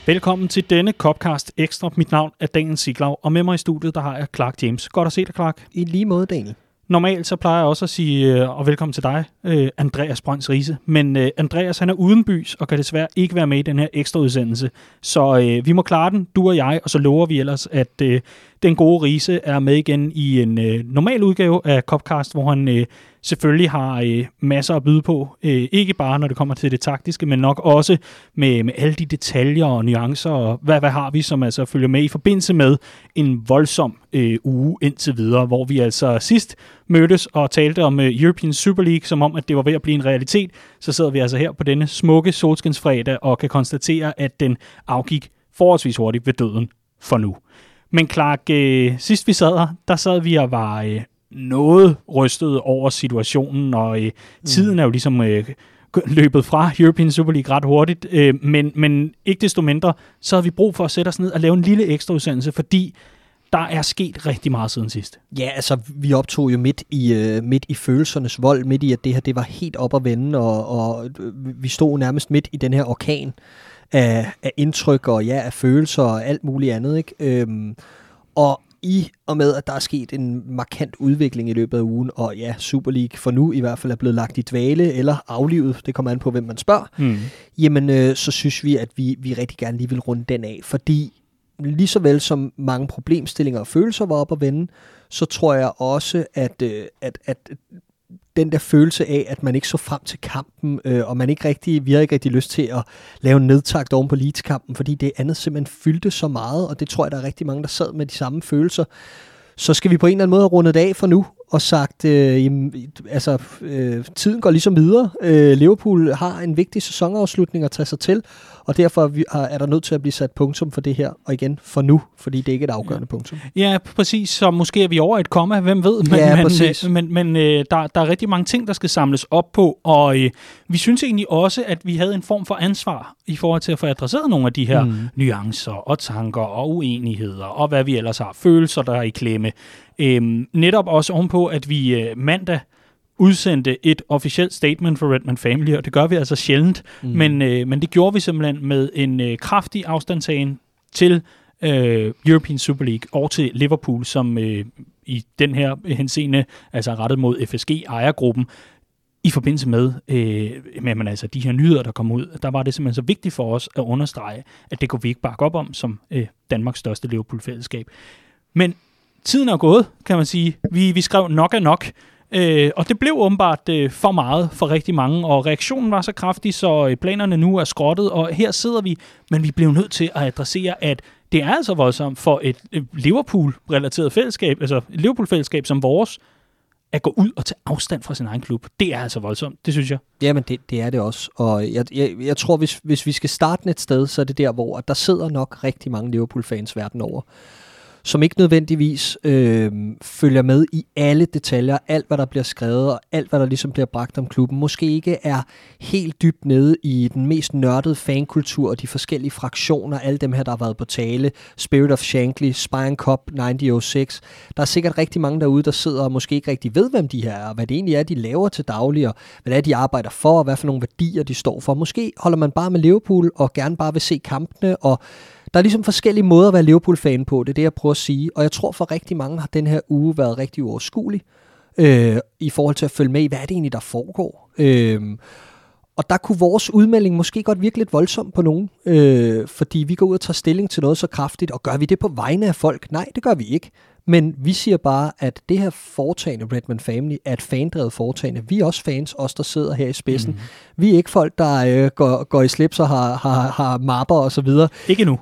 Velkommen til denne Copcast Extra. Mit navn er Daniel Siglau, og med mig i studiet, der har jeg Clark James. Godt at se dig, Clark. I lige måde, Daniel. Normalt så plejer jeg også at sige, og velkommen til dig, Andreas Brøns Riise. Men Andreas, han er uden bys, og kan desværre ikke være med i den her ekstra udsendelse. Så vi må klare den, du og jeg, og så lover vi ellers, at den gode Riise er med igen i en normal udgave af Copcast, hvor han selvfølgelig har masser at byde på. Ikke bare når det kommer til det taktiske, men nok også med alle de detaljer og nuancer, og hvad har vi, som altså følger med i forbindelse med en voldsom uge indtil videre, hvor vi altså sidst mødtes og talte om European Super League, som om, at det var ved at blive en realitet. Så sidder vi altså her på denne smukke solskinsfredag og kan konstatere, at den afgik forholdsvis hurtigt ved døden for nu. Men Clark, sidst vi sad der sad vi og var noget rystet over situationen, og tiden er jo ligesom løbet fra European Super League ret hurtigt, men ikke desto mindre, så havde vi brug for at sætte os ned og lave en lille ekstra udsendelse, fordi der er sket rigtig meget siden sidst. Ja, altså vi optog jo midt i følelsernes vold, midt i at det her det var helt op at vende, og vi stod nærmest midt i den her orkan af indtryk og af følelser og alt muligt andet, ikke? Og i og med, at der er sket en markant udvikling i løbet af ugen, og Super League for nu i hvert fald er blevet lagt i dvale eller aflivet, det kommer an på, hvem man spørger, jamen så synes vi, at vi rigtig gerne lige vil runde den af, fordi lige så vel som mange problemstillinger og følelser var op at vende, så tror jeg også, at den der følelse af, at man ikke så frem til kampen, og vi har ikke rigtig lyst til at lave en nedtakt oven på Leeds-kampen, fordi det andet simpelthen fyldte så meget, og det tror jeg, der er rigtig mange, der sad med de samme følelser. Så skal vi på en eller anden måde have rundet af for nu, og sagt, tiden går ligesom videre. Liverpool har en vigtig sæsonafslutning at tage sig til, og derfor er der nødt til at blive sat punktum for det her, og igen for nu, fordi det ikke er et afgørende punktum. Ja, præcis, så måske er vi over et komma, hvem ved, men der er rigtig mange ting, der skal samles op på, og vi synes egentlig også, at vi havde en form for ansvar i forhold til at få adresseret nogle af de her nuancer og tanker og uenigheder, og hvad vi ellers har, følelser, der er i klemme. Netop også ovenpå, at vi mandag udsendte et officielt statement for Redman Family, og det gør vi altså sjældent, men det gjorde vi simpelthen med en kraftig afstandtagen til European Super League og til Liverpool, som i den her henseende altså rettet mod FSG-ejergruppen. I forbindelse med altså de her nyheder, der kom ud, der var det simpelthen så vigtigt for os at understrege, at det kunne vi ikke bakke op om som Danmarks største Liverpool-fællesskab. Men tiden er gået, kan man sige. Vi skrev nok er nok, og det blev åbenbart for meget for rigtig mange, og reaktionen var så kraftig, så planerne nu er skrottet, og her sidder vi, men vi blev nødt til at adressere, at det er altså voldsomt for et Liverpool-relateret fællesskab, altså et Liverpool-fællesskab som vores, at gå ud og tage afstand fra sin egen klub. Det er altså voldsomt, det synes jeg. Jamen, det er det også, og jeg tror, hvis vi skal starte et sted, så er det der, hvor der sidder nok rigtig mange Liverpool-fans verden over, som ikke nødvendigvis følger med i alle detaljer, alt hvad der bliver skrevet, og alt hvad der ligesom bliver bragt om klubben. Måske ikke er helt dybt nede i den mest nørdede fankultur og de forskellige fraktioner, alle dem her, der har været på tale, Spirit of Shankly, Spine Cup 1906. Der er sikkert rigtig mange derude, der sidder og måske ikke rigtig ved, hvem de her er, og hvad det egentlig er, de laver til daglig, og hvad det er, de arbejder for, og hvad for nogle værdier de står for. Måske holder man bare med Liverpool og gerne bare vil se kampene, og der er ligesom forskellige måder at være Liverpool-fan på, det er det, jeg prøver at sige. Og jeg tror for rigtig mange har den her uge været rigtig uoverskuelig i forhold til at følge med i, hvad er det egentlig, der foregår. Og der kunne vores udmelding måske godt virke lidt voldsomt på nogen, fordi vi går ud og tager stilling til noget så kraftigt, og gør vi det på vegne af folk? Nej, det gør vi ikke. Men vi siger bare, at det her foretagende, Redman Family, er et fandrevet foretagende. Vi er også fans, os der sidder her i spidsen. Vi er ikke folk, der går i slips og har mapper og så videre. Ikke nu.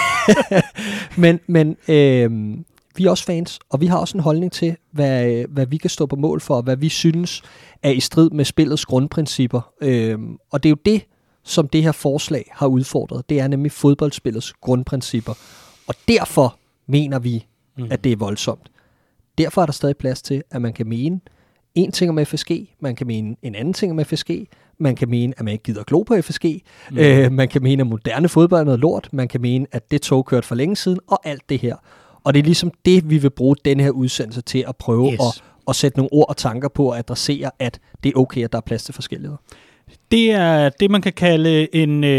men vi er også fans, og vi har også en holdning til, hvad vi kan stå på mål for, og hvad vi synes er i strid med spillets grundprincipper. Og det er jo det, som det her forslag har udfordret. Det er nemlig fodboldspillets grundprincipper. Og derfor mener vi, at det er voldsomt. Derfor er der stadig plads til, at man kan mene en ting om FSG, man kan mene en anden ting om FSG, man kan mene, at man ikke gider glo på FSG, man kan mene, at moderne fodbold er noget lort, man kan mene, at det tog kørt for længe siden, og alt det her. Og det er ligesom det, vi vil bruge denne her udsendelse til at prøve at sætte nogle ord og tanker på at adressere, at det er okay, at der er plads til forskelligheder. Det er det, man kan kalde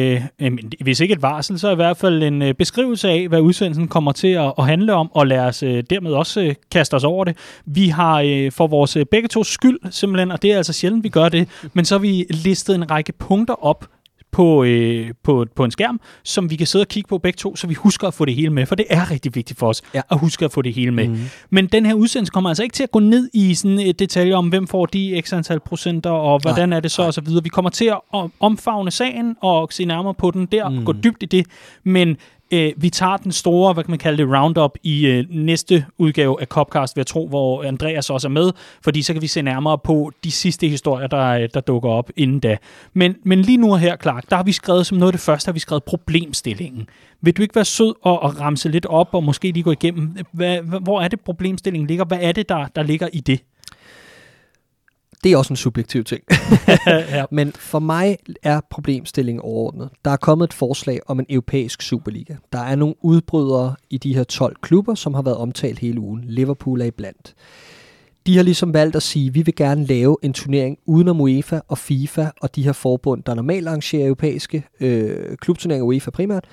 hvis ikke et varsel, så i hvert fald en beskrivelse af, hvad udsendelsen kommer til at handle om, og lad os dermed også kaste os over det. Vi har for vores begge to skyld simpelthen, og det er altså sjældent, vi gør det, men så har vi listet en række punkter op på en skærm, som vi kan sidde og kigge på begge to, så vi husker at få det hele med, for det er rigtig vigtigt for os at huske at få det hele med. Mm-hmm. Men den her udsendelse kommer altså ikke til at gå ned i sådan detaljer om, hvem får de x antal procenter, og hvordan er det så, og så videre. Vi kommer til at omfavne sagen og se nærmere på den der, gå dybt i det, men vi tager den store, hvad kan man kalde det, roundup i næste udgave af Copcast, vil jeg tro, hvor Andreas også er med, fordi så kan vi se nærmere på de sidste historier, der dukker op inden da. Men lige nu her, Clark, der har vi skrevet som noget af det første, har vi skrevet problemstillingen. Vil du ikke være sød og ramse lidt op, og måske lige gå igennem, hvor er det problemstillingen ligger? Hvad er det, der ligger i det? Det er også en subjektiv ting. Ja. Men for mig er problemstillingen overordnet. Der er kommet et forslag om en europæisk Superliga. Der er nogle udbrydere i de her 12 klubber, som har været omtalt hele ugen. Liverpool er iblandt. De har ligesom valgt at sige, at vi vil gerne lave en turnering udenom UEFA og FIFA og de her forbund, der normalt arrangerer europæiske klubturneringer, UEFA primært,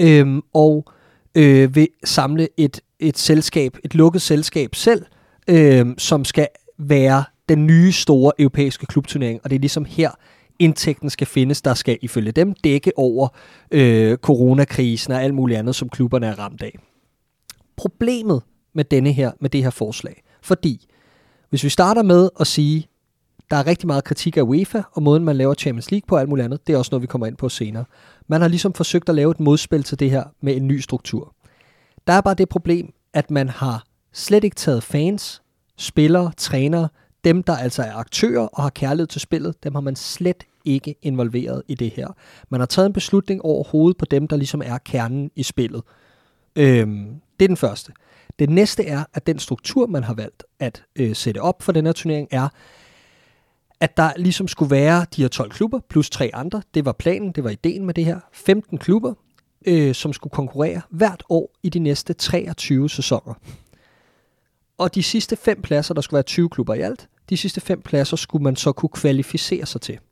og vil samle et selskab, et lukket selskab selv, som skal være den nye store europæiske klubturnering, og det er ligesom her, indtægten skal findes, der skal ifølge dem dække over coronakrisen og alt muligt andet, som klubberne er ramt af. Problemet med det her forslag, fordi hvis vi starter med at sige, der er rigtig meget kritik af UEFA, og måden man laver Champions League på og alt muligt andet, det er også noget, vi kommer ind på senere. Man har ligesom forsøgt at lave et modspil til det her med en ny struktur. Der er bare det problem, at man har slet ikke taget fans, spillere, trænere, dem, der altså er aktører og har kærlighed til spillet, dem har man slet ikke involveret i det her. Man har taget en beslutning over hovedet på dem, der ligesom er kernen i spillet. Det er den første. Det næste er, at den struktur, man har valgt at sætte op for den her turnering, er, at der ligesom skulle være de her 12 klubber, plus 3 andre. Det var planen, det var ideen med det her. 15 klubber, som skulle konkurrere hvert år i de næste 23 sæsoner. Og de sidste 5 pladser, der skulle være 20 klubber i alt, de sidste 5 pladser skulle man så kunne kvalificere sig til.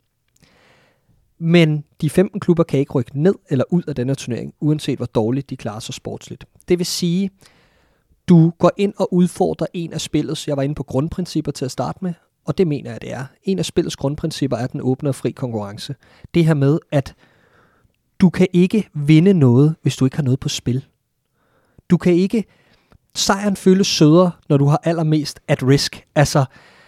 Men de 15 klubber kan ikke rykke ned eller ud af denne turnering, uanset hvor dårligt de klarer sig sportsligt. Det vil sige, du går ind og udfordrer en af spillets, jeg var inde på grundprincipper til at starte med, og det mener jeg, det er. En af spillets grundprincipper er den åbne og fri konkurrence. Det her med, at du kan ikke vinde noget, hvis du ikke har noget på spil. Du kan ikke... Sejren føles sødere, når du har allermest at risk. Altså,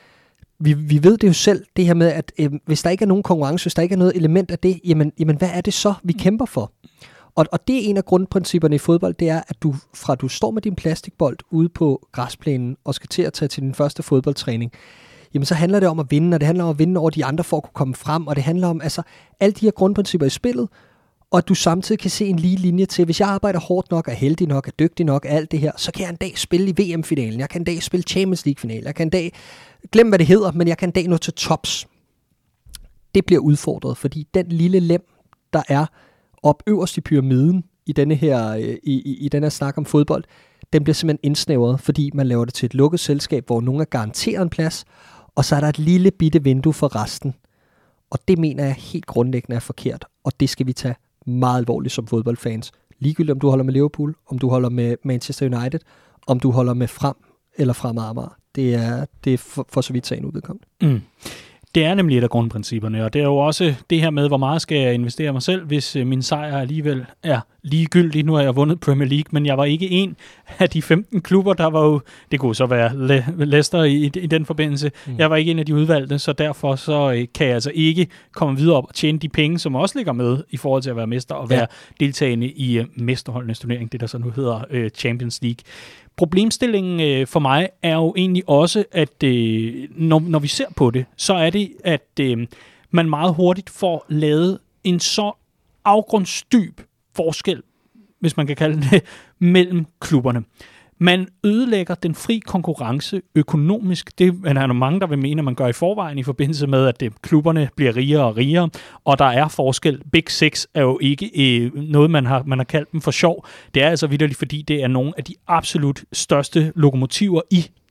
vi ved det jo selv, det her med, at hvis der ikke er nogen konkurrence, hvis der ikke er noget element af det, jamen hvad er det så, vi kæmper for? Og det er en af grundprincipperne i fodbold, det er, at du står med din plastikbold ude på græsplænen og skal til at tage til din første fodboldtræning, jamen så handler det om at vinde, og det handler om at vinde over de andre for at kunne komme frem, og det handler om altså alle de her grundprincipper i spillet, og at du samtidig kan se en lige linje til, hvis jeg arbejder hårdt nok, er heldig nok, er dygtig nok, alt det her, så kan jeg en dag spille i VM-finalen, jeg kan en dag spille Champions League-finalen, jeg kan en dag, glem hvad det hedder, men jeg kan en dag nå til tops. Det bliver udfordret, fordi den lille lem, der er op øverst i pyramiden i denne her snak om fodbold, den bliver simpelthen indsnævret, fordi man laver det til et lukket selskab, hvor nogen er garanteret en plads, og så er der et lille bitte vindue for resten. Og det mener jeg helt grundlæggende er forkert, og det skal vi tage meget alvorligt som fodboldfans. Ligegyldigt om du holder med Liverpool, om du holder med Manchester United, om du holder med Frem eller Fremad Amager. Det er for så vidt sagen udvedkommende. Mm. Det er nemlig et af grundprincipperne, og det er jo også det her med, hvor meget skal jeg investere mig selv, hvis min sejr alligevel er ligegyldig. Nu har jeg vundet Premier League, men jeg var ikke en af de 15 klubber, der var jo, det kunne så være Leicester i den forbindelse. Jeg var ikke en af de udvalgte, så derfor så kan jeg altså ikke komme videre op og tjene de penge, som også ligger med i forhold til at være mester og være deltagende i mesterholdenes turnering, det der så nu hedder Champions League. Problemstillingen for mig er jo egentlig også, at når vi ser på det, så er det, at man meget hurtigt får lavet en så afgrundsdyb forskel, hvis man kan kalde det, mellem klubberne. Man ødelægger den fri konkurrence økonomisk. Det er der mange, der vil mene, at man gør i forvejen i forbindelse med, at klubberne bliver rigere og rigere, og der er forskel. Big Six er jo ikke noget, man har kaldt dem for sjov. Det er altså vitterligt, fordi det er nogle af de absolut største lokomotiver i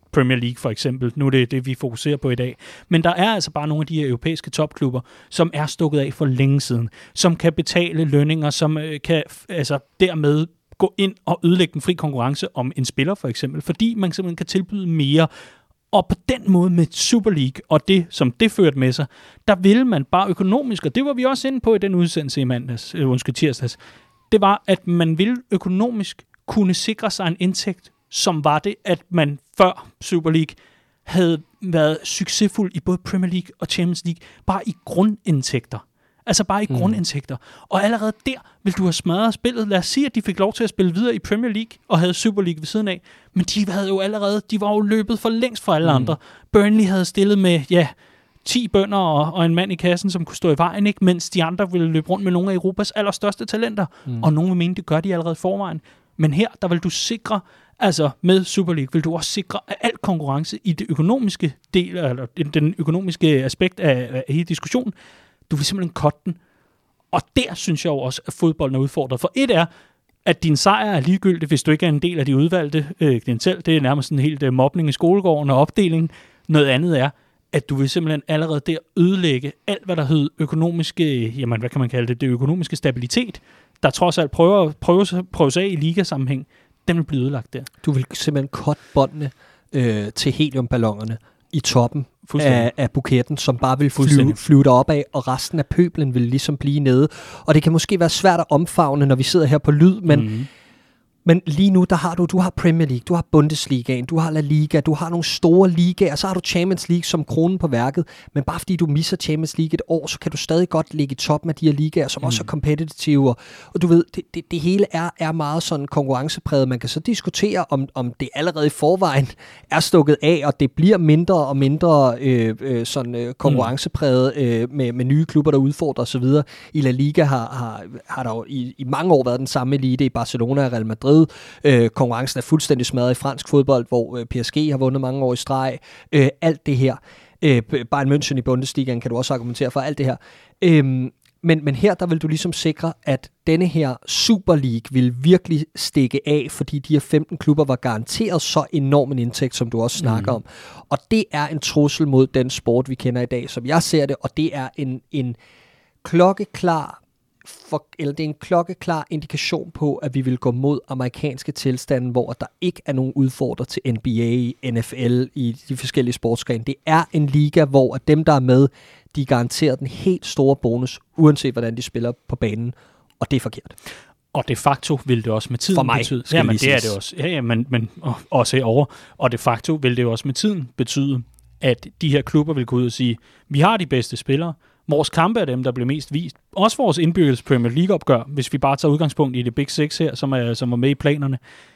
Premier League for eksempel. Nu er det, vi fokuserer på i dag. Men der er altså bare nogle af de her europæiske topklubber, som er stukket af for længe siden, som kan betale lønninger, som kan altså dermed gå ind og ødelægge den fri konkurrence om en spiller for eksempel, fordi man simpelthen kan tilbyde mere. Og på den måde med Super League, og det, som det førte med sig, der ville man bare økonomisk, og det var vi også inde på i den udsendelse i tirsdags, det var, at man ville økonomisk kunne sikre sig en indtægt, som var det, at man før Super League havde været succesfuld i både Premier League og Champions League, bare i grundindtægter. Altså bare i grundindtægter. Og allerede der vil du have smadret spillet. Lad os sige, at de fik lov til at spille videre i Premier League og havde Super League ved siden af. Men de var jo løbet for længst fra alle andre. Burnley havde stillet med, 10 bønder og en mand i kassen, som kunne stå i vejen, ikke? Mens de andre ville løbe rundt med nogle af Europas allerstørste talenter. Og nogen vil mene, det gør de allerede i forvejen. Men her, der vil du sikre, altså med Super League, vil du også sikre, at al konkurrence i det økonomiske del, eller den økonomiske aspekt af hele diskussionen, du vil simpelthen cutte den. Og der synes jeg jo også, at fodbolden er udfordret. For et er, at din sejr er ligegyldig, hvis du ikke er en del af de udvalgte klientel. Det er nærmest sådan en helt mobning i skolegården og opdeling. Noget andet er, at du vil simpelthen allerede der ødelægge alt, hvad der hedder økonomiske, jamen hvad kan man kalde det økonomiske stabilitet, der trods alt prøver sig af i ligasammenhæng. Den vil blive ødelagt der. Du vil simpelthen cutte båndene til heliumballonerne i toppen af buketten, som bare vil flyve derop af, og resten af pøblen vil ligesom blive nede. Og det kan måske være svært at omfavne, når vi sidder her på lyd, men lige nu, der har du har Premier League, du har Bundesligaen, du har La Liga, du har nogle store ligaer, så har du Champions League som kronen på værket, men bare fordi du misser Champions League et år, så kan du stadig godt ligge i toppen af de her ligaer, som også er kompetitive, og du ved, det hele er meget sådan konkurrencepræget. Man kan så diskutere, om det allerede i forvejen er stukket af, og det bliver mindre og mindre konkurrencepræget med nye klubber, der udfordrer osv. I La Liga har der jo i mange år været den samme elite i Barcelona og Real Madrid. Konkurrencen er fuldstændig smadret i fransk fodbold, hvor PSG har vundet mange år i streg. Alt det her. Bayern München i Bundesligaen kan du også argumentere for alt det her. Men her, der vil du ligesom sikre, at denne her Super League vil virkelig stikke af, fordi de her 15 klubber var garanteret så enorm en indtægt, som du også snakker om. Og det er en trussel mod den sport, vi kender i dag, som jeg ser det, og det er en klokkeklar det er en klokkeklar indikation på, at vi vil gå mod amerikanske tilstande, hvor der ikke er nogen udfordrer til NBA, NFL i de forskellige sportsgrene. Det er en liga, hvor dem, der er med, de garanterer den helt store bonus, uanset hvordan de spiller på banen, og det er forkert. Og de facto vil det også med tiden betyde... Ja, men det er det også. Ja, men også herovre. Og de facto vil det også med tiden betyde, at de her klubber vil gå ud og sige, vi har de bedste spillere, vores kampe er dem, der bliver mest vist. Også vores indbyrdes Premier League-opgør, hvis vi bare tager udgangspunkt i det Big Six her, som var med i planerne.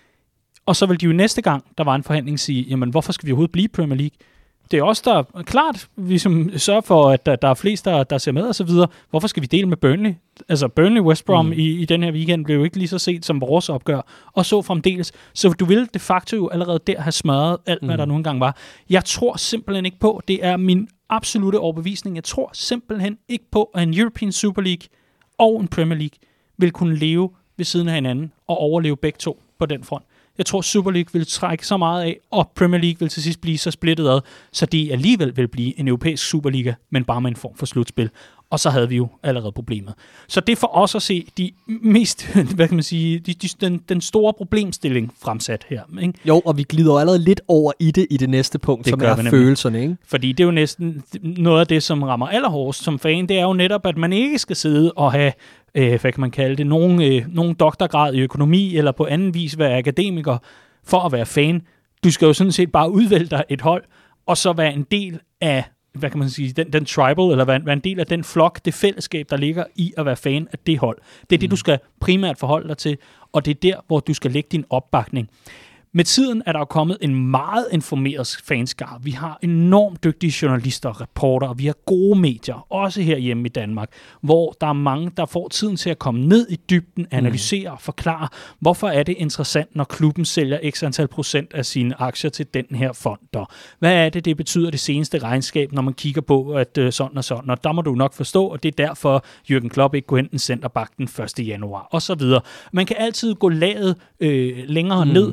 Og så vil de jo næste gang, der var en forhandling, sige, jamen hvorfor skal vi overhovedet blive Premier League? Det er også der klart, vi som sørger for, at der er flest, der ser med og så videre. Hvorfor skal vi dele med Burnley? Altså Burnley West Brom i den her weekend blev jo ikke lige så set som vores opgør, og så fremdeles. Så du vil de facto jo allerede der have smadret alt, hvad der nu engang var. Jeg tror simpelthen ikke på, det er min absolutte overbevisning. Jeg tror simpelthen ikke på, at en European Super League og en Premier League vil kunne leve ved siden af hinanden og overleve begge to på den front. Jeg tror, Super League vil trække så meget af, og Premier League vil til sidst blive så splittet ad, så de alligevel vil blive en europæisk Superliga, men bare med en form for slutspil. Og så havde vi jo allerede problemet. Så det er for os at se de mest, hvad kan man sige, den store problemstilling fremsat her. Ikke? Jo, og vi glider allerede lidt over i det næste punkt, som er følelserne. Ikke? Fordi det er jo næsten noget af det, som rammer allerhårdest som fan, det er jo netop, at man ikke skal sidde og have hvad kan man kalde det, nogen doktorgrad i økonomi, eller på anden vis være akademiker for at være fan. Du skal jo sådan set bare udvælge dig et hold, og så være en del af, hvad kan man sige, den tribal, eller være en del af den flok, det fællesskab, der ligger i at være fan af det hold. Det er det, du skal primært forholde dig til, og det er der, hvor du skal lægge din opbakning. Med tiden er der jo kommet en meget informeret fanskare. Vi har enormt dygtige journalister og reportere, og vi har gode medier, også herhjemme i Danmark, hvor der er mange, der får tiden til at komme ned i dybden, analysere og forklare, hvorfor er det interessant, når klubben sælger x antal procent af sine aktier til den her fond. Hvad er det betyder det seneste regnskab, når man kigger på, at sådan og sådan, og der må du nok forstå, og det er derfor, Jürgen Klopp ikke går hen en centerback den 1. januar, og så videre. Man kan altid gå laget længere ned, men for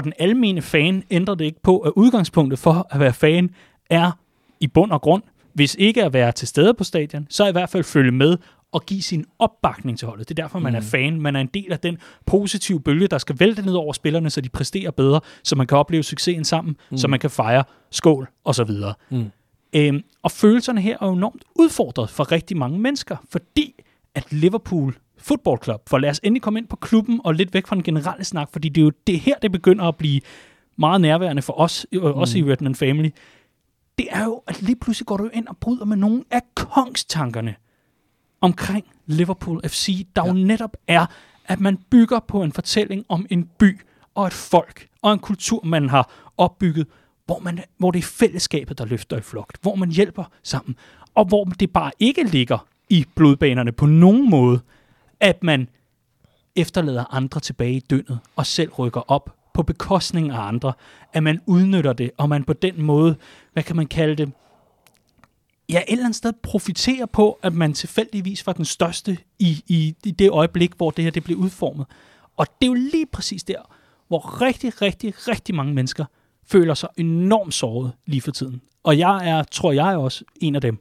den almene fan ændrer det ikke på, at udgangspunktet for at være fan er i bund og grund, hvis ikke at være til stede på stadion, så i hvert fald følge med og give sin opbakning til holdet. Det er derfor, man er fan. Man er en del af den positive bølge, der skal vælte ned over spillerne, så de præsterer bedre, så man kan opleve succesen sammen, så man kan fejre skål og så videre. Og følelserne her er jo enormt udfordret for rigtig mange mennesker, fordi at Liverpool Football Club, for lad os endelig komme ind på klubben og lidt væk fra den generelle snak, fordi det er jo det her, det begynder at blive meget nærværende for os, også i Redman Family. Det er jo, at lige pludselig går du ind og bryder med nogle af kongstankerne omkring Liverpool FC, der jo netop er, at man bygger på en fortælling om en by og et folk og en kultur, man har opbygget, hvor det er fællesskabet, der løfter i flugt, hvor man hjælper sammen, og hvor det bare ikke ligger i blodbanerne på nogen måde, at man efterlader andre tilbage i dyndet og selv rykker op på bekostning af andre, at man udnytter det, og man på den måde, hvad kan man kalde det, ja, et eller andet sted profiterer på, at man tilfældigvis var den største i det øjeblik, hvor det her det blev udformet. Og det er jo lige præcis der, hvor rigtig mange mennesker føler sig enormt såret lige for tiden. Og jeg tror jeg er også en af dem.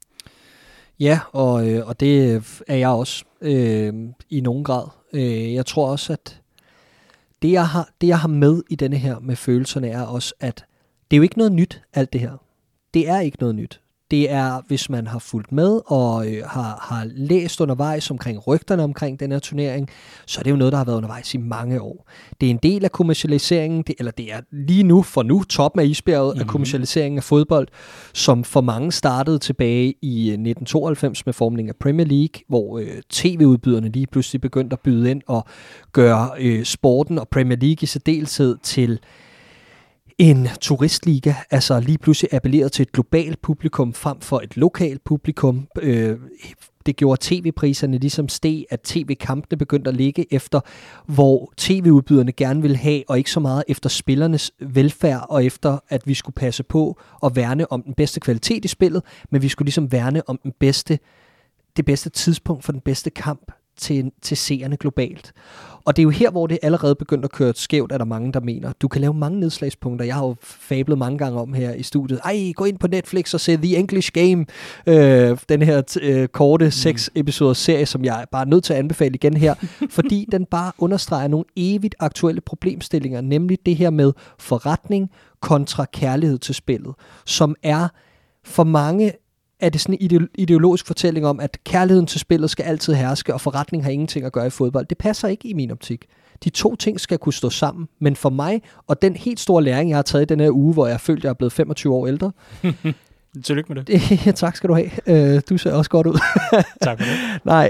Ja, og det er jeg også i nogen grad. Jeg tror også, at det jeg har med i denne her med følelserne er også, at det er jo ikke noget nyt, alt det her. Det er ikke noget nyt. Det er, hvis man har fulgt med og har læst undervejs omkring rygterne omkring den her turnering, så er det jo noget, der har været undervejs i mange år. Det er en del af kommercialiseringen, det er lige nu, toppen af isbjerget af kommercialiseringen af fodbold, som for mange startede tilbage i 1992 med formning af Premier League, hvor tv-udbyderne lige pludselig begyndte at byde ind og gøre sporten og Premier League i særdeleshed til en turistliga, altså lige pludselig appelleret til et globalt publikum frem for et lokalt publikum. Det gjorde tv-priserne ligesom steg, at tv-kampene begyndte at ligge efter, hvor tv-udbyderne gerne ville have, og ikke så meget efter spillernes velfærd, og efter, at vi skulle passe på og værne om den bedste kvalitet i spillet, men vi skulle ligesom værne om det bedste tidspunkt for den bedste kamp til seerne globalt. Og det er jo her, hvor det allerede begyndt at køre skævt, er der mange, der mener. Du kan lave mange nedslagspunkter. Jeg har jo fablet mange gange om her i studiet. Gå ind på Netflix og se The English Game. Den her korte 6 episoders serie, som jeg er bare nødt til at anbefale igen her, fordi den bare understreger nogle evigt aktuelle problemstillinger, nemlig det her med forretning kontra kærlighed til spillet, som er for mange er det sådan en ideologisk fortælling om, at kærligheden til spillet skal altid herske, og forretning har ingenting at gøre i fodbold. Det passer ikke i min optik. De to ting skal kunne stå sammen, men for mig, og den helt store læring, jeg har taget i den her uge, hvor jeg følte, jeg er blevet 25 år ældre. Tillykke med det. Ja, tak skal du have. Du ser også godt ud. Tak for det. Nej,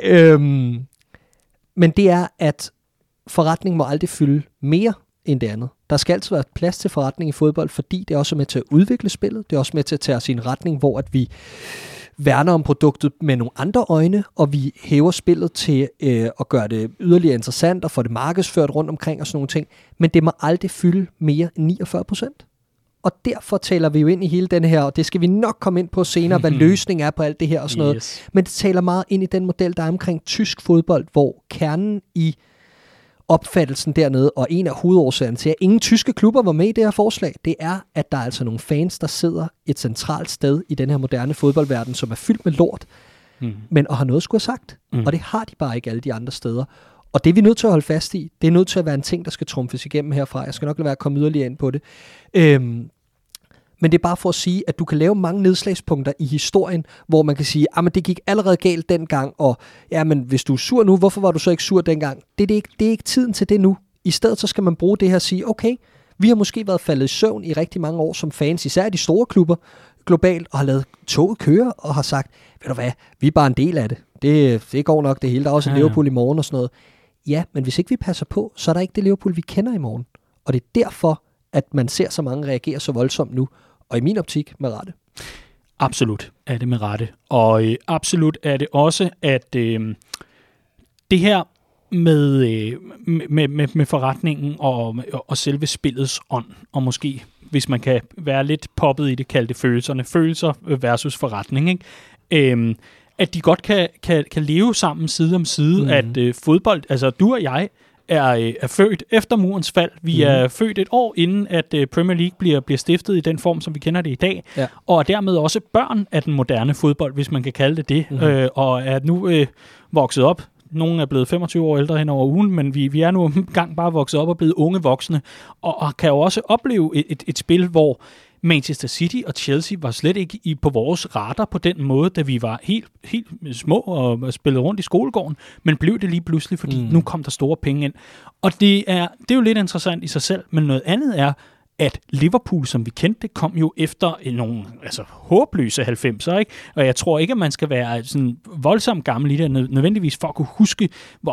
men det er, at forretning må aldrig fylde mere end det andet. Der skal altid være plads til forretning i fodbold, fordi det er også med til at udvikle spillet. Det er også med til at tage os i en retning, hvor at vi værner om produktet med nogle andre øjne, og vi hæver spillet til at gøre det yderligere interessant og få det markedsført rundt omkring og sådan nogle ting. Men det må aldrig fylde mere end 49%. Og derfor taler vi jo ind i hele den her, og det skal vi nok komme ind på senere, hvad løsningen er på alt det her og sådan noget. Men det taler meget ind i den model, der er omkring tysk fodbold, hvor kernen i opfattelsen dernede, og en af hovedårsagerne til, at ingen tyske klubber var med i det her forslag, det er, at der er altså nogle fans, der sidder et centralt sted i den her moderne fodboldverden, som er fyldt med lort, men og har noget at skulle have sagt. Og det har de bare ikke alle de andre steder. Og det er vi nødt til at holde fast i. Det er nødt til at være en ting, der skal trumfes igennem herfra. Jeg skal nok lade være at komme yderligere ind på det. Men det er bare for at sige, at du kan lave mange nedslagspunkter i historien, hvor man kan sige, at det gik allerede galt dengang, og men hvis du er sur nu, hvorfor var du så ikke sur dengang? Det er ikke tiden til det nu. I stedet så skal man bruge det her og sige, okay, vi har måske været faldet i søvn i rigtig mange år som fans, især de store klubber globalt, og har lavet toget køre, og har sagt, ved du hvad, vi er bare en del af det. Det går nok det hele. Der er også en Liverpool i morgen og sådan noget. Ja, men hvis ikke vi passer på, så er der ikke det Liverpool, vi kender i morgen. Og det er derfor, at man ser så mange reagere så voldsomt nu. Og i min optik med rette. Absolut er det med rette. Og absolut er det også, at det her med forretningen og selve spillets ånd, og måske, hvis man kan være lidt poppet i det, kalde det følelser versus forretning, ikke? At de godt kan leve sammen side om side, at fodbold, altså du og jeg, er født efter murens fald. Vi er født et år inden, at Premier League bliver stiftet i den form, som vi kender det i dag, og er dermed også børn af den moderne fodbold, hvis man kan kalde det, og er nu vokset op. Nogle er blevet 25 år ældre hen over ugen, men vi er nu engang bare vokset op og blevet unge voksne, og kan jo også opleve et spil, hvor Manchester City og Chelsea var slet ikke på vores radar på den måde, da vi var helt små og spillede rundt i skolegården, men blev det lige pludselig, fordi nu kom der store penge ind. Og det er jo lidt interessant i sig selv, men noget andet er, at Liverpool, som vi kendte, kom jo efter nogle håbløse 90'er, ikke? Og jeg tror ikke, at man skal være sådan voldsomt gammel i det, nødvendigvis for at kunne huske,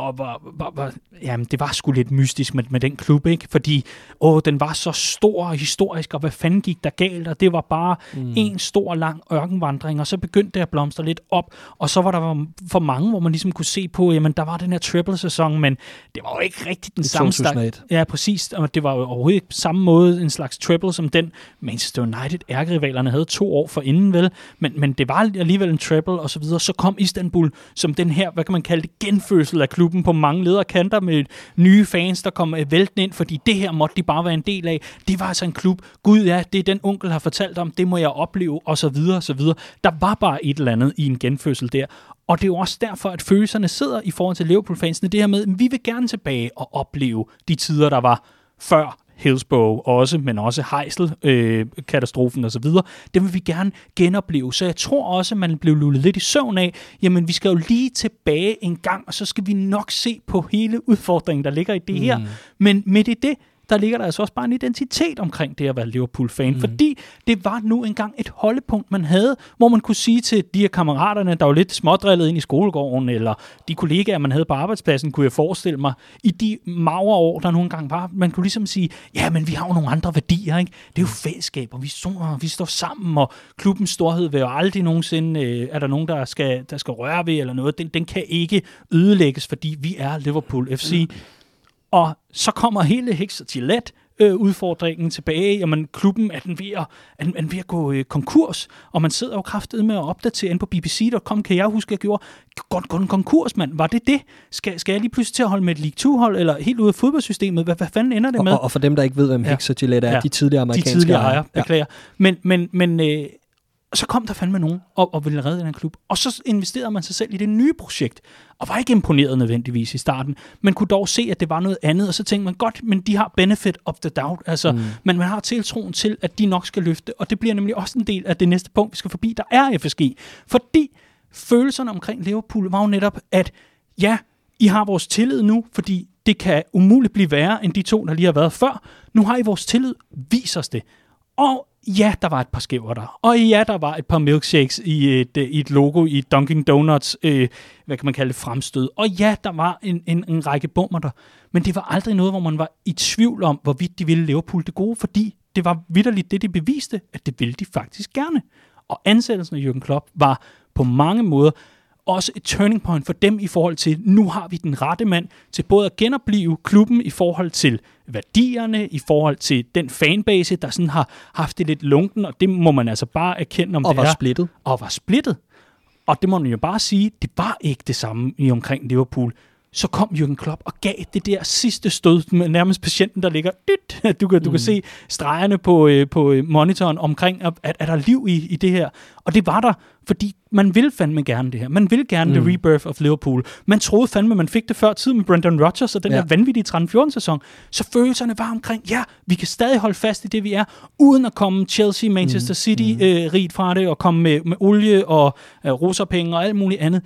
hvor jamen, det var sgu lidt mystisk med den klub, ikke? Fordi, den var så stor og historisk, og hvad fanden gik der galt? Og det var bare en stor, lang ørkenvandring, og så begyndte det at blomstre lidt op, og så var der for mange, hvor man ligesom kunne se på, jamen, der var den her triple-sæson, men det var jo ikke rigtig den samme slags. Ja, præcis, og det var jo overhovedet ikke på samme måde en slags triple, som den Manchester United ærkerivalerne havde 2 år forinden, vel? Men det var alligevel en triple, og så videre. Så kom Istanbul som den her, hvad kan man kalde det, genfødsel af klubben på mange lederkanter med nye fans, der kom væltende ind, fordi det her måtte de bare være en del af. Det var altså en klub. Gud ja, det er den onkel har fortalt om, det må jeg opleve, og så videre, og så videre. Der var bare et eller andet i en genfødsel der. Og det er jo også derfor, at følelserne sidder i forhold til Liverpool-fansene, det her med, at vi vil gerne tilbage og opleve de tider, der var før Hillsborough også, men også Heysel-katastrofen og så videre. Det vil vi gerne genopleve. Så jeg tror også, at man blev lullet lidt i søvn af, jamen vi skal jo lige tilbage en gang, og så skal vi nok se på hele udfordringen, der ligger i det her. Men midt i det, der ligger der altså også bare en identitet omkring det at være Liverpool-fan, fordi det var nu engang et holdepunkt, man havde, hvor man kunne sige til de her kammeraterne, der var lidt smådrillet ind i skolegården, eller de kollegaer, man havde på arbejdspladsen, kunne jeg forestille mig, i de magre år, der nu engang var, man kunne ligesom sige, ja, men vi har jo nogle andre værdier, ikke? Det er jo fællesskab, og vi står sammen, og klubbens storhed vil jo aldrig nogensinde, er der nogen, der skal røre ved, eller noget, den kan ikke ødelægges, fordi vi er Liverpool FC. Og så kommer hele Hicks og Gillette udfordringen tilbage. Jamen, klubben er den ved at gå konkurs, og man sidder jo kraftigt med at opdatere ind på bbc.com, kan jeg huske, jeg gjorde, godt en konkurs, mand. Var det det? Skal jeg lige pludselig til at holde med et League 2-hold, eller helt ude af fodboldsystemet? Hvad fanden ender det med? Og for dem, der ikke ved, hvem Hicks og Gillette er, de tidligere amerikanske ejere. Beklager. Men så kom der fandme nogen og ville redde den klub. Og så investerede man sig selv i det nye projekt, og var ikke imponeret nødvendigvis i starten, men kunne dog se, at det var noget andet, og så tænkte man, godt, men de har benefit of the doubt, men man har tiltroen til, at de nok skal løfte, og det bliver nemlig også en del af det næste punkt, vi skal forbi, der er FSG. Fordi følelserne omkring Liverpool var jo netop, at ja, I har vores tillid nu, fordi det kan umuligt blive værre end de 2, der lige har været før. Nu har I vores tillid, vis os det. Og ja, der var et par skæver der. Og ja, der var et par milkshakes i et logo i Dunkin' Donuts, hvad kan man kalde det, fremstød. Og ja, der var en række bummer der. Men det var aldrig noget, hvor man var i tvivl om, hvorvidt de ville Liverpool det gode, fordi det var vitterligt det, de beviste, at det ville de faktisk gerne. Og ansættelsen af Jürgen Klopp var på mange måder også et turning point for dem i forhold til, nu har vi den rette mand til både at genopleve klubben i forhold til værdierne, i forhold til den fanbase, der sådan har haft det lidt lunken, og det må man altså bare erkende, om og det er. Og var splittet. Og det må man jo bare sige, det var ikke det samme i omkring Liverpool. Så kom Jürgen Klopp og gav det der sidste stød med nærmest patienten, der ligger dyt. Du kan se stregerne på monitoren omkring, at er der liv i det her. Og det var der, fordi man ville fandme gerne det her. Man ville gerne the rebirth of Liverpool. Man troede fandme, man fik det før tid med Brendan Rodgers og den der vanvittige 13-14-sæson. Så følelserne var omkring, ja, vi kan stadig holde fast i det, vi er, uden at komme Chelsea, Manchester City rigt fra det, og komme med olie og roserpenge og alt muligt andet.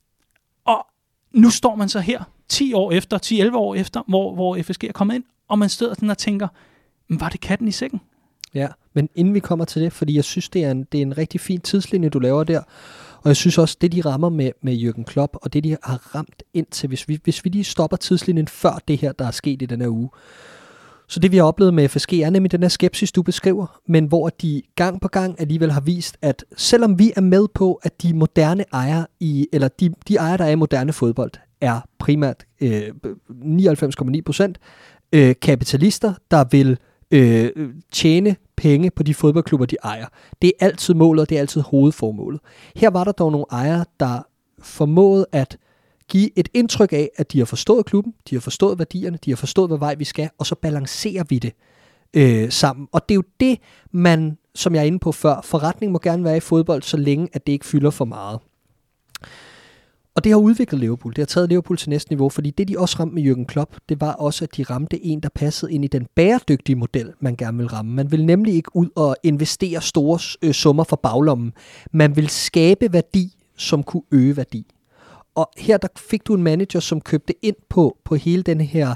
Og nu står man så her 10-11 år efter, hvor FSG er kommet ind, og man støder den og tænker, var det katten i sækken? Ja, men inden vi kommer til det, fordi jeg synes, det er en rigtig fin tidslinje, du laver der, og jeg synes også, det de rammer med Jürgen Klopp, og det de har ramt ind til, hvis vi lige stopper tidslinjen før det her, der er sket i den her uge. Så det vi har oplevet med FSG er nemlig den her skepsis, du beskriver, men hvor de gang på gang alligevel har vist, at selvom vi er med på, at de moderne ejere eller de ejere, der er i moderne fodbold, er primært 99,9% kapitalister, der vil tjene penge på de fodboldklubber, de ejer. Det er altid målet, og det er altid hovedformålet. Her var der dog nogle ejere, der formåede at give et indtryk af, at de har forstået klubben, de har forstået værdierne, de har forstået, hvad vej vi skal, og så balancerer vi det sammen. Og det er jo det, man, som jeg er inde på før, forretning må gerne være i fodbold, så længe at det ikke fylder for meget. Og det har udviklet Liverpool. Det har taget Liverpool til næste niveau, fordi det, de også ramte med Jürgen Klopp, det var også, at de ramte en, der passede ind i den bæredygtige model, man gerne vil ramme. Man vil nemlig ikke ud og investere store summer for baglommen. Man vil skabe værdi, som kunne øge værdi. Og her der fik du en manager, som købte ind på hele den her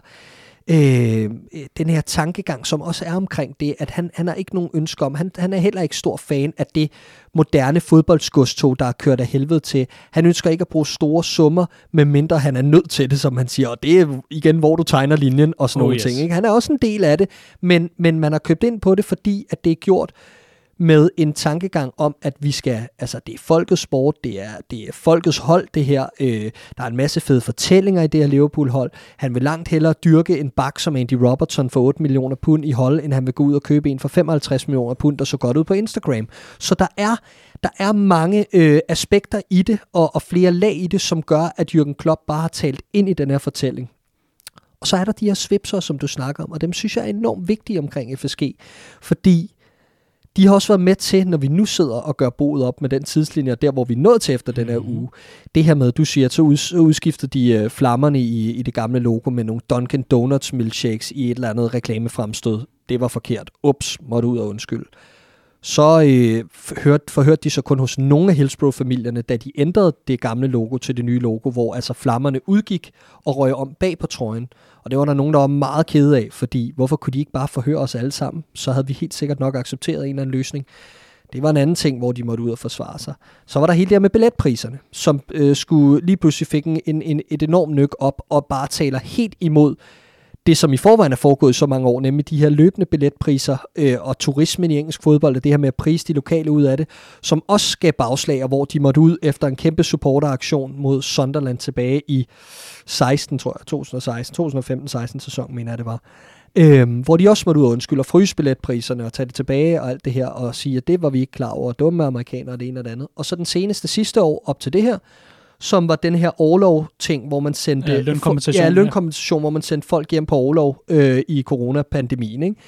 tankegang, som også er omkring det, at han har ikke nogen ønsker om, han er heller ikke stor fan af det moderne fodboldsgodstog, der er kørt af helvede til. Han ønsker ikke at bruge store summer, medmindre han er nødt til det, som han siger, og det er igen, hvor du tegner linjen og sådan nogle ting. Ikke? Han er også en del af det, men man har købt ind på det, fordi at det er gjort med en tankegang om, at vi skal, altså det er folkets sport, det er folkets hold det her, der er en masse fede fortællinger i det her Liverpool-hold. Han vil langt hellere dyrke en bak som Andy Robertson for 8 millioner pund i hold, end han vil gå ud og købe en for 55 millioner pund, der så godt ud på Instagram. Så der er mange aspekter i det, og flere lag i det, som gør, at Jürgen Klopp bare har talt ind i den her fortælling. Og så er der de her svipser, som du snakker om, og dem synes jeg er enormt vigtige omkring FSG, fordi de har også været med til, når vi nu sidder og gør boet op med den tidslinje, der hvor vi er nået til efter den her uge. Det her med, du siger, at så udskifter de flammerne i det gamle logo med nogle Dunkin' Donuts milkshakes i et eller andet reklamefremstød. Det var forkert. Ups, måtte ud og undskylde. Så forhørte de så kun hos nogle af Hillsborough-familierne, da de ændrede det gamle logo til det nye logo, hvor altså flammerne udgik og røg om bag på trøjen. Og det var der nogen, der var meget kede af, fordi hvorfor kunne de ikke bare forhøre os alle sammen? Så havde vi helt sikkert nok accepteret en eller anden løsning. Det var en anden ting, hvor de måtte ud og forsvare sig. Så var der helt der med billetpriserne, som skulle lige pludselig fik et enormt nyk op og bare taler helt imod det, som i forvejen er foregået i så mange år, nemlig de her løbende billetpriser og turismen i engelsk fodbold, og det her med at prise de lokale ud af det, som også skaber bagslag, hvor de måtte ud efter en kæmpe supporteraktion mod Sunderland tilbage i 16, tror jeg, 2015-16 sæson, mener jeg det var. Hvor de også måtte ud og undskylde og fryse billetpriserne og tage det tilbage og alt det her, og sige, at det var vi ikke klar over, dumme amerikanere og det ene og det andet. Og så den sidste år op til det her, som var den her orlov-ting, hvor man sendte lønkompensation, hvor man sendte folk hjem på orlov i coronapandemien, ikke?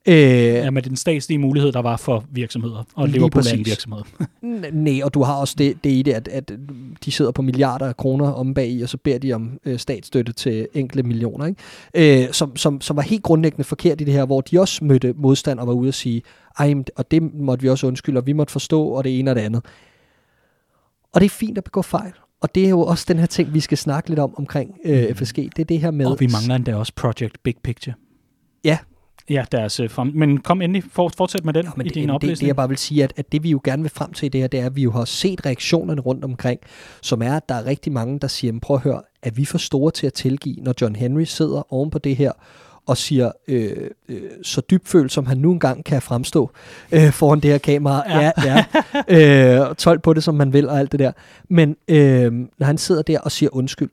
Med den statslige mulighed, der var for virksomheder, og Liverpool er en virksomhed. Nej, og du har også det i det, at de sidder på milliarder af kroner om bag i, og så beder de om statsstøtte til enkelte millioner, ikke? Som var helt grundlæggende forkert i det her, hvor de også mødte modstand og var ude at sige, og det måtte vi også undskylde, og vi måtte forstå, og det ene og det andet. Og det er fint at begå fejl. Og det er jo også den her ting, vi skal snakke lidt omkring FSG. Det er det her med... Og vi mangler endda også Project Big Picture. Ja. Ja, men kom endelig, fortsæt med den i din oplæsning. Det jeg bare vil sige, at det vi jo gerne vil frem til i det her, det er, at vi jo har set reaktionerne rundt omkring, som er, at der er rigtig mange, der siger, prøv at høre, er vi for store til at tilgive, når John Henry sidder oven på det her, og siger, så dybfølt, som han nu engang kan fremstå foran det her kamera. Ja. 12 på det, som man vil, og alt det der. Men når han sidder der og siger undskyld,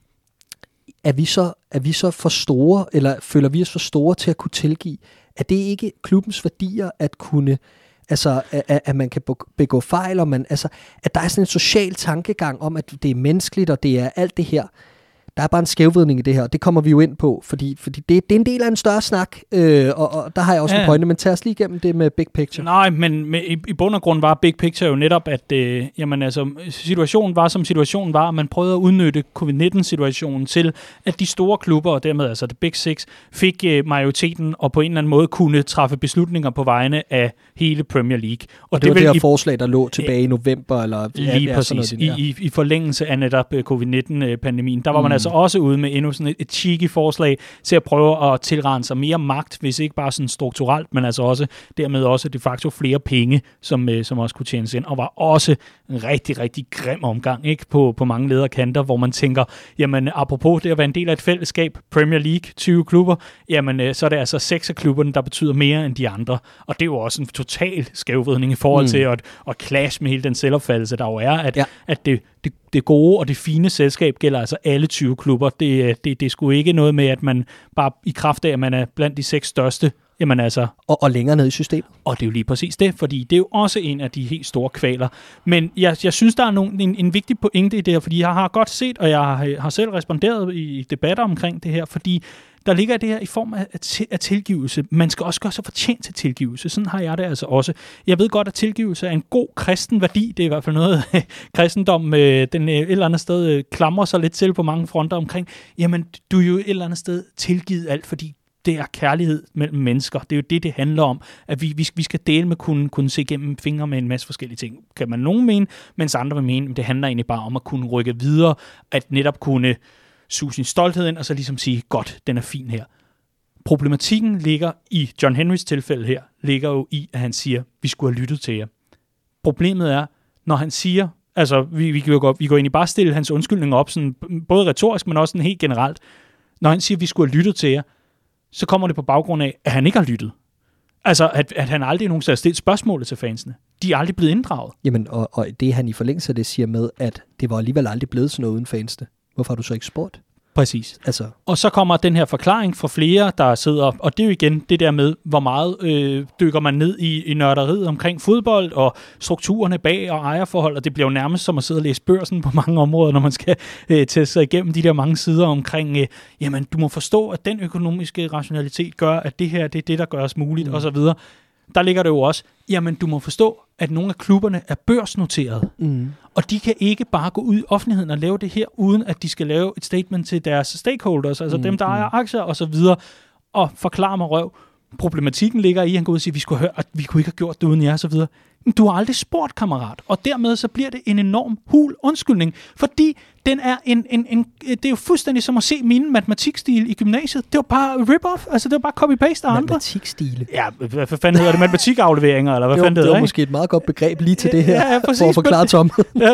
er vi så for store, eller føler vi os for store til at kunne tilgive? Er det ikke klubbens værdier at kunne, altså at man kan begå fejl, og at der er sådan en social tankegang om, at det er menneskeligt, og det er alt det her. Der er bare en skævvridning i det her, og det kommer vi jo ind på, fordi det er en del af en større snak, og der har jeg også en pointe, men tag os lige igennem det med Big Picture. Nej, men i bund og grund var Big Picture jo netop, at situationen var, som situationen var, og man prøvede at udnytte COVID-19-situationen til, at de store klubber, og dermed altså The Big Six, fik majoriteten, og på en eller anden måde kunne træffe beslutninger på vegne af hele Premier League. Og det var det her forslag, der lå tilbage i november, eller... Lige præcis, i forlængelse af netop COVID-19-pandemien, der var man altså også ude med endnu sådan et cheeky forslag til at prøve at tilrane sig mere magt, hvis ikke bare sådan strukturelt, men altså også dermed også de facto flere penge, som også kunne tjenes ind, og var også en rigtig, rigtig grim omgang, ikke? På mange lederkanter, hvor man tænker, jamen apropos det at være en del af et fællesskab, Premier League, 20 klubber, jamen så er det altså 6 af klubberne, der betyder mere end de andre, og det er jo også en total skævvridning i forhold til at clash med hele den selvopfattelse, der jo er, at det gode og det fine selskab gælder altså alle 20 25 klubber. Det er sgu ikke noget med, at man bare i kraft af, at man er blandt de 6 største, jamen altså... Og længere ned i systemet. Og det er jo lige præcis det, fordi det er jo også en af de helt store kvaler. Men jeg synes, der er en vigtig pointe i det her, fordi jeg har godt set, og jeg har selv responderet i debatter omkring det her, fordi der ligger det her i form af tilgivelse. Man skal også gøre sig fortjent til tilgivelse. Sådan har jeg det altså også. Jeg ved godt, at tilgivelse er en god kristen værdi. Det er i hvert fald noget, kristendom den et eller andet sted klamrer sig lidt til på mange fronter omkring. Jamen, du er jo et eller andet sted tilgivet alt, fordi det er kærlighed mellem mennesker. Det er jo det handler om, at vi skal dele med kunne se gennem fingre med en masse forskellige ting. Kan man nogen mene, mens andre vil mene, men det handler egentlig bare om at kunne rykke videre, at netop kunne suge sin stolthed ind, og så ligesom sige, godt, den er fin her. Problematikken ligger i John Henrys tilfælde her, ligger jo i, at han siger, vi skulle have lyttet til jer. Problemet er, når han siger, altså vi går egentlig bare stille hans undskyldninger op, sådan, både retorisk, men også sådan helt generelt. Når han siger, vi skulle have lyttet til jer, så kommer det på baggrund af, at han ikke har lyttet. Altså, at han aldrig nogensinde har stillet spørgsmålet til fansene. De er aldrig blevet inddraget. Jamen, og det han i forlængelse af det siger med, at det var alligevel aldrig blevet sådan noget uden fansene. Hvorfor har du så ikke spurgt? Præcis. Altså. Og så kommer den her forklaring fra flere, der sidder, og det er jo igen det der med, hvor meget dykker man ned i nørderiet omkring fodbold, og strukturerne bag og ejerforhold, og det bliver jo nærmest som at sidde og læse Børsen på mange områder, når man skal teste sig igennem de der mange sider omkring, jamen du må forstå, at den økonomiske rationalitet gør, at det her, det er det, der gør os muligt, og så videre. Der ligger det jo også, jamen du må forstå, at nogle af klubberne er børsnoteret, og de kan ikke bare gå ud i offentligheden og lave det her, uden at de skal lave et statement til deres stakeholders, altså dem, der ejer aktier og så videre, og forklare mig røv. Problematikken ligger i, at han går ud og siger, at vi skulle høre, at vi kunne ikke have gjort det uden jer og så videre. Men du har aldrig spurgt, kammerat, og dermed så bliver det en enorm hul undskyldning, fordi den er det er jo fuldstændig som at se min matematikstil i gymnasiet. Det var bare rip-off, altså det var bare copy-paste af andre. Matematikstile? Ja, hvad fanden hedder det? Matematikafleveringer, eller hvad fanden det var måske et meget godt begreb lige til det her, præcis, for at forklare Tom.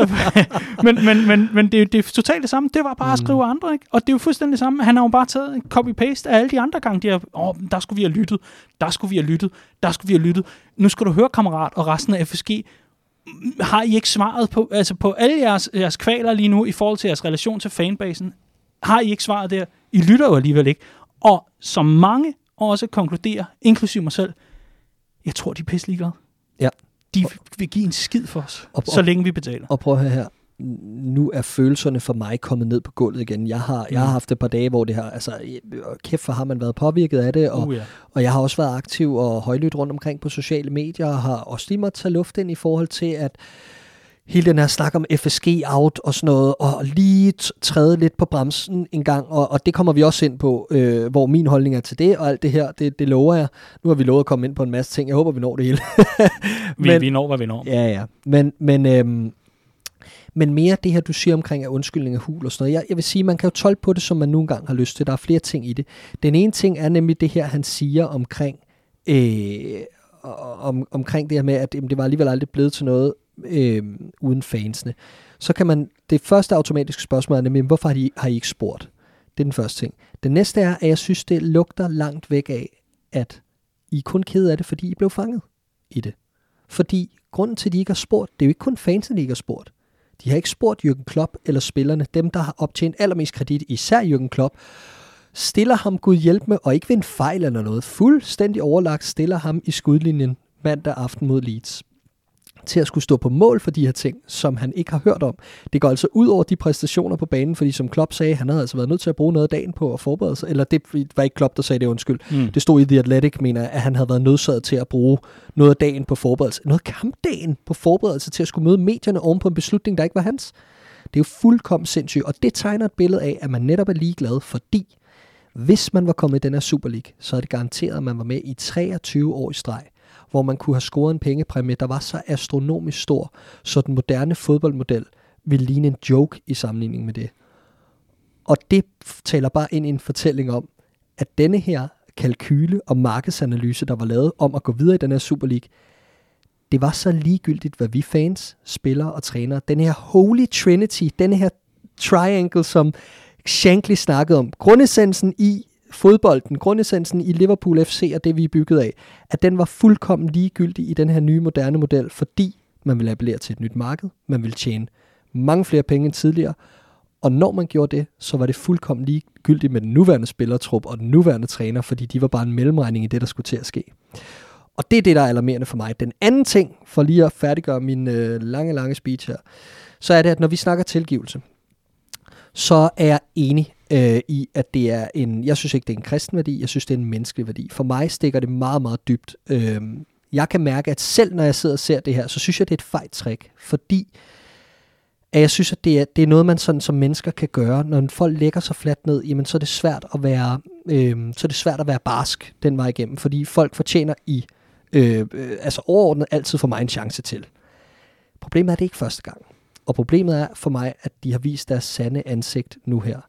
men det er totalt det samme. Det var bare at skrive andre, ikke? Og det er jo fuldstændig det samme. Han har jo bare taget en copy-paste af alle de andre gange. Der skulle vi have lyttet. Der skulle vi have lyttet. Nu skal du høre, kammerat, og resten af FSG, har I ikke svaret på alle jeres kvaler lige nu i forhold til jeres relation til fanbasen? Har I ikke svaret der? I lytter jo alligevel ikke. Og som mange også konkluderer, inklusive mig selv, jeg tror, de er pisse ligeglade. Ja. De vil give en skid for os, så længe vi betaler. Og prøv at høre her. Nu er følelserne for mig kommet ned på gulvet igen. Jeg har haft et par dage, hvor det her, altså kæft for har man været påvirket af det, og jeg har også været aktiv og højlydt rundt omkring på sociale medier, og har også lige måtte tage luft ind i forhold til, at hele den her snak om FSG out og sådan noget, og lige træde lidt på bremsen en gang, og det kommer vi også ind på, hvor min holdning er til det, og alt det her, det lover jeg. Nu har vi lovet at komme ind på en masse ting. Jeg håber, vi når det hele. Vi når, hvad vi når. Ja. Men mere det her, du siger omkring af undskyldning af hul og sådan noget. Jeg vil sige, man kan jo tolke på det, som man nogle gange har lyst til. Der er flere ting i det. Den ene ting er nemlig det her, han siger omkring omkring det her med, at det var alligevel aldrig blevet til noget uden fansene. Så kan man, det første automatiske spørgsmål er nemlig, hvorfor har I ikke spurgt? Det er den første ting. Den næste er, at jeg synes, det lugter langt væk af, at I er kun ked af det, fordi I blev fanget i det. Fordi grunden til, at de ikke har spurgt, det er jo ikke kun fansene, de ikke har spurgt. De har ikke spurgt Jürgen Klopp eller spillerne, dem der har optjent allermest kredit, især Jürgen Klopp, stiller ham Gud hjælp med, og ikke ved en fejl eller noget, fuldstændig overlagt stiller ham i skudlinjen mandag aften mod Leeds, til at skulle stå på mål for de her ting, som han ikke har hørt om. Det går altså ud over de præstationer på banen, fordi som Klopp sagde, han havde altså været nødt til at bruge noget af dagen på at forberede sig, eller det var ikke Klopp, der sagde det, undskyld. Det stod i The Athletic, mener jeg, at han havde været nødsaget til at bruge noget af dagen på forberedelse, noget kampdagen på forberedelse til at skulle møde medierne oven på en beslutning, der ikke var hans. Det er jo fuldkommen sindssygt, og det tegner et billede af, at man netop er ligeglad, fordi hvis man var kommet i den her Super League, så er det garanteret, at man var med i 23 år i streg, hvor man kunne have scoret en pengepræmie, der var så astronomisk stor, så den moderne fodboldmodel ville ligne en joke i sammenligning med det. Og det taler bare ind i en fortælling om, at denne her kalkyle og markedsanalyse, der var lavet om at gå videre i den her Super League, det var så ligegyldigt, hvad vi fans, spillere og trænere, den her holy trinity, denne her triangle, som Shankly snakkede om, grundessensen i fodbolden, grundessensen i Liverpool FC og det, vi er bygget af, at den var fuldkommen ligegyldig i den her nye moderne model, fordi man ville appellere til et nyt marked, man ville tjene mange flere penge end tidligere, Og når man gjorde det, så var det fuldkommen ligegyldigt med den nuværende spillertrup og den nuværende træner, fordi de var bare en mellemregning i det, der skulle til at ske. Og det er det, der er alarmerende for mig. Den anden ting, for lige at færdiggøre min lange speech her, så er det, at når vi snakker tilgivelse, så er jeg enig i, at det er jeg synes ikke, det er en kristen værdi, jeg synes, det er en menneskelig værdi. For mig stikker det meget, meget dybt. Jeg kan mærke, at selv når jeg sidder og ser det her, så synes jeg, det er et fejltræk, fordi at jeg synes, at det er noget, man sådan som mennesker kan gøre. Når folk lægger sig fladt ned, jamen, så er det svært at være barsk den vej igennem, fordi folk fortjener overordnet altid for mig en chance til. Problemet er, at det ikke første gang. Og problemet er for mig, at de har vist deres sande ansigt nu her.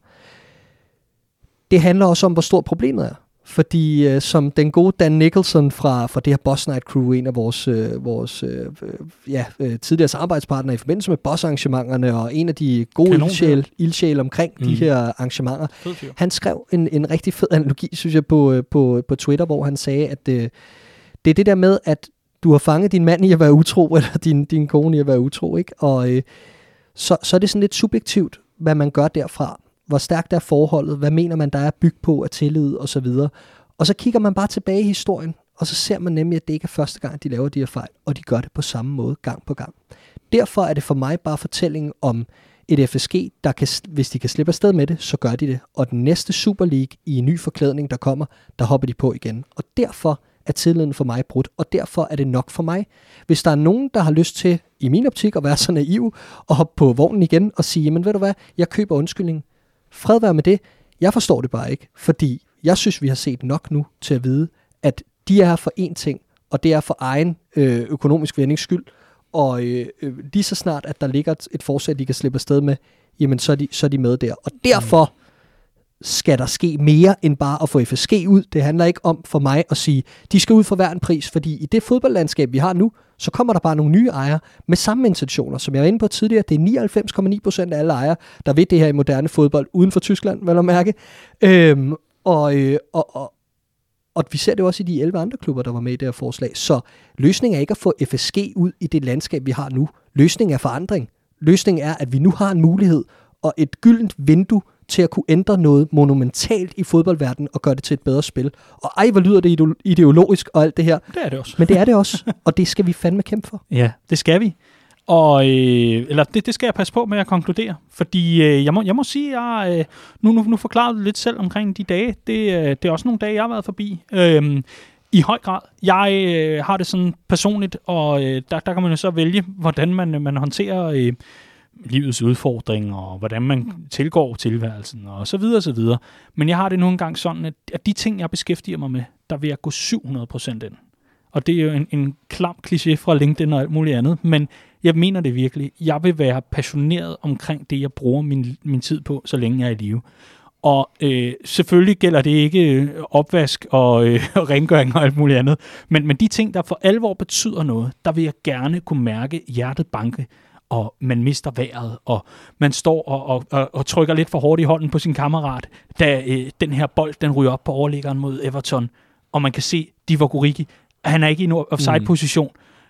Det handler også om, hvor stort problemet er. Fordi som den gode Dan Nicholson fra det her Boss Night Crew, en af vores tidligere samarbejdspartnere i forbindelse med bossarrangementerne, og en af de gode ildsjæle omkring de her arrangementer, han skrev en rigtig fed analogi, synes jeg, på Twitter, hvor han sagde, at det er det der med, at du har fanget din mand i at være utro, eller din kone i at være utro, ikke? Og så er det sådan lidt subjektivt, hvad man gør derfra. Hvor stærkt er forholdet, hvad mener man, der er bygget på af tillid og så videre. Og så kigger man bare tilbage i historien, og så ser man nemlig, at det ikke er første gang, de laver de her fejl, og de gør det på samme måde, gang på gang. Derfor er det for mig bare fortællingen om et FSG, der kan, hvis de kan slippe afsted med det, så gør de det. Og den næste Super League i en ny forklædning, der kommer, der hopper de på igen. Og derfor er tilliden for mig brudt, og derfor er det nok for mig. Hvis der er nogen, der har lyst til, i min optik, at være så naiv, og hoppe på vognen igen og sige, men ved du hvad, jeg køber undskyldning. Fred være med det. Jeg forstår det bare ikke, fordi jeg synes, vi har set nok nu til at vide, at de er her for én ting, og det er for egen økonomisk vindings skyld, og lige så snart, at der ligger et forslag, de kan slippe afsted med, jamen så er de med der. Og derfor skal der ske mere end bare at få FSG ud. Det handler ikke om for mig at sige, de skal ud for hver en pris, fordi i det fodboldlandskab, vi har nu, så kommer der bare nogle nye ejere med samme intentioner. Som jeg var inde på tidligere, det er 99,9% af alle ejere, der ved det her i moderne fodbold, uden for Tyskland, vel at mærke. Og vi ser det også i de 11 andre klubber, der var med i det her forslag. Så løsningen er ikke at få FSG ud i det landskab, vi har nu. Løsningen er forandring. Løsningen er, at vi nu har en mulighed og et gyldent vindue til at kunne ændre noget monumentalt i fodboldverdenen og gøre det til et bedre spil. Og hvor lyder det ideologisk og alt det her. Det er det også. Men det er det også, og det skal vi fandme kæmpe for. Ja, det skal vi. Og det skal jeg passe på med at konkludere, fordi jeg må sige, at nu forklarede du lidt selv omkring de dage. Det er også nogle dage, jeg har været forbi. I høj grad. Jeg har det sådan personligt, og der kan man jo så vælge, hvordan man håndterer livets udfordringer, og hvordan man tilgår tilværelsen, og så videre, så videre. Men jeg har det nogle gange sådan, at de ting, jeg beskæftiger mig med, der vil jeg gå 700% ind. Og det er jo en klam kliché fra LinkedIn og alt muligt andet, men jeg mener det virkelig. Jeg vil være passioneret omkring det, jeg bruger min tid på, så længe jeg er i live. Og selvfølgelig gælder det ikke opvask og rengøring og alt muligt andet, men de ting, der for alvor betyder noget, der vil jeg gerne kunne mærke hjertet banke, og man mister vejret, og man står og trykker lidt for hårdt i hånden på sin kammerat, da den her bold, den ryger op på overliggeren mod Everton, og man kan se Divock Origi, han er ikke i en offside-position.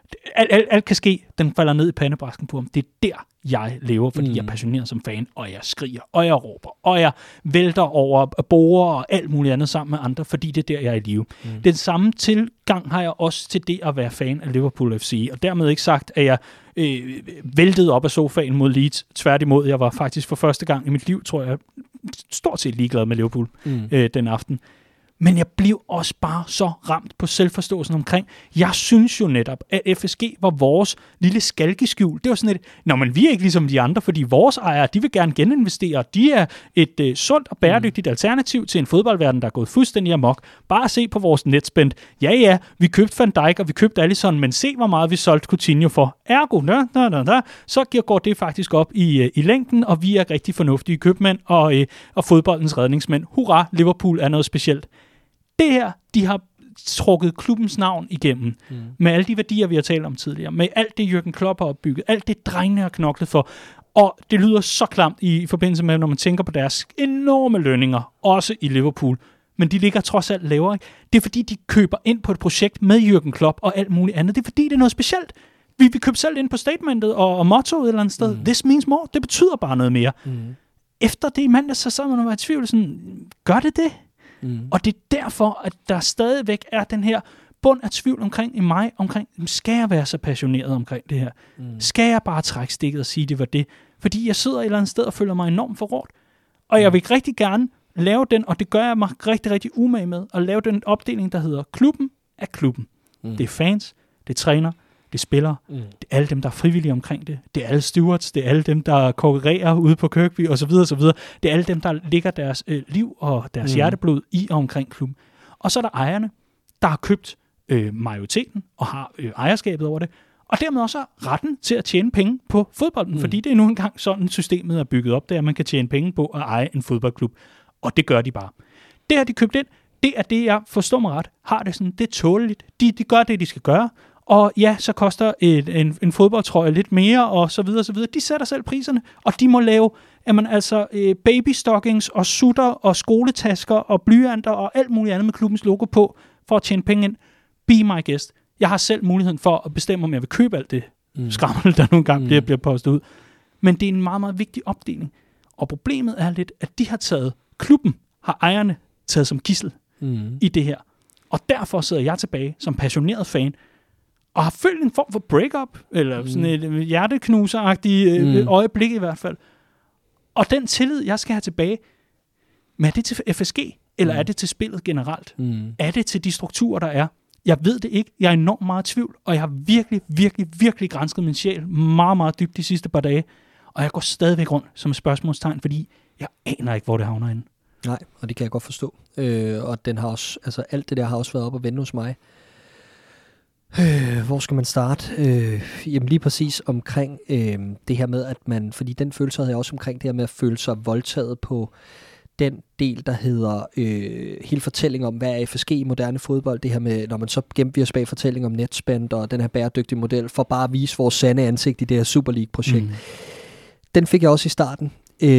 Alt kan ske, den falder ned i pandebræsken på ham. Det er der, jeg lever, fordi jeg er passioneret som fan, og jeg skriger, og jeg råber, og jeg vælter over borer og alt muligt andet sammen med andre, fordi det er der, jeg er i live. Den samme tilgang har jeg også til det at være fan af Liverpool FC, og dermed ikke sagt, at jeg væltede op af sofaen mod Leeds. Tværtimod, jeg var faktisk for første gang i mit liv, tror jeg, stort set ligeglad med Liverpool den aften. Men jeg blev også bare så ramt på selvforståelsen omkring. Jeg synes jo netop, at FSG var vores lille skalkeskjul. Det var sådan et, men vi er ikke ligesom de andre, fordi vores ejere, de vil gerne geninvestere. De er et sundt og bæredygtigt alternativ til en fodboldverden, der er gået fuldstændig amok. Bare se på vores netspend. Ja, vi købte Van Dijk, og vi købte Alisson, men se, hvor meget vi solgte Coutinho for. Ergo, så går det faktisk op i længden, og vi er rigtig fornuftige købmænd og fodboldens redningsmænd. Hurra, Liverpool er noget specielt. Det her, de har trukket klubbens navn igennem, med alle de værdier, vi har talt om tidligere, med alt det, Jürgen Klopp har opbygget, alt det, drengene har knoklet for, og det lyder så klamt i forbindelse med, når man tænker på deres enorme lønninger, også i Liverpool, men de ligger trods alt lavere. Ikke? Det er fordi, de køber ind på et projekt med Jürgen Klopp og alt muligt andet. Det er fordi, det er noget specielt. Vi købte selv ind på statementet og mottoet et eller andet sted. This means more. Det betyder bare noget mere. efter det i mandag, så sad man og var i tvivl, sådan, gør det det? Og det er derfor, at der stadigvæk er den her bund af tvivl omkring i mig, omkring, skal jeg være så passioneret omkring det her? Skal jeg bare trække stikket og sige, det var det? Fordi jeg sidder et eller andet sted og føler mig enormt forrådt. Og jeg vil rigtig gerne lave den, og det gør jeg mig rigtig, rigtig umage med, at lave den opdeling, der hedder klubben af klubben. Det er fans, det er træner, det er spillere, det er alle dem, der er frivillige omkring det, det er alle stewards, det er alle dem, der konkurrerer ude på Kirkby, og så videre, så videre. Det er alle dem, der lægger deres liv og deres hjerteblod i og omkring klubben. Og så er der ejerne, der har købt majoriteten og har ejerskabet over det, og dermed også retten til at tjene penge på fodbolden, fordi det er nu engang sådan, systemet er bygget op, der at man kan tjene penge på at eje en fodboldklub, og det gør de bare. Det har de købt ind, det er det, jeg forstår mig ret, har det sådan, det er tåleligt, de gør det, de skal gøre, og ja, så koster en fodboldtrøje lidt mere, og så videre, så videre. De sætter selv priserne, og de må lave babystockings og sutter og skoletasker og blyanter og alt muligt andet med klubbens logo på, for at tjene penge ind. Be my guest. Jeg har selv muligheden for at bestemme, om jeg vil købe alt det skrammel, der nogle gange bliver postet ud. Men det er en meget, meget vigtig opdeling. Og problemet er lidt, at de har taget klubben, har ejerne taget som gidsel i det her. Og derfor sidder jeg tilbage som passioneret fan, og har følt en form for break-up, eller sådan et hjerteknuser-agtigt øjeblik i hvert fald. Og den tillid, jeg skal have tilbage, men er det til FSG, eller er det til spillet generelt? Er det til de strukturer, der er? Jeg ved det ikke. Jeg er enormt meget i tvivl, og jeg har virkelig, virkelig, virkelig gransket min sjæl meget, meget dybt de sidste par dage. Og jeg går stadigvæk rundt som et spørgsmålstegn, fordi jeg aner ikke, hvor det havner inde. Nej, og det kan jeg godt forstå. Og den har også, altså alt det der har også været op og vende hos mig. Hvor skal man starte? Jamen lige præcis omkring det her med, at man, fordi den følelse havde jeg også omkring det her med at føle sig voldtaget på den del, der hedder hele fortællingen om, hvad er FSG i moderne fodbold, det her med, når man så gemte vi os bag fortællingen om Netspend og den her bæredygtige model, for bare at vise vores sande ansigt i det her Super League-projekt. Den fik jeg også i starten.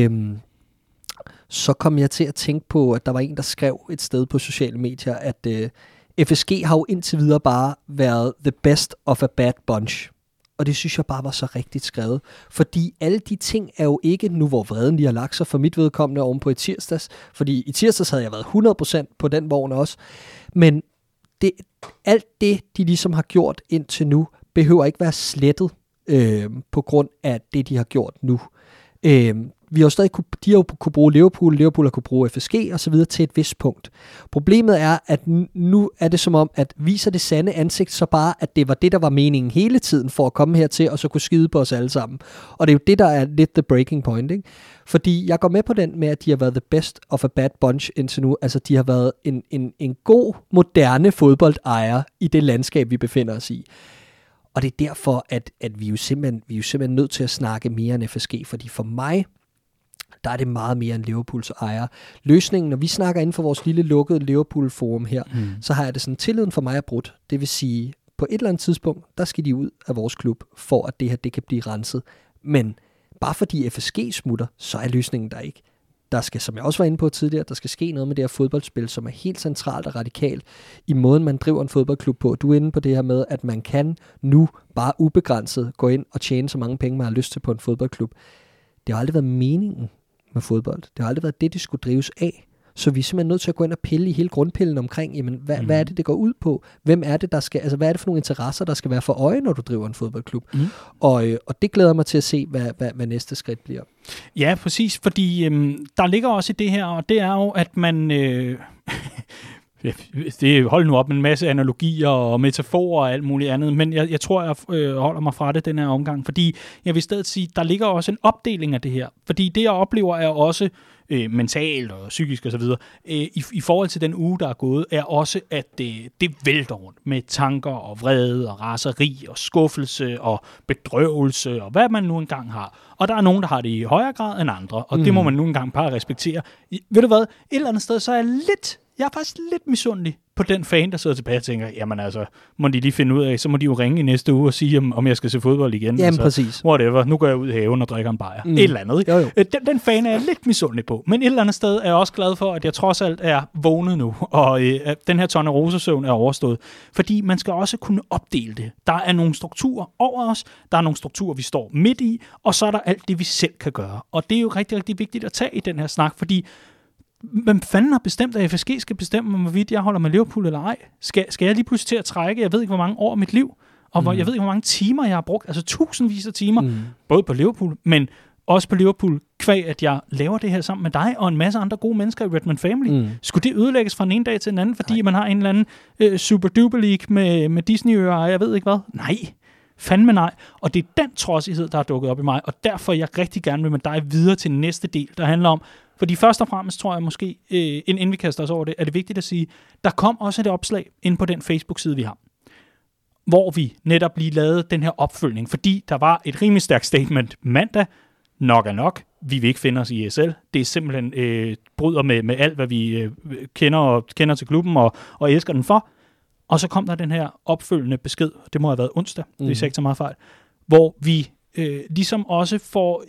Så kom jeg til at tænke på, at der var en, der skrev et sted på sociale medier, at FSG har jo indtil videre bare været the best of a bad bunch. Og det synes jeg bare var så rigtigt skrevet. Fordi alle de ting er jo ikke, nu hvor vreden lige har lagt sig for mit vedkommende oven på i tirsdags. Fordi i tirsdags havde jeg været 100% på den vogn også. Men alt det, de ligesom har gjort indtil nu, behøver ikke være slettet på grund af det, de har gjort nu. Vi har jo stadig de har jo kunne bruge Liverpool har kunne bruge FSG og så videre til et vist punkt. Problemet er, at nu er det som om, at viser det sande ansigt så bare, at det var det, der var meningen hele tiden for at komme hertil og så kunne skide på os alle sammen. Og det er jo det, der er lidt the breaking point, ikke? Fordi jeg går med på den med, at de har været the best of a bad bunch indtil nu. Altså, de har været en god, moderne fodboldejer i det landskab, vi befinder os i. Og det er derfor, at vi er jo simpelthen nødt til at snakke mere end FSG, fordi for mig, der er det meget mere end Liverpools ejer. Løsningen, når vi snakker inden for vores lille lukkede Liverpool-forum her, så har jeg det sådan, tilliden for mig er brudt. Det vil sige, på et eller andet tidspunkt, der skal de ud af vores klub, for at det her det kan blive renset. Men bare fordi FSG smutter, så er løsningen der ikke. Der skal, som jeg også var inde på tidligere, der skal ske noget med det her fodboldspil, som er helt centralt og radikalt i måden, man driver en fodboldklub på. Du er inde på det her med, at man kan nu bare ubegrænset gå ind og tjene så mange penge, man har lyst til på en fodboldklub. Det har aldrig været meningen med fodbold. Det har aldrig været det, de skulle drives af. Så vi er simpelthen nødt til at gå ind og pille i hele grundpillen omkring, jamen, hvad er det går ud på? Hvem er det, der skal, altså hvad er det for nogle interesser, der skal være for øje, når du driver en fodboldklub? Og det glæder mig til at se, hvad næste skridt bliver. Ja, præcis, fordi der ligger også i det her, og det er jo, at man... det holder nu op med en masse analogier og metaforer og alt muligt andet, men jeg tror, jeg holder mig fra det den her omgang, fordi jeg vil stadig sige, der ligger også en opdeling af det her, fordi det, jeg oplever, er også mentalt og psykisk og så videre, i forhold til den uge, der er gået, er også, at det vælter rundt med tanker og vrede og raseri og skuffelse og bedrøvelse og hvad man nu engang har. Og der er nogen, der har det i højere grad end andre, og det må man nu engang bare respektere. Ved du hvad? Et eller andet sted, så er jeg lidt jeg er faktisk lidt misundelig på den fan, der sidder tilbage og tænker, jamen altså, må de lige finde ud af, så må de jo ringe i næste uge og sige, om jeg skal se fodbold igen. Jamen altså, præcis. Whatever, nu går jeg ud i haven og drikker en bajer. Et eller andet. Jo. Den fan er jeg lidt misundelig på, men et eller andet sted er jeg også glad for, at jeg trods alt er vågnet nu, og den her tornerosesøvn er overstået. Fordi man skal også kunne opdele det. Der er nogle strukturer over os, der er nogle strukturer, vi står midt i, og så er der alt det, vi selv kan gøre. Og det er jo rigtig, rigtig vigtigt at tage i den her snak, fordi hvem fanden har bestemt, at FSG skal bestemme, hvorvidt jeg holder med Liverpool eller ej? Skal jeg lige pludselig til at trække, jeg ved ikke, hvor mange år af mit liv, og jeg ved ikke, hvor mange timer jeg har brugt, altså tusindvis af timer, både på Liverpool, men også på Liverpool, kvæg at jeg laver det her sammen med dig og en masse andre gode mennesker i Redman Family. Skulle det ødelægges fra den ene dag til den anden, fordi man har en eller anden Super Duper League med Disney-ører, og jeg ved ikke hvad? Nej. Fandme nej. Og det er den trodsighed, der er dukket op i mig, og derfor jeg rigtig gerne vil med dig videre til næste del, der handler om, fordi først og fremmest tror jeg måske, inden vi kaster os over det, er det vigtigt at sige, der kom også et opslag ind på den Facebook-side, vi har, hvor vi netop lige lavede den her opfølgning, fordi der var et rimelig stærkt statement mandag, nok er nok, vi vil ikke finde os i ESL, det er simpelthen bryder med alt, hvad vi kender til klubben og elsker den for, og så kom der den her opfølgende besked, det må have været onsdag, hvis jeg ikke tager meget fejl, hvor vi ligesom også får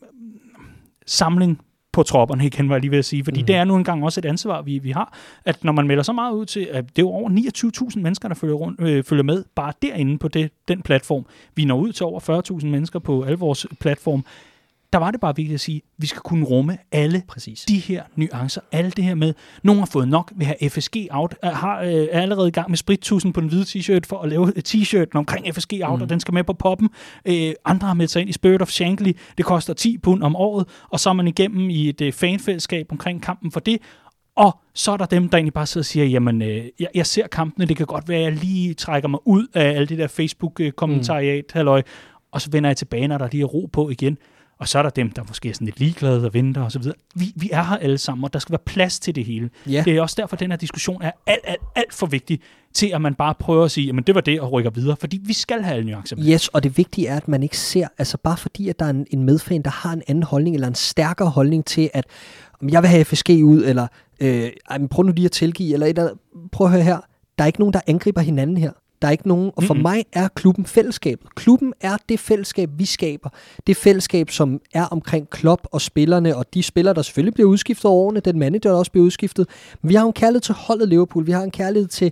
samling på tropperne igen, var jeg lige ved at sige, fordi det er nu engang også et ansvar, vi har, at når man melder så meget ud til, at det er over 29.000 mennesker, der følger med, bare derinde på den platform. Vi når ud til over 40.000 mennesker på alle vores platform. Der var det bare vigtigt at sige, at vi skal kunne rumme alle de her nuancer, alle det her med, nogen har fået nok, vil have FSG out, er allerede i gang med sprittusen på den hvide t-shirt for at lave t-shirten omkring FSG out, og den skal med på poppen. Andre har meldt sig ind i Spirit of Shankly, det koster 10 pund om året, og så er man igennem i et fanfællesskab omkring kampen for det, og så er der dem, der egentlig bare sidder og siger, jamen, jeg ser kampene, det kan godt være, at jeg lige trækker mig ud af alle det der Facebook-kommentariat, halløj, og så vender jeg tilbage, når der lige er ro på igen. Og så er der dem, der måske er sådan lidt ligeglade og venter og så videre. Vi er her alle sammen, og der skal være plads til det hele. Ja. Det er også derfor, at den her diskussion er alt for vigtig til, at man bare prøver at sige, jamen det var det, og rykker videre, fordi vi skal have alle nuancer med. Yes, og det vigtige er, at man ikke ser, altså bare fordi, at der er en medfan, der har en anden holdning, eller en stærkere holdning til, at om jeg vil have FSG ud, eller prøv nu lige at tilgive, eller prøv at høre her, der er ikke nogen, der angriber hinanden her. Der er ikke nogen, og for mig er klubben fællesskabet. Klubben er det fællesskab, vi skaber. Det fællesskab, som er omkring Klopp og spillerne, og de spillere, der selvfølgelig bliver udskiftet over årene, den manager, der også bliver udskiftet. Men vi har en kærlighed til holdet Liverpool, vi har en kærlighed til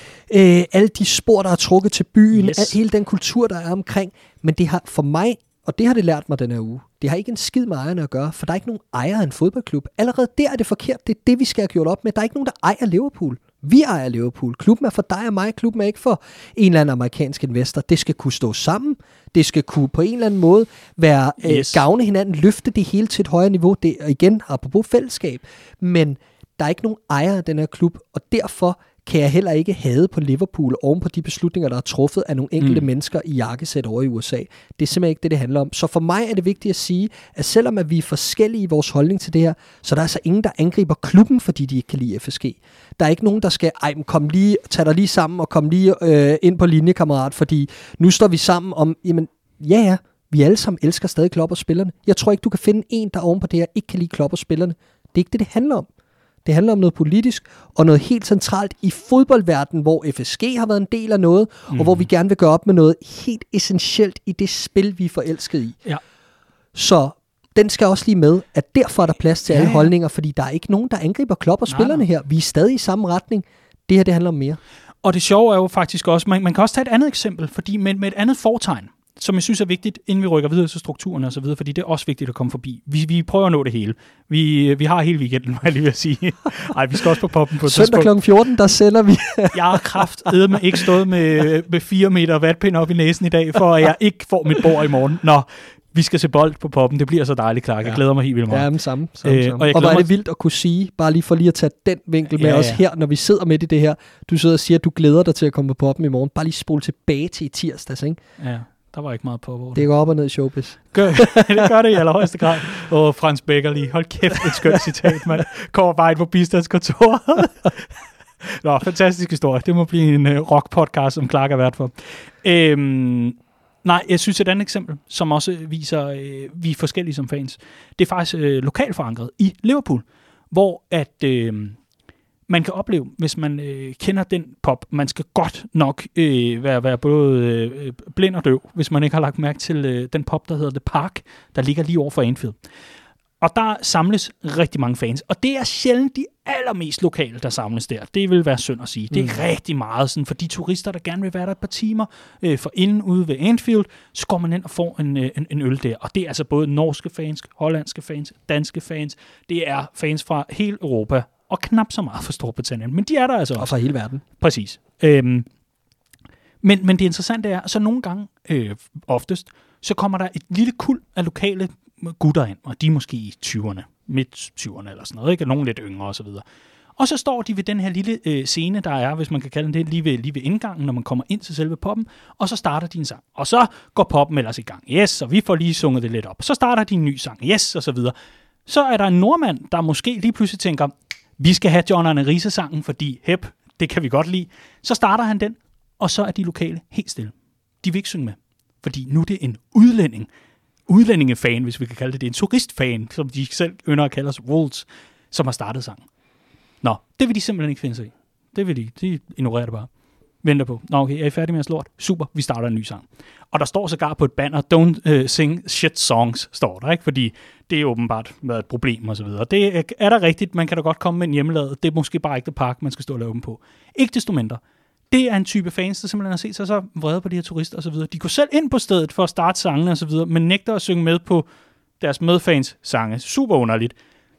alle de spor, der er trukket til byen, hele den kultur, der er omkring. Men det har for mig, og det har det lært mig den her uge, det har ikke en skid med ejerne at gøre, for der er ikke nogen ejer af en fodboldklub. Allerede der er det forkert, det er det, vi skal have gjort op med. Der er ikke nogen, der ejer Liverpool. Vi ejer Liverpool. Klubben er for dig og mig. Klubben er ikke for en eller anden amerikansk investor. Det skal kunne stå sammen. Det skal kunne på en eller anden måde være gavne hinanden, løfte det hele til et højere niveau. Det er igen apropos fællesskab. Men der er ikke nogen ejer af den her klub, og derfor kan jeg heller ikke hade på Liverpool oven på de beslutninger, der er truffet af nogle enkelte mennesker i jakkesæt over i USA. Det er simpelthen ikke det handler om. Så for mig er det vigtigt at sige, at selvom at vi er forskellige i vores holdning til det her, så der er altså ingen, der angriber klubben, fordi de ikke kan lide FSG. Der er ikke nogen, der skal, tag dig lige sammen og kom lige ind på linje, kammerat, fordi nu står vi sammen om, jamen, ja, vi alle sammen elsker stadig Klopp og spillerne. Jeg tror ikke, du kan finde en, der oven på det her ikke kan lide Klopp og spillerne. Det er ikke det handler om. Det handler om noget politisk, og noget helt centralt i fodboldverdenen, hvor FSG har været en del af noget, og hvor vi gerne vil gøre op med noget helt essentielt i det spil, vi er forelsket i. Ja. Så den skal også lige med, at derfor er der plads til alle holdninger, fordi der er ikke nogen, der angriber Klopp og spillerne her. Vi er stadig i samme retning. Det her, det handler om mere. Og det sjove er jo faktisk også, man kan også tage et andet eksempel, fordi med et andet fortegn, som jeg synes er vigtigt, inden vi rykker videre til strukturen og så videre, fordi det er også vigtigt at komme forbi. Vi prøver at nå det hele. Vi har hele weekenden, må jeg lige vil sige. Ej, vi skal også på poppen på søndag kl. 14, der sender vi. Jeg har kraftedeme ikke stået med 4 meter vatpind op i næsen i dag, for at jeg ikke får mit bord i morgen. Nå, vi skal se bold på poppen. Det bliver så dejligt, Clark. Jeg glæder mig helt vildt meget. Ja, men samme. Og hvor er det vildt at kunne sige, bare lige for lige at tage den vinkel med os her, når vi sidder midt i det her. Du sidder og siger, at du glæder dig til at komme på poppen i morgen. Bare lige spole tilbage til i tirsdags, ikke? Ja. Der var ikke meget på. Det går op og ned i showbiz. Det gør det i allerhøjeste grad. Og Frans Becker lige. Hold kæft, et skønt citat, mand. Kommer bare ind på bistandskontoret. Nå, fantastisk historie. Det må blive en rock-podcast, som Clark er vært for. Nej, jeg synes et andet eksempel, som også viser, vi er forskellige som fans. Det er faktisk lokalt forankret i Liverpool, hvor at man kan opleve, hvis man kender den pop. Man skal godt nok være både blind og døv, hvis man ikke har lagt mærke til den pop, der hedder The Park, der ligger lige over for Anfield. Og der samles rigtig mange fans, og det er sjældent de allermest lokale, der samles der. Det vil være synd at sige. Det er rigtig meget sådan, for de turister, der gerne vil være der et par timer for inden ude ved Anfield, så går man ind og får en øl der. Og det er altså både norske fans, hollandske fans, danske fans. Det er fans fra hele Europa, og knap så meget fra Storbritannien. Men de er der altså også. Og fra hele verden. Præcis. Men det interessante er, så nogle gange, oftest, så kommer der et lille kuld af lokale gutter ind, og de er måske i 20'erne, midt 20'erne eller sådan noget, ikke? Nogle lidt yngre og så videre. Og så står de ved den her lille scene, der er, hvis man kan kalde det, lige ved indgangen, når man kommer ind til selve poppen, og så starter de en sang. Og så går poppen ellers i gang. Yes, og vi får lige sunget det lidt op. Så starter de en ny sang. Yes, og så videre. Så er der en nordmand, der måske lige pludselig tænker, vi skal have John Arne Riise-sangen, fordi det kan vi godt lide. Så starter han den, og så er de lokale helt stille. De vil ikke synge med, fordi nu er det en udlændingefan, hvis vi kan kalde det. Det er en turistfan, som de selv ynder at kalde os Wolves, som har startet sangen. Nå, det vil de simpelthen ikke finde sig i. Det vil de ignorerer det bare. Venter på. Nå, okay, er I færdige med at slå? Super, vi starter en ny sang. Og der står sågar på et banner, don't sing shit songs, står der, ikke? Fordi det er åbenbart været et problem og så videre. Det er der rigtigt, man kan da godt komme med en hjemmelavet. Det er måske bare ikke The Park, man skal stå og lave dem på. Ikke desto mindre. Det er en type fans, der simpelthen har set sig så vrede på de her turister og så videre. De går selv ind på stedet for at starte sangene og så videre, men nægter at synge med på deres medfans sange. Super underligt.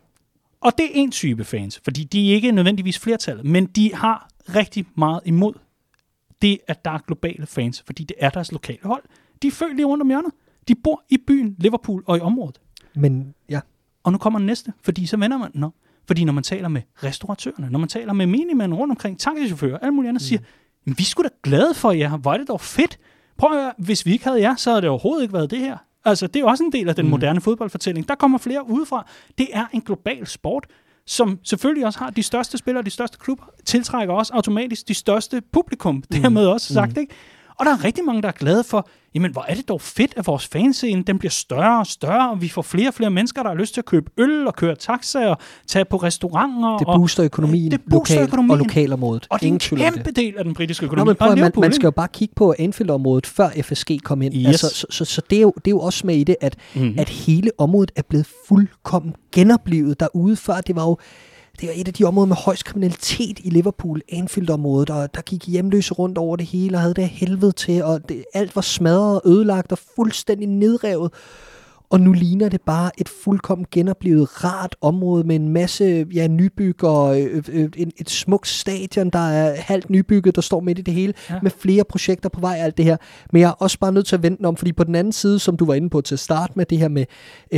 Og det er en type fans, fordi de er ikke nødvendigvis flertallet, men de har rigtig meget imod det, at der er globale fans, fordi det er deres lokale hold. De er født lige rundt om hjørnet. De bor i byen, Liverpool og i området. Men ja. Og nu kommer den næste, fordi så vender man den. Fordi når man taler med restauratørerne, når man taler med minimænd rundt omkring, taxichauffører, alle mulige andre siger, vi er sgu da glade for jer, hvor er det dog fedt. Prøv at høre, hvis vi ikke havde jer, så havde det overhovedet ikke været det her. Altså, det er jo også en del af den moderne fodboldfortælling. Der kommer flere udefra. Det er en global sport, som selvfølgelig også har de største spillere, de største klubber, tiltrækker også automatisk de største publikum, dermed også sagt, ikke? Og der er rigtig mange, der er glade for, jamen, hvor er det dog fedt, at vores fanscene, den bliver større og større, og vi får flere og flere mennesker, der har lyst til at købe øl og køre taxa og tage på restauranter. Det booster økonomien, og lokalområdet. Og det er en kæmpe del af den britiske økonomi. Man skal jo bare kigge på Anfield-området, før FSG kom ind. Yes. Altså, så det er jo også med i det, at hele området er blevet fuldkommen genoplevet derude før. Det var et af de områder med højst kriminalitet i Liverpool, Anfield-området, og der gik hjemløse rundt over det hele, og havde det helvede til, og alt var smadret og ødelagt og fuldstændig nedrevet. Og nu ligner det bare et fuldkommen genoplevet, rart område med en masse nybyg og et smukt stadion, der er halvt nybygget, der står midt i det hele, med flere projekter på vej, alt det her. Men jeg er også bare nødt til at vente den om, fordi på den anden side, som du var inde på til at starte med, det her med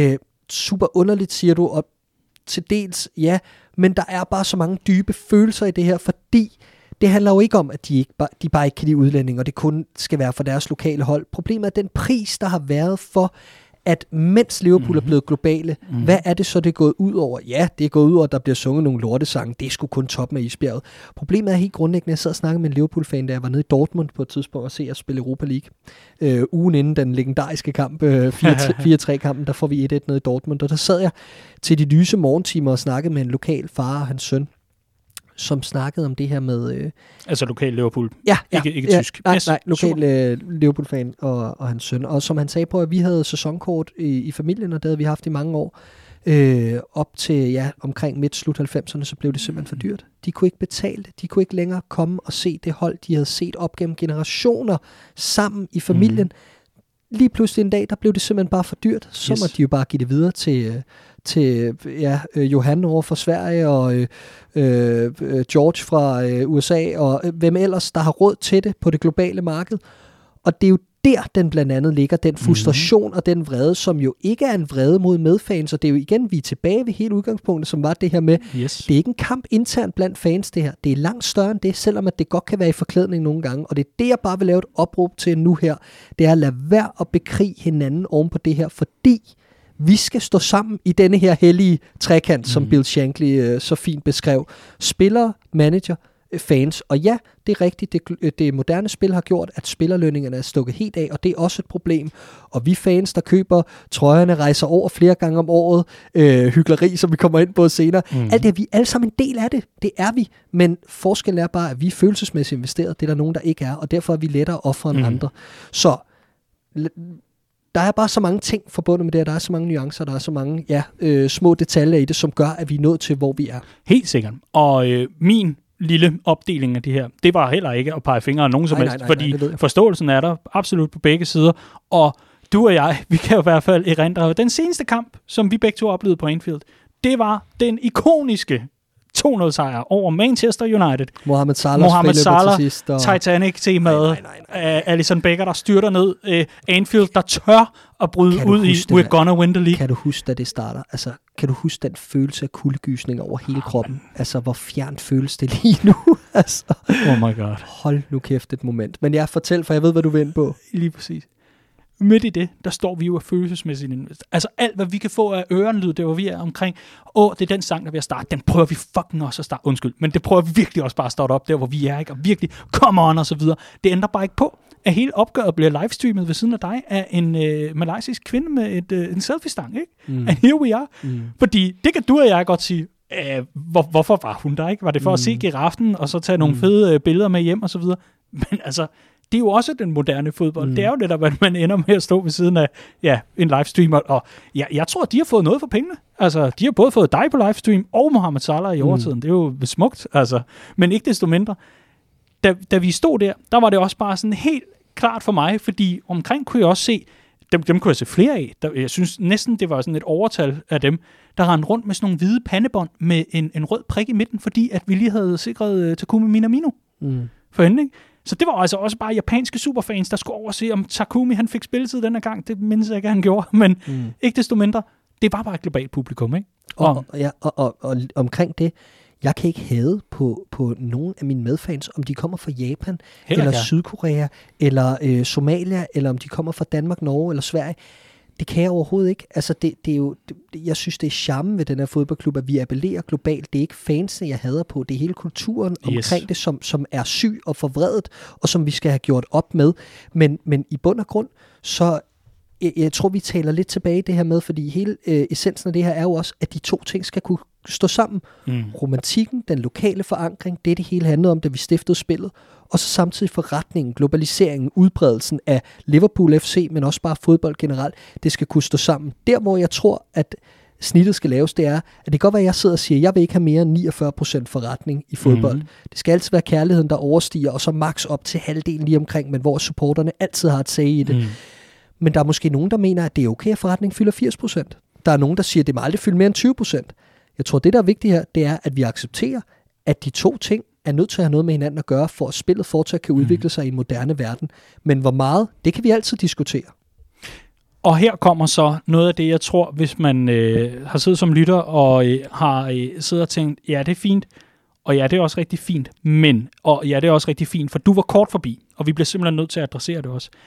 super underligt, siger du, og til dels, ja, men der er bare så mange dybe følelser i det her, fordi det handler jo ikke om, at de bare ikke kan lide udlændinge, og det kun skal være for deres lokale hold. Problemet er den pris, der har været for, at mens Liverpool er blevet globale, hvad er det så, det er gået ud over? Ja, det er gået ud over, at der bliver sunget nogle lortesange. Det er sgu kun toppen af isbjerget. Problemet er helt grundlæggende, jeg sad og snakkede med en Liverpool-fan, da jeg var nede i Dortmund på et tidspunkt og se at spille Europa League. Ugen inden den legendariske kamp, 4-3-kampen, der får vi 1-1 nede i Dortmund. Og der sad jeg til de lyse morgentimer og snakkede med en lokal far og hans søn, som snakkede om det her med... altså lokal Liverpool. Ja, ikke tysk. Nej, lokal Liverpool-fan og hans søn. Og som han sagde på, at vi havde sæsonkort i familien, og det havde vi haft i mange år. Op til omkring midt-slut 90'erne, så blev det simpelthen for dyrt. De kunne ikke betale det. De kunne ikke længere komme og se det hold, de havde set op gennem generationer sammen i familien. Lige pludselig en dag, der blev det simpelthen bare for dyrt. Så måtte de jo bare give det videre til Johan over fra Sverige og George fra USA og hvem ellers, der har råd til det på det globale marked. Og det er jo der, den blandt andet ligger, den frustration og den vrede, som jo ikke er en vrede mod medfans, og det er jo igen, vi er tilbage ved hele udgangspunktet, som var det her med, det er ikke en kamp internt blandt fans, det her. Det er langt større end det, selvom at det godt kan være i forklædning nogle gange, og det er det, jeg bare vil lave et opråb til nu her, det er at lade være at bekrige hinanden oven på det her, fordi vi skal stå sammen i denne her hellige trekant, som Bill Shankly så fint beskrev. Spiller, manager, fans. Og ja, det er rigtigt, det moderne spil har gjort, at spillerlønningerne er stukket helt af, og det er også et problem. Og vi fans, der køber trøjerne, rejser over flere gange om året, hykleri, som vi kommer ind på senere, alt det, vi er alle sammen en del af det. Det er vi. Men forskellen er bare, at vi er følelsesmæssigt investeret. Det er der nogen, der ikke er, og derfor er vi lettere ofre end andre. Så der er bare så mange ting forbundet med det, der er så mange nuancer, der er så mange små detaljer i det, som gør, at vi er nået til, hvor vi er. Helt sikkert. Og min lille opdeling af det her, det var heller ikke at pege fingre af nogen som helst, fordi forståelsen er der absolut på begge sider, og du og jeg, vi kan jo i hvert fald erindre den seneste kamp, som vi begge to oplevede på Anfield, det var den ikoniske 2-0-sejr over Manchester United. Mohamed Salah, Titanic-temaet, Alisson Becker, der styrter ned, Anfield, der tør at bryde ud i We're gonna win the league. Kan du huske, da det starter? Altså, kan du huske den følelse af kuldegysning over hele kroppen? Altså, hvor fjernt føles det lige nu? Altså, oh my god. Hold nu kæft et moment. Men fortæl, for jeg ved, hvad du vil ind på. Lige præcis. Midt i det, der står vi jo af følelsesmæssigt. Altså alt, hvad vi kan få af ørenlyd, det hvor vi er omkring, det er den sang, der vi har startet, den prøver vi fucking også at starte, undskyld, men det prøver vi virkelig også bare at starte op, der hvor vi er, ikke? Og virkelig, come on, og så videre. Det ændrer bare ikke på, at hele opgøret bliver livestreamet ved siden af dig af en malaysisk kvinde med en selfie-stang, ikke? And here we are. Fordi det kan du og jeg godt sige, hvorfor var hun der, ikke? Var det for at se giraffen, og så tage nogle fede billeder med hjem, og så videre? Men altså, det er jo også den moderne fodbold. Det er jo det, der man ender med at stå ved siden af en livestreamer. Og jeg tror, at de har fået noget for pengene. Altså, de har både fået dig på livestream og Mohamed Salah i overtiden. Det er jo smukt, altså. Men ikke desto mindre. Da vi stod der var det også bare sådan helt klart for mig, fordi omkring kunne jeg også se, dem kunne jeg se flere af. Jeg synes næsten, det var sådan et overtal af dem, der rendte rundt med sådan nogle hvide pandebånd med en rød prik i midten, fordi at vi lige havde sikret Takumi Minamino for hende, ikke? Så det var altså også bare japanske superfans, der skulle over og se, om Takumi han fik spilletid den her gang. Det mindes jeg ikke, han gjorde, men ikke desto mindre. Det var bare et globalt publikum, ikke? Og omkring det, jeg kan ikke hade på nogen af mine medfans, om de kommer fra Japan, eller Sydkorea, eller Somalia, eller om de kommer fra Danmark, Norge eller Sverige. Det kan jeg overhovedet ikke. Altså, det er jo, jeg synes, det er charmen ved den her fodboldklub, at vi appellerer globalt. Det er ikke fansene, jeg hader på. Det er hele kulturen omkring det, som er syg og forvredet, og som vi skal have gjort op med. Men i bund og grund, så jeg tror, vi taler lidt tilbage det her med, fordi hele essensen af det her er jo også, at de to ting skal kunne stå sammen. Romantikken, den lokale forankring, det hele handlede om, da vi stiftede spillet, og så samtidig forretningen, globaliseringen, udbredelsen af Liverpool FC, men også bare fodbold generelt, det skal kunne stå sammen. Der, hvor jeg tror, at snittet skal laves, det er, at det kan godt være, at jeg sidder og siger, at jeg vil ikke have mere end 49% forretning i fodbold. Det skal altid være kærligheden, der overstiger, og så max op til halvdelen lige omkring, men hvor supporterne altid har et say i det. Men der er måske nogen, der mener, at det er okay, at forretningen fylder 80%. Der er nogen, der siger, at det må aldrig fylde mere end 20%. Jeg tror, det der er vigtigt her, det er, at vi accepterer, at de to ting er nødt til at have noget med hinanden at gøre, for at spillet fortsat kan udvikle sig i en moderne verden. Men hvor meget, det kan vi altid diskutere. Og her kommer så noget af det, jeg tror, hvis man har siddet som lytter og har siddet og tænkt, ja, det er fint, og ja, det er også rigtig fint, men, og ja, det er også rigtig fint, for du var kort forbi, og vi bliver simpelthen nødt til at adressere det også.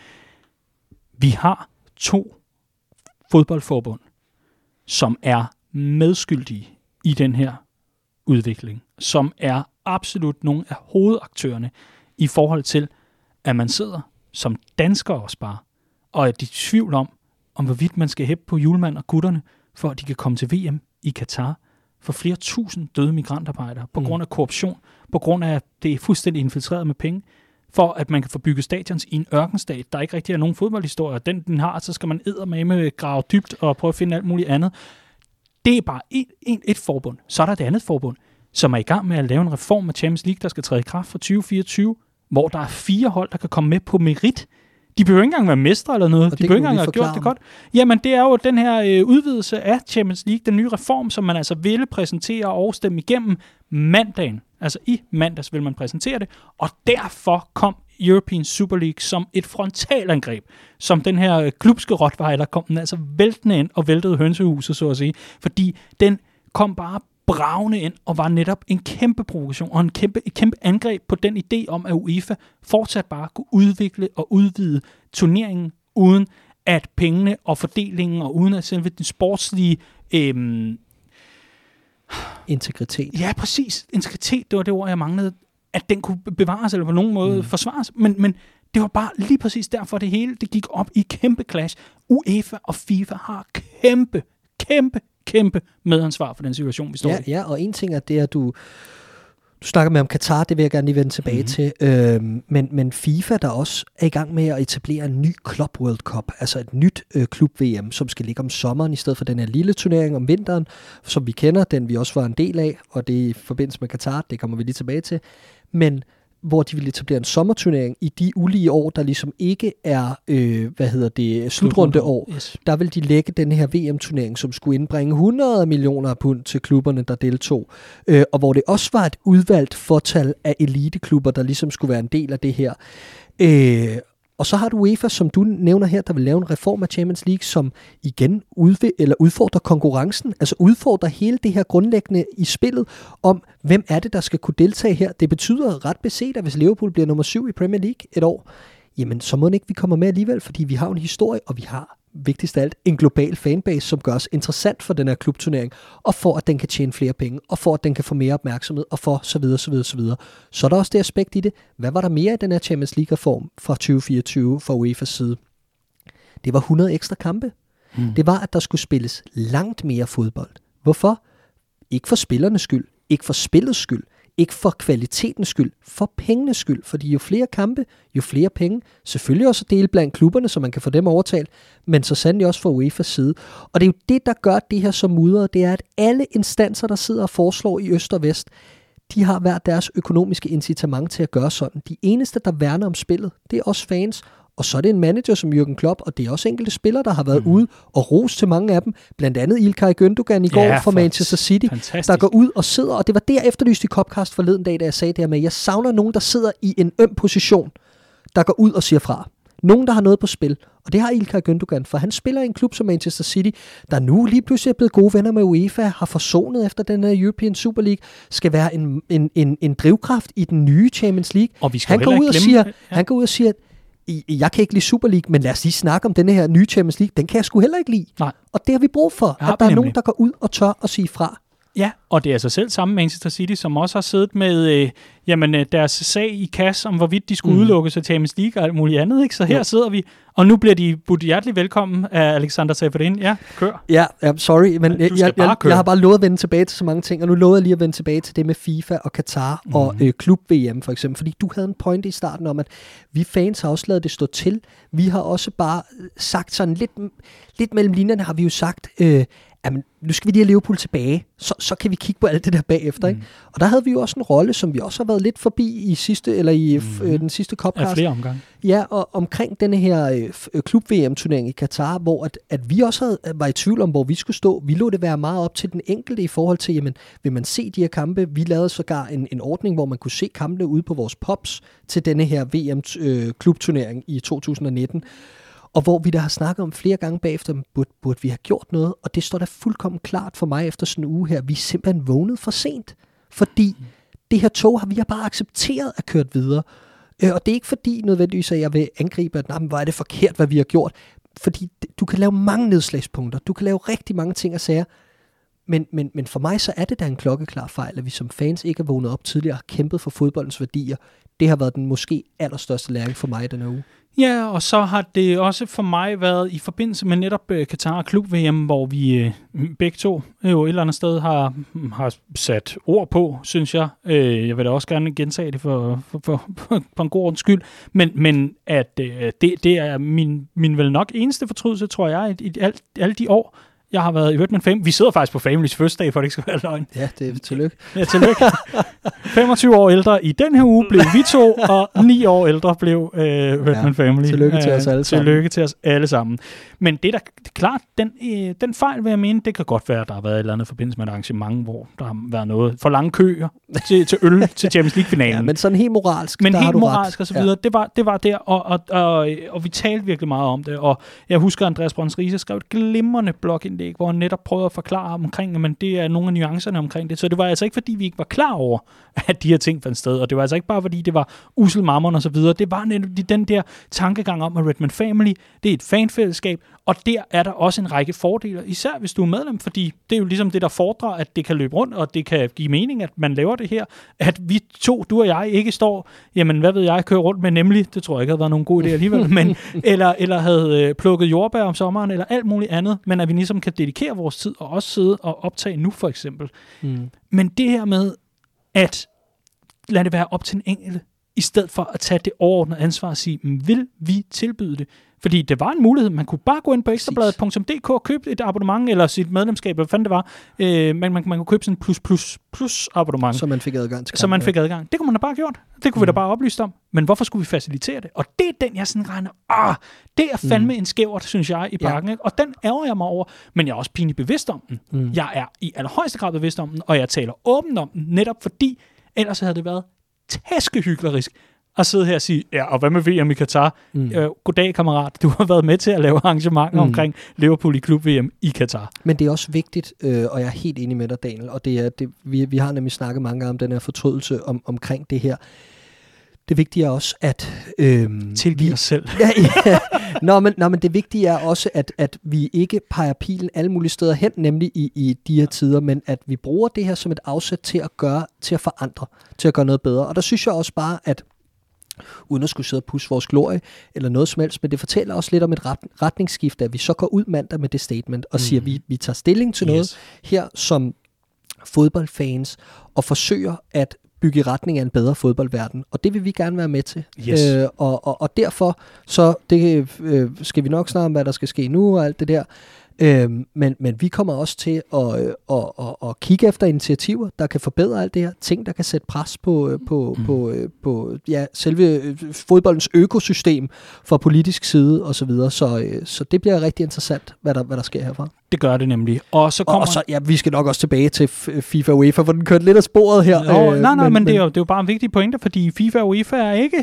Vi har 2 fodboldforbund, som er medskyldige i den her udvikling, som er absolut nogle af hovedaktørerne i forhold til, at man sidder som dansker også bare, og er de tvivl om hvorvidt man skal hæppe på Hjulmand og gutterne, for at de kan komme til VM i Katar, for flere tusind døde migrantarbejdere, på grund af korruption, på grund af, at det er fuldstændig infiltreret med penge, for at man kan få bygget stadions i en ørkenstat, der ikke rigtig er nogen fodboldhistorie. Den har, så skal man eddermame grave dybt og prøve at finde alt muligt andet. Det er bare et forbund. Så er der et andet forbund, som er i gang med at lave en reform af Champions League, der skal træde i kraft for 2024, hvor der er 4 hold, der kan komme med på merit. De behøver ikke engang være mestre eller noget. De behøver ikke engang have gjort det godt. Jamen, det er jo den her udvidelse af Champions League, den nye reform, som man altså ville præsentere og stemme igennem mandagen. Altså i mandags vil man præsentere det, og derfor kom European Super League som et frontalangreb, som den her klubske rottweiler kom den altså væltende ind og væltede hønsehuset, så at sige, fordi den kom bare bravende ind og var netop en kæmpe provokation og et kæmpe angreb på den idé om, at UEFA fortsat bare kunne udvikle og udvide turneringen, uden at pengene og fordelingen og uden at selve den sportslige integritet. Ja, præcis. Integritet, det var det ord, jeg manglede. at den kunne bevares eller på nogen måde forsvares. Men det var bare lige præcis derfor, det hele det gik op i kæmpe clash. UEFA og FIFA har kæmpe medansvar for den situation, vi står i. Ja, og en ting er det, at du snakker med om Katar, det vil jeg gerne lige vende tilbage til. Men FIFA, der også er i gang med at etablere en ny Club World Cup, altså et nyt klub-VM, som skal ligge om sommeren, i stedet for den her lille turnering om vinteren, som vi kender, den vi også var en del af, og det er i forbindelse med Katar, det kommer vi lige tilbage til. Men hvor de vil etablere en sommerturnering i de ulige år, der ligesom ikke er, slutrundeår, der vil de lægge den her VM-turnering, som skulle indbringe 100 millioner pund til klubberne, der deltog. Og hvor det også var et udvalgt fortal af eliteklubber, der ligesom skulle være en del af det her. Og så har du UEFA, som du nævner her, der vil lave en reform af Champions League, som igen udfordrer konkurrencen, altså udfordrer hele det her grundlæggende i spillet om, hvem er det, der skal kunne deltage her. Det betyder ret beset, at hvis Liverpool bliver nummer 7 i Premier League et år, jamen så må det ikke, vi kommer med alligevel, fordi vi har en historie, og vi har vigtigst af alt en global fanbase, som gør os interessant for den her klubturnering, og for at den kan tjene flere penge, og for at den kan få mere opmærksomhed, og for så videre. Så er der også det aspekt i det. Hvad var der mere i den her Champions League-reform fra 2024 fra UEFA's side? Det var 100 ekstra kampe. Det var, at der skulle spilles langt mere fodbold. Hvorfor? Ikke for spillernes skyld, ikke for spillets skyld, ikke for kvalitetens skyld, for pengenes skyld. Fordi jo flere kampe, jo flere penge. Selvfølgelig også at dele blandt klubberne, så man kan få dem overtalt, men så sandelig også fra UEFA's side. Og det er jo det, der gør det her så mudret, det er, at alle instanser, der sidder og foreslår i øst og vest, de har hver deres økonomiske incitament til at gøre sådan. De eneste, der værner om spillet, det er også fans. Og så er det en manager som Jürgen Klopp, og det er også enkelte spillere, der har været ude og ros til mange af dem. Blandt andet Ilkay Gündogan i går for Manchester City, der går ud og sidder. Og det var det, jeg efterlyste i Copcast forleden dag, da jeg sagde det her med, jeg savner nogen, der sidder i en øm position, der går ud og siger fra. Nogen, der har noget på spil. Og det har Ilkay Gündogan, for han spiller i en klub som Manchester City, der nu lige pludselig er blevet gode venner med UEFA, har forsonet efter den her European Super League, skal være en drivkraft i den nye Champions League. Og vi skal han går ud og siger, jeg kan ikke lide Super League, men lad os lige snakke om denne her nye Champions League. Den kan jeg sgu heller ikke lide. Nej. Og det har vi brug for, at der er nogen, der går ud og tør at sige fra. Ja, og det er altså selv samme Manchester City, som også har siddet med deres sag i kasse om, hvorvidt de skulle udelukkes af Champions League og alt muligt andet. Ikke? Så her sidder vi, og nu bliver de budt hjertelig velkommen af Alexander Seferin. Ja, kør. Ja, sorry, men jeg har bare lovet at vende tilbage til så mange ting, og nu lovede jeg lige at vende tilbage til det med FIFA og Katar og klub-VM for eksempel, fordi du havde en pointe i starten om, at vi fans har også lavet det stå til. Vi har også bare sagt sådan lidt mellem linjerne, har vi jo sagt, jamen, nu skal vi lige have Liverpool tilbage, så kan vi kigge på alt det der bagefter. Ikke? Og der havde vi jo også en rolle, som vi også har været lidt forbi i den sidste Copcast. Af flere omgange. Ja, og omkring denne her klub-VM-turnering i Katar, hvor at vi også var i tvivl om, hvor vi skulle stå. Vi lod det være meget op til den enkelte i forhold til, jamen, vil man se de her kampe? Vi lavede sågar en ordning, hvor man kunne se kampene ude på vores pubs til denne her VM-klubturnering i 2019. Og hvor vi da har snakket om flere gange bagefter, burde vi have gjort noget, og det står da fuldkommen klart for mig efter sådan en uge her. Vi er simpelthen vågnet for sent, fordi det her tog har vi bare accepteret at køre videre. Og det er ikke fordi nødvendigvis, at jeg vil angribe, at hvor er det forkert, hvad vi har gjort. Fordi du kan lave mange nedslagspunkter, du kan lave rigtig mange ting og sager, men for mig så er det da en klokkeklar fejl, at vi som fans ikke er vågnet op tidligere og har kæmpet for fodboldens værdier. Det har været den måske allerstørste læring for mig denne uge. Ja, og så har det også for mig været i forbindelse med netop Qatar Klub-VM, hvor vi begge to jo et eller andet sted har sat ord på, synes jeg. Jeg vil da også gerne gentage det for en god ordens skyld. Men at det er min vel nok eneste fortrydelse, tror jeg, i alle de år, jeg har været i Redman 5. Vi sidder faktisk på Families fødselsdag, for det ikke skal være løgn. Ja, det er tillykke. Ja, tillykke. 25 år ældre i den her uge blev vi to, og 9 år ældre blev Redman Family. Tillykke til os alle sammen. Tillykke til os alle sammen. Men det er da klart, den fejl, vil jeg mene, det kan godt være, at der har været et eller andet forbindelse med et arrangement, hvor der har været noget for lange køer til øl til Champions League-finalen. Ja, men sådan helt moralsk, men der helt har du moralsk ret. Og så videre. Ja. Det var der, og vi talte virkelig meget om det, og jeg husker, Andreas Brøns Riese skrev et glimrende blog ind debatindlæg, hvor han netop prøvede at forklare omkring, men det er nogle af nuancerne omkring det. Så det var altså ikke, fordi vi ikke var klar over, at de her ting fandt sted, og det var altså ikke bare, fordi det var usel mammon og så videre. Det var netop den der tankegang om, at Redman Family, det er et fanfællesskab, og der er der også en række fordele, især hvis du er medlem, fordi det er jo ligesom det, der fordrer, at det kan løbe rundt, og det kan give mening, at man laver det her, at vi to, du og jeg, ikke står, jamen hvad ved jeg, kører rundt med nemlig, det tror jeg ikke havde været nogen god idé alligevel, men, eller havde plukket jordbær om sommeren, eller alt muligt andet, men at vi ligesom kan dedikere vores tid, og også sidde og optage nu for eksempel. Men det her med, at lade det være op til en enkelte, i stedet for at tage det overordnede ansvar og sige, vil vi tilbyde det? Fordi det var en mulighed. Man kunne bare gå ind på ekstrabladet.dk og købe et abonnement, eller sit medlemskab, hvad fanden det var. Man kunne købe sådan en plus abonnement. Så man fik adgang til kampen. Det kunne man da bare gjort. Det kunne vi da bare oplyst om. Men hvorfor skulle vi facilitere det? Og det er den, jeg sådan regner. Det er fandme en skævert, synes jeg, i pakken. Ikke? Og den ærger jeg mig over. Men jeg er også pinligt bevidst om den. Jeg er i allerhøjeste grad bevidst om den, og jeg taler åbent om den, netop fordi, ellers havde det været tæskehyklerisk at sidde her og sige, ja, og hvad med VM i Katar? Goddag, kammerat. Du har været med til at lave arrangementer omkring Liverpool i klub-VM i Katar. Men det er også vigtigt, og jeg er helt enig med dig, Daniel, og vi har nemlig snakket mange gange om den her fortrydelse omkring det her. Det vigtige er også, at tilgive os selv. Nå, men det vigtige er også, at vi ikke peger pilen alle mulige steder hen, nemlig i de her tider, men at vi bruger det her som et afsæt til at forandre, til at gøre noget bedre. Og der synes jeg også bare, at uden at skulle sidde og pusse vores glorie, eller noget som helst, men det fortæller også lidt om et retningsskift, at vi så går ud mandag med det statement, og siger, at vi tager stilling til noget her som fodboldfans, og forsøger at bygge i retning af en bedre fodboldverden. Og det vil vi gerne være med til. Yes. Og derfor, så det, skal vi nok snakke om, hvad der skal ske nu, og alt det der. Men vi kommer også til at kigge efter initiativer, der kan forbedre alt det her. Ting, der kan sætte pres på selve fodboldens økosystem fra politisk side og så videre. Så det bliver rigtig interessant, hvad der sker herfra. Det gør det nemlig. Og så vi skal nok også tilbage til FIFA og UEFA, for den kørte lidt af sporet her. Men det er jo bare en vigtig pointe, fordi FIFA og UEFA er ikke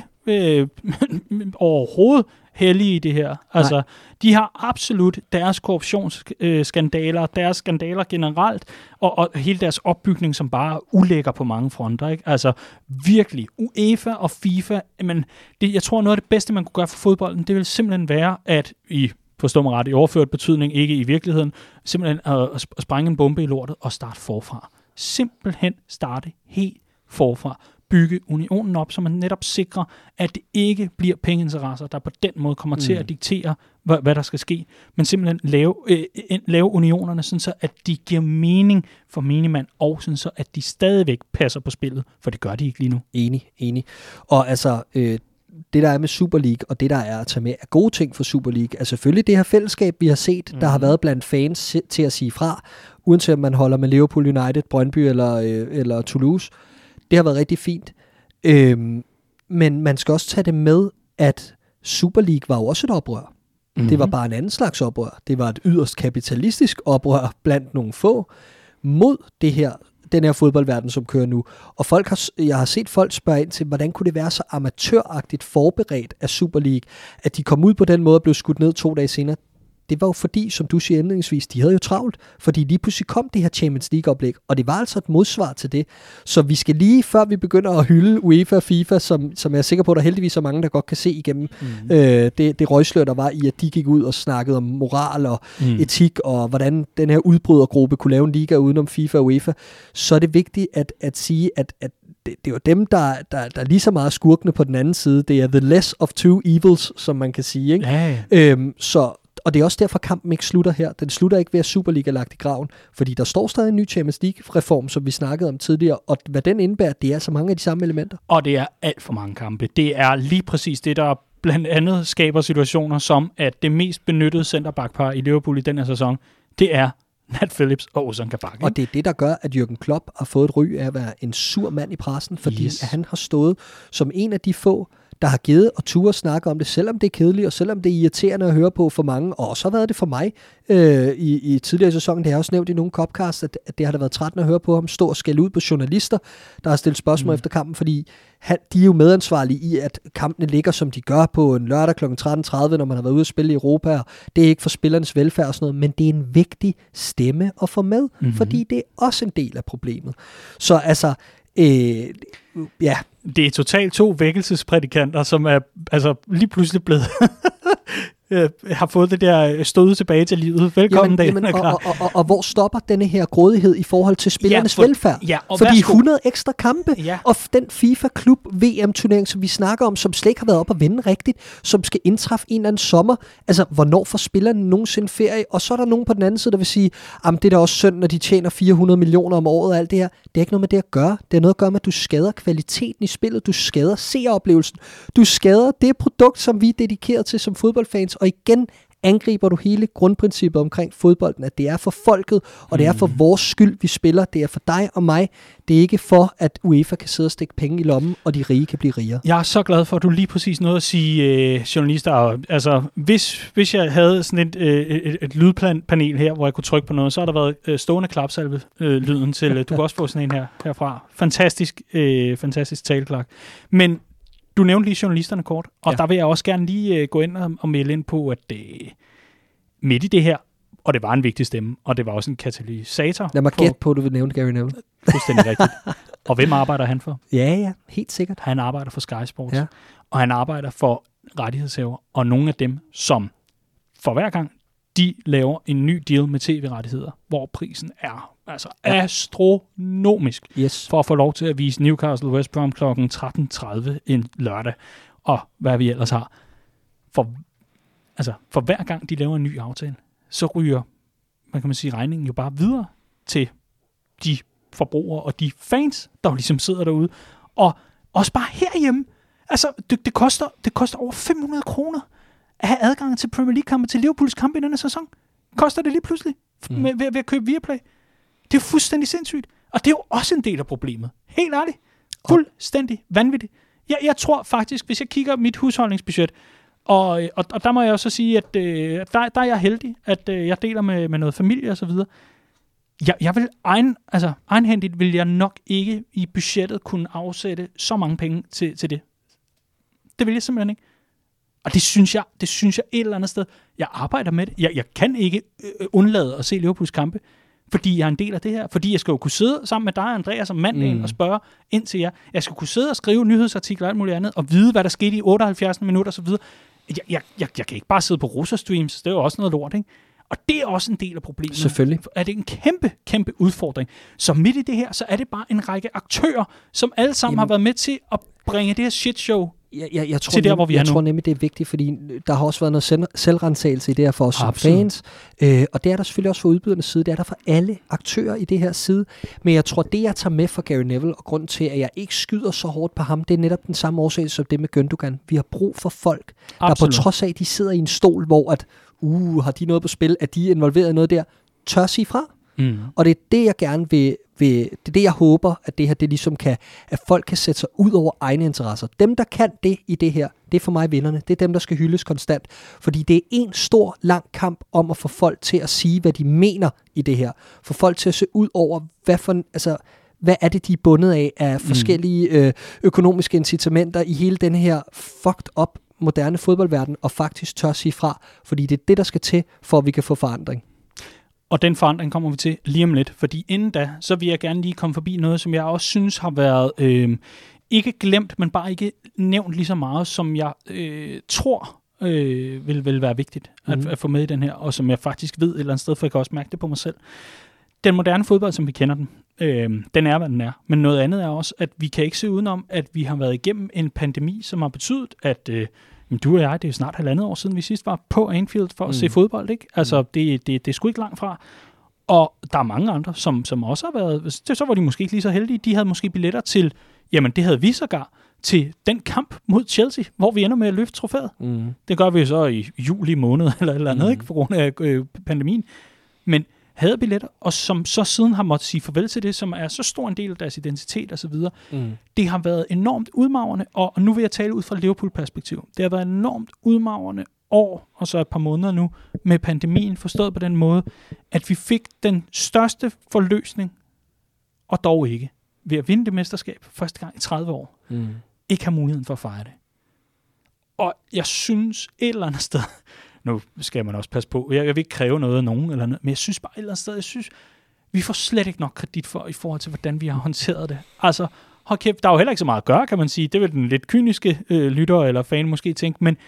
overhovedet hellige i det her. Altså, de har absolut deres korruptionsskandaler, deres skandaler generelt, og hele deres opbygning, som bare ulækker på mange fronter. Ikke? Altså, virkelig. UEFA og FIFA, men jeg tror, noget af det bedste, man kunne gøre for fodbolden, det vil simpelthen være, at forstå mig ret, i overført betydning, ikke i virkeligheden, simpelthen at sprænge en bombe i lortet og starte forfra. Simpelthen starte helt forfra. Bygge unionen op, så man netop sikrer, at det ikke bliver pengeinteresser, der på den måde kommer til at diktere, hvad der skal ske, men simpelthen lave unionerne, sådan så at de giver mening for minimand, og sådan så at de stadigvæk passer på spillet, for det gør de ikke lige nu. Enig. Og altså, det der er med Super League, og det der er at tage med, er gode ting for Super League, er selvfølgelig det her fællesskab, vi har set, der har været blandt fans til at sige fra, uanset om man holder med Liverpool United, Brøndby eller Toulouse. Det har været rigtig fint. Men man skal også tage det med, at Super League var jo også et oprør. Det var bare en anden slags oprør. Det var et yderst kapitalistisk oprør blandt nogle få mod den her fodboldverden, som kører nu. Og jeg har set folk spørge ind til, hvordan kunne det være så amatøragtigt forberedt af Super League, at de kom ud på den måde og blev skudt ned 2 dage senere. Det var jo fordi, som du siger indledningsvis, de havde jo travlt, fordi lige pludselig kom det her Champions League-oplæg, og det var altså et modsvar til det. Så vi skal lige, før vi begynder at hylde UEFA og FIFA, som jeg er sikker på, at der heldigvis er mange, der godt kan se igennem det røgslør, der var i, at de gik ud og snakkede om moral og etik, og hvordan den her udbrydergruppe kunne lave en liga udenom FIFA og UEFA, så er det vigtigt at sige, at det er jo dem, der er lige så meget skurkene på den anden side. Det er the less of two evils, som man kan sige. Ikke? Ja. Og det er også derfor, kampen ikke slutter her. Den slutter ikke ved, at Super League er lagt i graven, fordi der står stadig en ny Champions League-reform, som vi snakkede om tidligere, og hvad den indebærer, det er så mange af de samme elementer. Og det er alt for mange kampe. Det er lige præcis det, der blandt andet skaber situationer som, at det mest benyttede centerbackpar i Liverpool i den her sæson, det er Nat Phillips og Ozan Kabak. Og det er det, der gør, at Jürgen Klopp har fået et ry af at være en sur mand i pressen, fordi at han har stået som en af de få, der har givet og turde snakke om det, selvom det er kedeligt, og selvom det er irriterende at høre på for mange, og så har været det for mig i tidligere sæsonen. Det har jeg også nævnt i nogle copcasts, at det har da været trættende at høre på ham stå og skælde ud på journalister, der har stillet spørgsmål efter kampen, fordi de er jo medansvarlige i, at kampene ligger, som de gør på en lørdag kl. 13.30, når man har været ude at spille i Europa, og det er ikke for spillernes velfærd og sådan noget, men det er en vigtig stemme at få med, fordi det er også en del af problemet. Så altså, ja. Det er totalt 2 vækkelsesprædikanter, som er altså lige pludselig blevet har fået det der støde tilbage til livet. Velkommen, og hvor stopper denne her grådighed i forhold til spillernes velfærd? Ja, fordi 100 ekstra kampe, og den FIFA-klub VM-turnering, som vi snakker om, som slet ikke har været op at vinde rigtigt, som skal indtræffe en eller anden sommer. Altså, hvornår får spillerne nogensinde ferie? Og så er der nogen på den anden side, der vil sige, det er da også synd, når de tjener 400 millioner om året og alt det her. Det er ikke noget med det at gøre. Det er noget at gøre med, at du skader kvaliteten i spillet. Du skader seeroplevelsen. Du skader det produkt, som vi er dedikeret til som fodboldfans. Og igen angriber du hele grundprincippet omkring fodbolden, at det er for folket, og det er for vores skyld, vi spiller. Det er for dig og mig. Det er ikke for, at UEFA kan sidde og stikke penge i lommen, og de rige kan blive rigere. Jeg er så glad for, at du lige præcis nåede at sige, journalister. Altså, hvis jeg havde sådan et lydpanel her, hvor jeg kunne trykke på noget, så har der været stående klapsalve-lyden til. Du kan også få sådan en herfra. Fantastisk taleklak. Men du nævnte lige journalisterne kort, og der vil jeg også gerne lige gå ind og melde ind på, at midt i det her, og det var en vigtig stemme, og det var også en katalysator. Lad mig gætte på, at du vil nævne Gary Neville. Fuldstændig rigtigt. Og hvem arbejder han for? Ja, helt sikkert. Han arbejder for Sky Sports, og han arbejder for rettighedshaver, og nogle af dem, som for hver gang, de laver en ny deal med tv-rettigheder, hvor prisen er astronomisk for at få lov til at vise Newcastle West Brom kl. 13.30 en lørdag, og hvad vi ellers har. For hver gang de laver en ny aftale, så ryger, man kan sige, regningen jo bare videre til de forbrugere og de fans, der jo ligesom sidder derude. Og også bare herhjemme. Altså, det koster over 500 kroner at have adgang til Premier League-kampe, til Liverpools kampe i denne sæson. Koster det lige pludselig ved at købe Viaplay. Det er jo fuldstændig sindssygt. Og det er jo også en del af problemet. Helt ærligt. Fuldstændig vanvittigt. Jeg tror faktisk, hvis jeg kigger mit husholdningsbudget, og der må jeg også sige, at der er jeg heldig, at jeg deler med noget familie og så videre. Jeg vil egenhændigt vil jeg nok ikke i budgettet kunne afsætte så mange penge til det. Det vil jeg simpelthen ikke. Og det synes jeg et eller andet sted. Jeg arbejder med det. Jeg kan ikke undlade at se Liverpools kampe, fordi jeg er en del af det her. Fordi jeg skal jo kunne sidde sammen med dig, Andreas, om mandagen og spørge ind til jer. Jeg skal kunne sidde og skrive nyhedsartikler og alt muligt andet, og vide, hvad der skete i 78 minutter osv. Jeg kan ikke bare sidde på Russerstreams. Det er jo også noget lort, ikke? Og det er også en del af problemet. Selvfølgelig. Er det en kæmpe udfordring. Så midt i det her, så er det bare en række aktører, som alle sammen har været med til at bringe det her shitshow jeg tror nemlig, det er vigtigt, fordi der har også været noget selvrensagelse i det her for os som fans. Og det er der selvfølgelig også fra udbydernes side. Det er der for alle aktører i det her side. Men jeg tror, det jeg tager med for Gary Neville, og grunden til, at jeg ikke skyder så hårdt på ham, det er netop den samme årsag som det med Gündogan. Vi har brug for folk, der på trods af, at de sidder i en stol, hvor at, har de noget på spil, at de er involveret i noget der, tør sige fra. Og det er det, jeg gerne vil, det er det, jeg håber, at det her, det ligesom kan, at folk kan sætte sig ud over egne interesser. Dem, der kan det i det her, det er for mig vinderne. Det er dem, der skal hyldes konstant. Fordi det er en stor, lang kamp om at få folk til at sige, hvad de mener i det her. Få folk til at se ud over, hvad er det, de er bundet af forskellige økonomiske incitamenter i hele den her fucked up moderne fodboldverden, og faktisk tør sige fra. Fordi det er det, der skal til, for at vi kan få forandring. Og den forandring kommer vi til lige om lidt, fordi inden da, så vil jeg gerne lige komme forbi noget, som jeg også synes har været ikke glemt, men bare ikke nævnt lige så meget, som jeg tror vil være vigtigt at få med i den her, og som jeg faktisk ved et eller andet sted, for jeg kan også mærke det på mig selv. Den moderne fodbold, som vi kender den, den er, hvad den er. Men noget andet er også, at vi kan ikke se udenom, at vi har været igennem en pandemi, som har betydet, at du og jeg, det er jo snart 1,5 år siden, vi sidst var på Anfield for at se fodbold, ikke? Altså, det er sgu ikke langt fra. Og der er mange andre, som også har været, så var de måske ikke lige så heldige, de havde måske billetter til, jamen det havde vi sågar, til den kamp mod Chelsea, hvor vi ender med at løfte trofæet. Det gør vi så i juli måned, eller andet, ikke? På grund af pandemien. Men havde billetter, og som så siden har måttet sige farvel til det, som er så stor en del af deres identitet osv. Det har været enormt udmagrende, og nu vil jeg tale ud fra Liverpool-perspektiv. Det har været enormt udmagrende år, og så et par måneder nu, med pandemien, forstået på den måde, at vi fik den største forløsning, og dog ikke, ved at vinde det mesterskab første gang i 30 år. Ikke have muligheden for at fejre det. Og jeg synes et eller andet sted, nu skal man også passe på, jeg vil ikke kræve noget af nogen, eller noget, men jeg synes bare et eller andet sted, vi får slet ikke nok kredit for, i forhold til, hvordan vi har håndteret det. Altså, hold kæft, der er jo heller ikke så meget at gøre, kan man sige. Det vil den lidt kyniske lytter eller fan måske tænke, men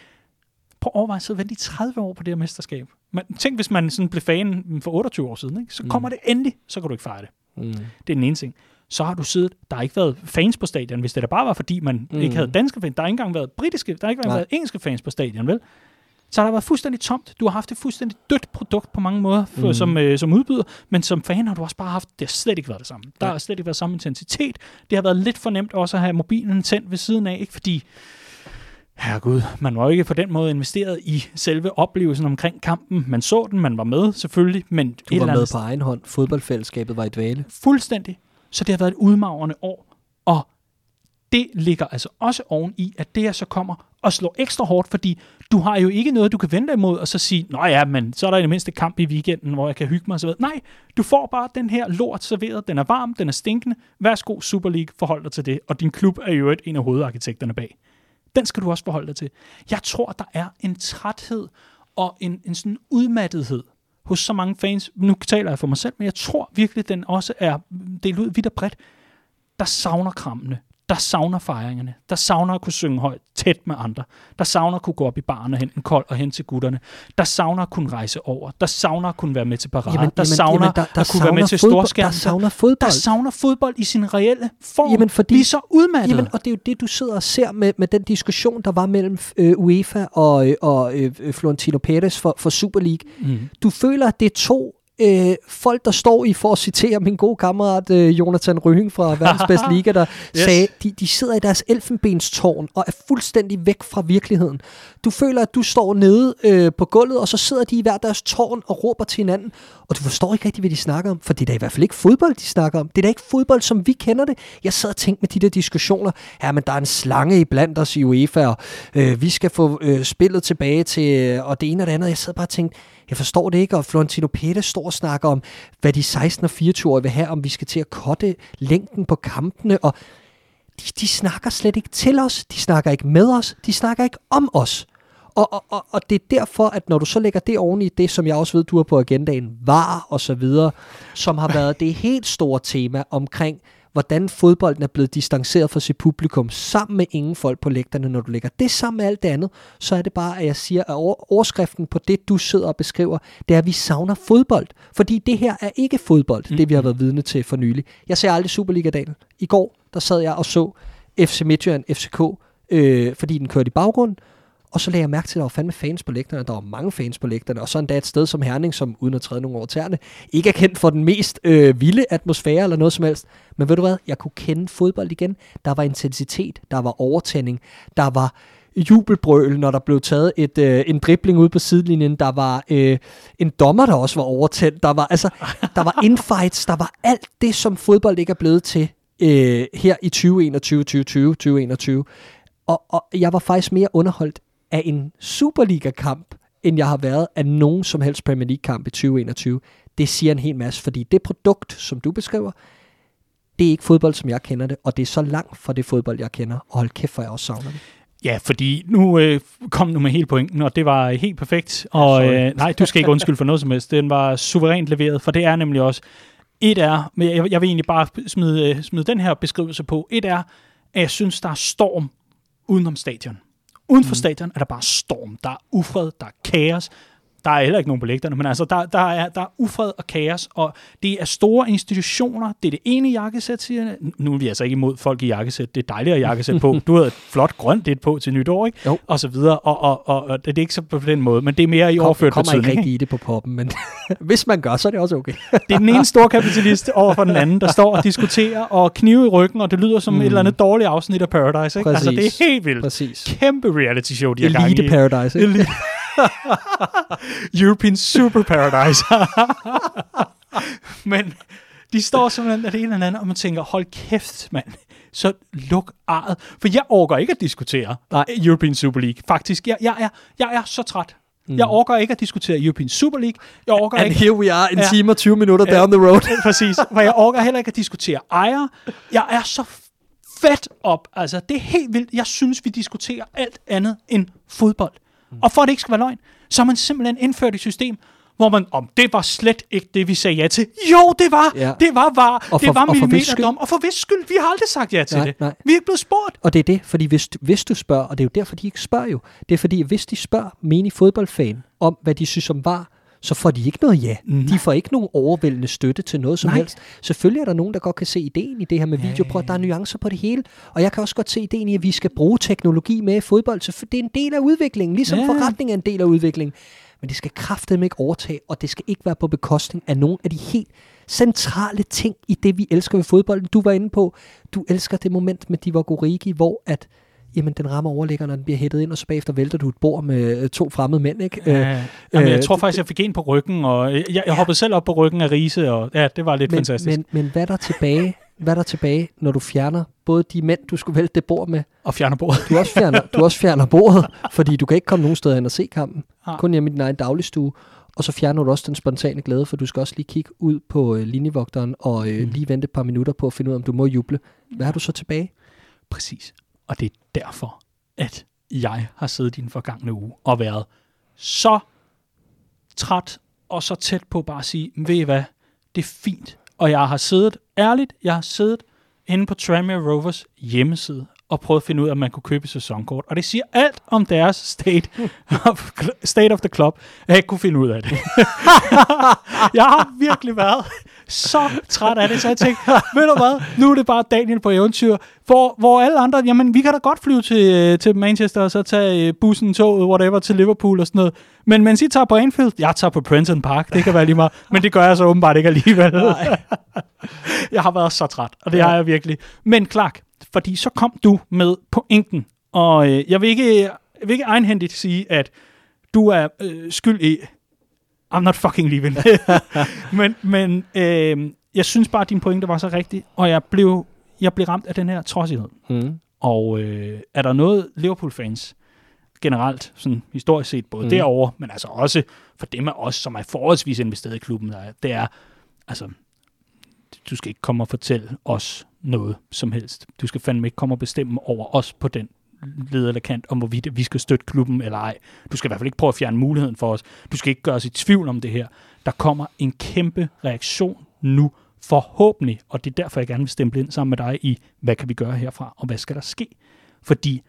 på overvej så vente i 30 år på det her mesterskab. Men tænk, hvis man sådan blev fan for 28 år siden, ikke? Så kommer det endelig, så kan du ikke fejre det. Det er den ene ting. Så har du siddet, der har ikke været fans på stadion, hvis det der bare var, fordi man ikke havde danske fans. Der har ikke engang været britiske, der har ikke engang været engelske fans på stadion, vel? Så har der været fuldstændig tomt. Du har haft et fuldstændig dødt produkt på mange måder som udbyder, men som fan har du også bare haft, det har slet ikke været det samme. Der har slet ikke været samme intensitet. Det har været lidt for nemt også at have mobilen tændt ved siden af, ikke? Fordi herregud, man var jo ikke på den måde investeret i selve oplevelsen omkring kampen. Man så den, man var med selvfølgelig, men du var med på egen hånd. Fodboldfællesskabet var i dvale. Fuldstændig. Så det har været et udmagrende år, og det ligger altså også oven i, at det her så kommer og slår ekstra hårdt, fordi du har jo ikke noget, du kan vente imod, og så sige, nå ja, men så er der i det mindste kamp i weekenden, hvor jeg kan hygge mig og så videre. Nej, du får bare den her lort serveret, den er varm, den er stinkende, værsgo Super League, forhold dig til det, og din klub er jo en af hovedarkitekterne bag. Den skal du også forholde dig til. Jeg tror, der er en træthed og en sådan udmattethed hos så mange fans. Nu taler jeg for mig selv, men jeg tror virkelig, den også er delt ud vidt og bredt. Der savner krammene, der savner fejringerne, der savner at kunne synge højt tæt med andre, der savner at kunne gå op i baren og hente en kold og hen til gutterne, der savner at kunne rejse over, der savner at kunne være med til parade, der savner at kunne være med til storskærm, der savner fodbold. Der savner fodbold i sin reelle form. Vi er så udmattet. Jamen, og det er jo det, du sidder og ser med den diskussion, der var mellem UEFA og Florentino Pérez for Super League. Du føler, at det er to folk, der står i, for at citere min gode kammerat Jonathan Røhing fra verdens bedste liga, der sagde, de sidder i deres elfenbenstårn og er fuldstændig væk fra virkeligheden. Du føler, at du står nede på gulvet, og så sidder de i hver deres tårn og råber til hinanden, og du forstår ikke rigtig, hvad de snakker om, for det er da i hvert fald ikke fodbold, de snakker om. Det er da ikke fodbold, som vi kender det. Jeg sad og tænkte med de der diskussioner, men der er en slange iblandt os i UEFA, og vi skal få spillet tilbage til, og det ene og det andet. Jeg sad bare og tænkte, jeg forstår det ikke, og Florentino Pérez står og snakker om, hvad de 16- og 24-årige vil have, om vi skal til at cutte længden på kampene, og de snakker slet ikke til os, de snakker ikke med os, de snakker ikke om os. Og det er derfor, at når du så lægger det oven i det, som jeg også ved, du har på agendaen, VAR og så videre, som har været det helt store tema omkring, hvordan fodbolden er blevet distanceret fra sit publikum, sammen med ingen folk på lægterne, når du lægger det sammen med alt det andet, så er det bare, at jeg siger, at overskriften på det, du sidder og beskriver, det er, at vi savner fodbold. Fordi det her er ikke fodbold, det vi har været vidne til for nylig. Jeg ser aldrig Superliga-dagen. I går, der sad jeg og så FC Midtjylland, FCK, fordi den kørte i baggrunden, og så lagde jeg mærke til, at der var fandme fans på lægterne. Der var mange fans på lægterne, og så endda et sted som Herning, som uden at træde nogle over tæerne, ikke er kendt for den mest vilde atmosfære eller noget som helst. Men ved du hvad? Jeg kunne kende fodbold igen. Der var intensitet, der var overtænding, der var jubelbrøl, når der blev taget en dribling ud på sidelinjen. Der var en dommer, der også var overtændt. Der var infights, der var alt det, som fodbold ikke er blevet til her i 2021. Og jeg var faktisk mere underholdt af en Superliga-kamp, end jeg har været af nogen som helst Premier League-kamp i 2021. Det siger en hel masse, fordi det produkt, som du beskriver, det er ikke fodbold, som jeg kender det, og det er så langt fra det fodbold, jeg kender, og hold kæft, for jeg også savner det. Ja, fordi nu kom du med hele pointen, og det var helt perfekt. Og nej, du skal ikke undskylde for noget som helst. Den var suverænt leveret, for det er nemlig også, jeg vil egentlig bare smide den her beskrivelse på. Et er, at jeg synes, der er storm udenom stadion. Uden for stadion er der bare storm. Der er ufred, der er kaos. Der er heller ikke nogen på lægterne, men altså, der er ufred og kaos, og det er store institutioner. Det er det ene jakkesæt, siger jeg. Nu er vi altså ikke imod folk i jakkesæt. Det er dejligt at jakkesæt på. Du havde et flot grønt det på til nytår, ikke? Jo. Og så videre, og det er ikke så på den måde, men det er mere i overført betydning. Kommer ikke rigtig i det på poppen, men hvis man gør, så er det også okay. Det er den ene store kapitalist over for den anden, der står og diskuterer og knive i ryggen, og det lyder som et eller andet dårligt afsnit af Paradise, ikke? Præcis. Altså, det er helt vildt. Præcis. Kæmpe reality show, de har gang i. Elite Paradise, ikke? European Super Paradise. Men de står simpelthen af det ene eller andet, og man tænker, hold kæft, mand. Så luk arret. For jeg orker ikke at diskutere European Super League. Faktisk, jeg er så træt. Jeg orker ikke at diskutere European Super League. Jeg orker And ikke. Here we are, en time og 20 minutter down the road. Præcis. For jeg orker heller ikke at diskutere ejere. Jeg er så fedt op. Altså, det er helt vildt. Jeg synes, vi diskuterer alt andet end fodbold. Og for at det ikke skal være løgn, så har man simpelthen indført et system, hvor man, det var slet ikke det, vi sagde ja til. Jo, det var. Ja. Det var var. Det var millimeterdom. Og for hvis skyld, vi har aldrig sagt ja til det. Nej. Vi er ikke blevet spurgt. Og det er det, fordi hvis du spørger, og det er jo derfor, de ikke spørger jo. Det er fordi, hvis de spørger menig fodboldfan om, hvad de synes om var, så får de ikke noget ja. De får ikke nogen overvældende støtte til noget som helst. Selvfølgelig er der nogen, der godt kan se ideen i det her med video. Prøv, der er nuancer på det hele. Og jeg kan også godt se ideen i, at vi skal bruge teknologi med i fodbold. Så det er en del af udviklingen. Ligesom forretning er en del af udviklingen. Men det skal kraftedeme ikke overtage, og det skal ikke være på bekostning af nogle af de helt centrale ting i det, vi elsker ved fodbolden. Du var inde på, du elsker det moment med Divock Origi, hvor at jamen, den rammer overlæggeren, når den bliver hættet ind, og så bagefter vælter du et bord med 2 fremmede mænd, ikke? Jamen, jeg tror faktisk, jeg fik en på ryggen, og jeg hoppede selv op på ryggen af Riise, og det var lidt fantastisk. Men hvad er der tilbage, når du fjerner både de mænd, du skulle vælte det bord med, og fjerner bordet? Du også fjerner bordet, fordi du kan ikke komme nogen steder hen og se kampen. Kun hjemme i din egen dagligstue. Og så fjerner du også den spontane glæde, for du skal også lige kigge ud på linjevogteren og lige vente et par minutter på at finde ud af, om du må juble. Hvad har du så tilbage? Præcis. Og det er derfor, at jeg har siddet i den forgangne uge og været så træt og så tæt på bare at sige, ved I hvad, det er fint. Og jeg har siddet inde på Tranmere Rovers hjemmeside og prøvet at finde ud af, at man kunne købe sæsonkort. Og det siger alt om deres state of the club, at jeg ikke kunne finde ud af det. Jeg har virkelig været så træt af det, så jeg tænkte, ved du hvad, nu er det bare Daniel på eventyr, hvor alle andre, jamen vi kan da godt flyve til Manchester, og så tage bussen, toget, whatever, til Liverpool og sådan noget. Men mens I tager på Anfield, jeg tager på Prenton Park, det kan være lige meget, men det gør jeg så åbenbart ikke alligevel. Jeg har været så træt, og det har jeg virkelig. Men Clark, fordi så kom du med pointen, og jeg vil ikke egenhændigt sige, at du er skyld i I'm not fucking leaving. men jeg synes bare, at din pointe var så rigtig, og jeg blev ramt af den her trodsighed. Og er der noget Liverpool-fans generelt, sådan historisk set, både derovre, men altså også for dem af os, som er forholdsvis investeret i klubben, det er, altså, du skal ikke komme og fortælle os noget som helst. Du skal fandme ikke komme og bestemme over os på den led eller kant, om hvorvidt vi skal støtte klubben eller ej. Du skal i hvert fald ikke prøve at fjerne muligheden for os. Du skal ikke gøre os i tvivl om det her. Der kommer en kæmpe reaktion nu, forhåbentlig, og det er derfor, jeg gerne vil stemple ind sammen med dig i, hvad kan vi gøre herfra, og hvad skal der ske? Fordi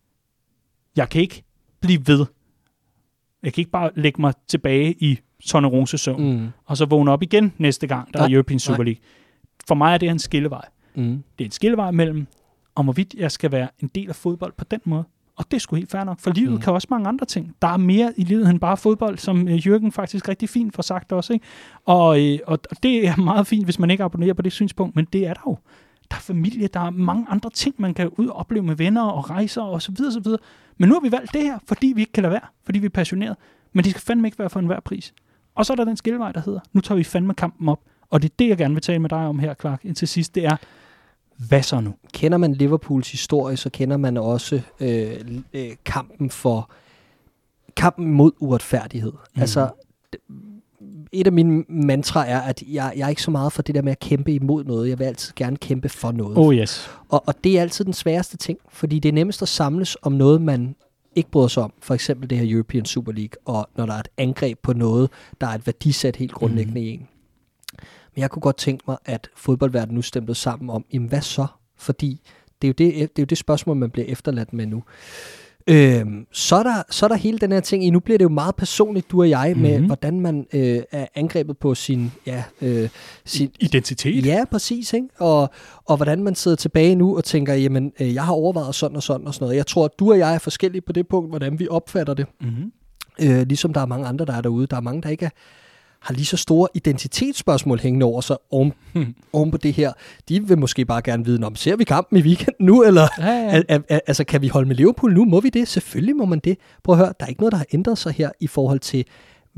jeg kan ikke blive ved. Jeg kan ikke bare lægge mig tilbage i Tornerose-søvn, og så vågne op igen næste gang, der er European Super League. For mig er det en skillevej. Det er en skillevej mellem, om hvorvidt jeg skal være en del af fodbold på den måde. Og det er sgu helt fair nok, for livet kan også mange andre ting. Der er mere i livet end bare fodbold, som Jürgen faktisk rigtig fint får sagt også. Ikke? Og det er meget fint, hvis man ikke abonnerer på det synspunkt, men det er der jo. Der er familie, der er mange andre ting, man kan ud og opleve med venner og rejser og så videre, så videre. Men nu har vi valgt det her, fordi vi ikke kan lade være, fordi vi er passionerede. Men det skal fandme ikke være for enhver pris. Og så er der den skillevej, der hedder, nu tager vi fandme kampen op. Og det er det, jeg gerne vil tale med dig om her, Clark, indtil sidst, det er, hvad så nu? Kender man Liverpools historie, så kender man også kampen mod uretfærdighed. Altså, et af mine mantraer er, at jeg er ikke så meget for det der med at kæmpe imod noget. Jeg vil altid gerne kæmpe for noget. Oh yes. Og det er altid den sværeste ting, fordi det er nemmest at samles om noget, man ikke bryder sig om. For eksempel det her European Super League, og når der er et angreb på noget, der er et værdisæt helt grundlæggende i en. Men jeg kunne godt tænke mig, at fodboldverdenen nu stemte sammen om, jamen hvad så? Fordi det er jo det spørgsmål, man bliver efterladt med nu. Så er der hele den her ting i, nu bliver det jo meget personligt, du og jeg, med hvordan man er angrebet på sin identitet. Ja, præcis, ikke? Og hvordan man sidder tilbage nu og tænker, jamen, jeg har overvejet sådan og sådan og sådan noget. Jeg tror, at du og jeg er forskellige på det punkt, hvordan vi opfatter det. Ligesom der er mange andre, der er derude. Der er mange, der ikke har lige så store identitetsspørgsmål hængende over sig oven på det her. De vil måske bare gerne vide, om ser vi kampen i weekenden nu, eller altså kan vi holde med Liverpool nu? Må vi det? Selvfølgelig må man det. Prøv at høre, der er ikke noget, der har ændret sig her i forhold til,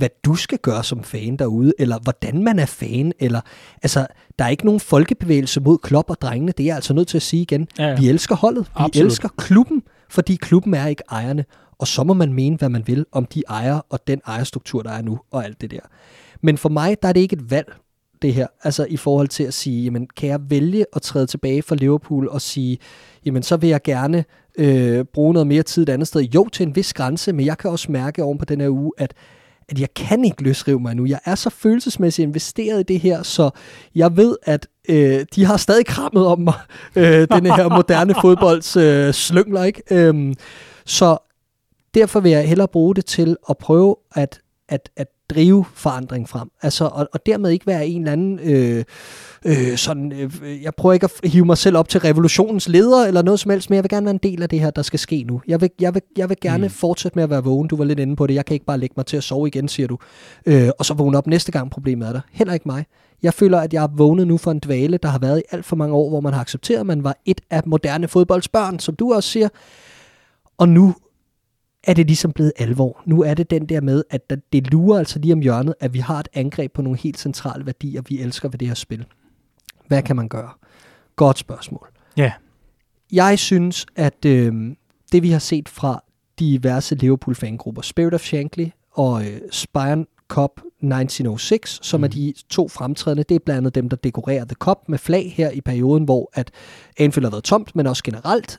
hvad du skal gøre som fan derude, eller hvordan man er fan, eller altså, der er ikke nogen folkebevægelse mod Klopp og drengene, det er jeg altså nødt til at sige igen. Ja. Vi elsker holdet, vi elsker klubben, fordi klubben er ikke ejerne, og så må man mene, hvad man vil om de ejere og den ejerstruktur, der er nu, og alt det der. Men for mig, der er det ikke et valg, det her, altså i forhold til at sige, jamen, kan jeg vælge at træde tilbage fra Liverpool og sige, jamen, så vil jeg gerne bruge noget mere tid et andet sted. Jo, til en vis grænse, men jeg kan også mærke oven på den her uge, at jeg kan ikke løsrive mig nu. Jeg er så følelsesmæssigt investeret i det her, så jeg ved, at de har stadig krammet om mig, den her moderne fodbolds slyngler, ikke? Så derfor vil jeg hellere bruge det til at prøve at drive forandring frem. Altså, og dermed ikke være en eller anden jeg prøver ikke at hive mig selv op til revolutionens leder eller noget som helst, men jeg vil gerne være en del af det her, der skal ske nu. Jeg vil gerne fortsætte med at være vågen. Du var lidt inde på det. Jeg kan ikke bare lægge mig til at sove igen, siger du. Og så vågne op næste gang problemet er der. Heller ikke mig. Jeg føler, at jeg er vågnet nu for en dvale, der har været i alt for mange år, hvor man har accepteret, at man var et af moderne fodboldsbørn, som du også siger. Og nu er det ligesom blevet alvor. Nu er det den der med, at det lurer altså lige om hjørnet, at vi har et angreb på nogle helt centrale værdier, vi elsker ved det her spil. Hvad kan man gøre? Godt spørgsmål. Ja. Yeah. Jeg synes, at det vi har set fra diverse Liverpool-fangrupper, Spirit of Shankly og Spion Cup 1906, som er de to fremtrædende, det er blandt andet dem, der dekorerer The Cup med flag her i perioden, hvor at Anfield har været tomt, men også generelt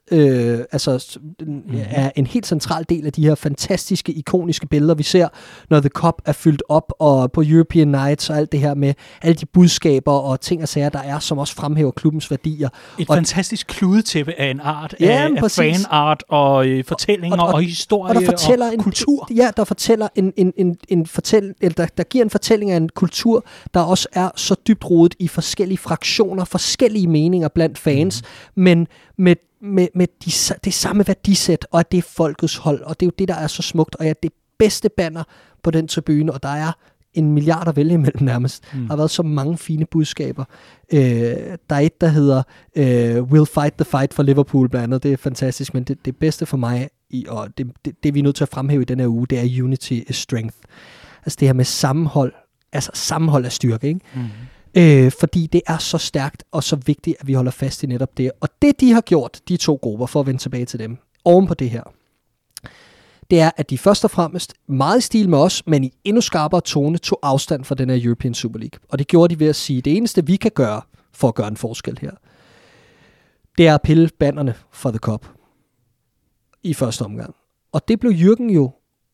er en helt central del af de her fantastiske, ikoniske billeder, vi ser, når The Cup er fyldt op, og på European Nights og alt det her med alle de budskaber og ting og sager, der er, som også fremhæver klubbens værdier. Et fantastisk kludetæppe af en art, af fanart og fortællinger og historie og kultur. Der fortæller der giver en fortælling af en kultur, der også er så dybt rodet i forskellige fraktioner, forskellige meninger blandt fans, men med det samme værdisæt, og at det er folkets hold, og det er jo det, der er så smukt, og det bedste banner på den tribune, og der er 1 milliard at vælge imellem nærmest. Der har været så mange fine budskaber. Der er et, der hedder We'll fight the fight for Liverpool, blandt andet. Det er fantastisk, men det bedste for mig, og det vi er nødt til at fremhæve i den her uge, det er unity is strength. Altså det her med sammenhold, altså sammenhold af styrke, ikke? Fordi det er så stærkt og så vigtigt, at vi holder fast i netop det. Og det, de har gjort, de to grupper, for at vende tilbage til dem, oven på det her, det er, at de først og fremmest, meget i stil med os, men i endnu skarpere tone, tog afstand fra den her European Super League. Og det gjorde de ved at sige, det eneste, vi kan gøre for at gøre en forskel her, det er at pille bannerne for The Cup i første omgang. Og det blev Jürgen jo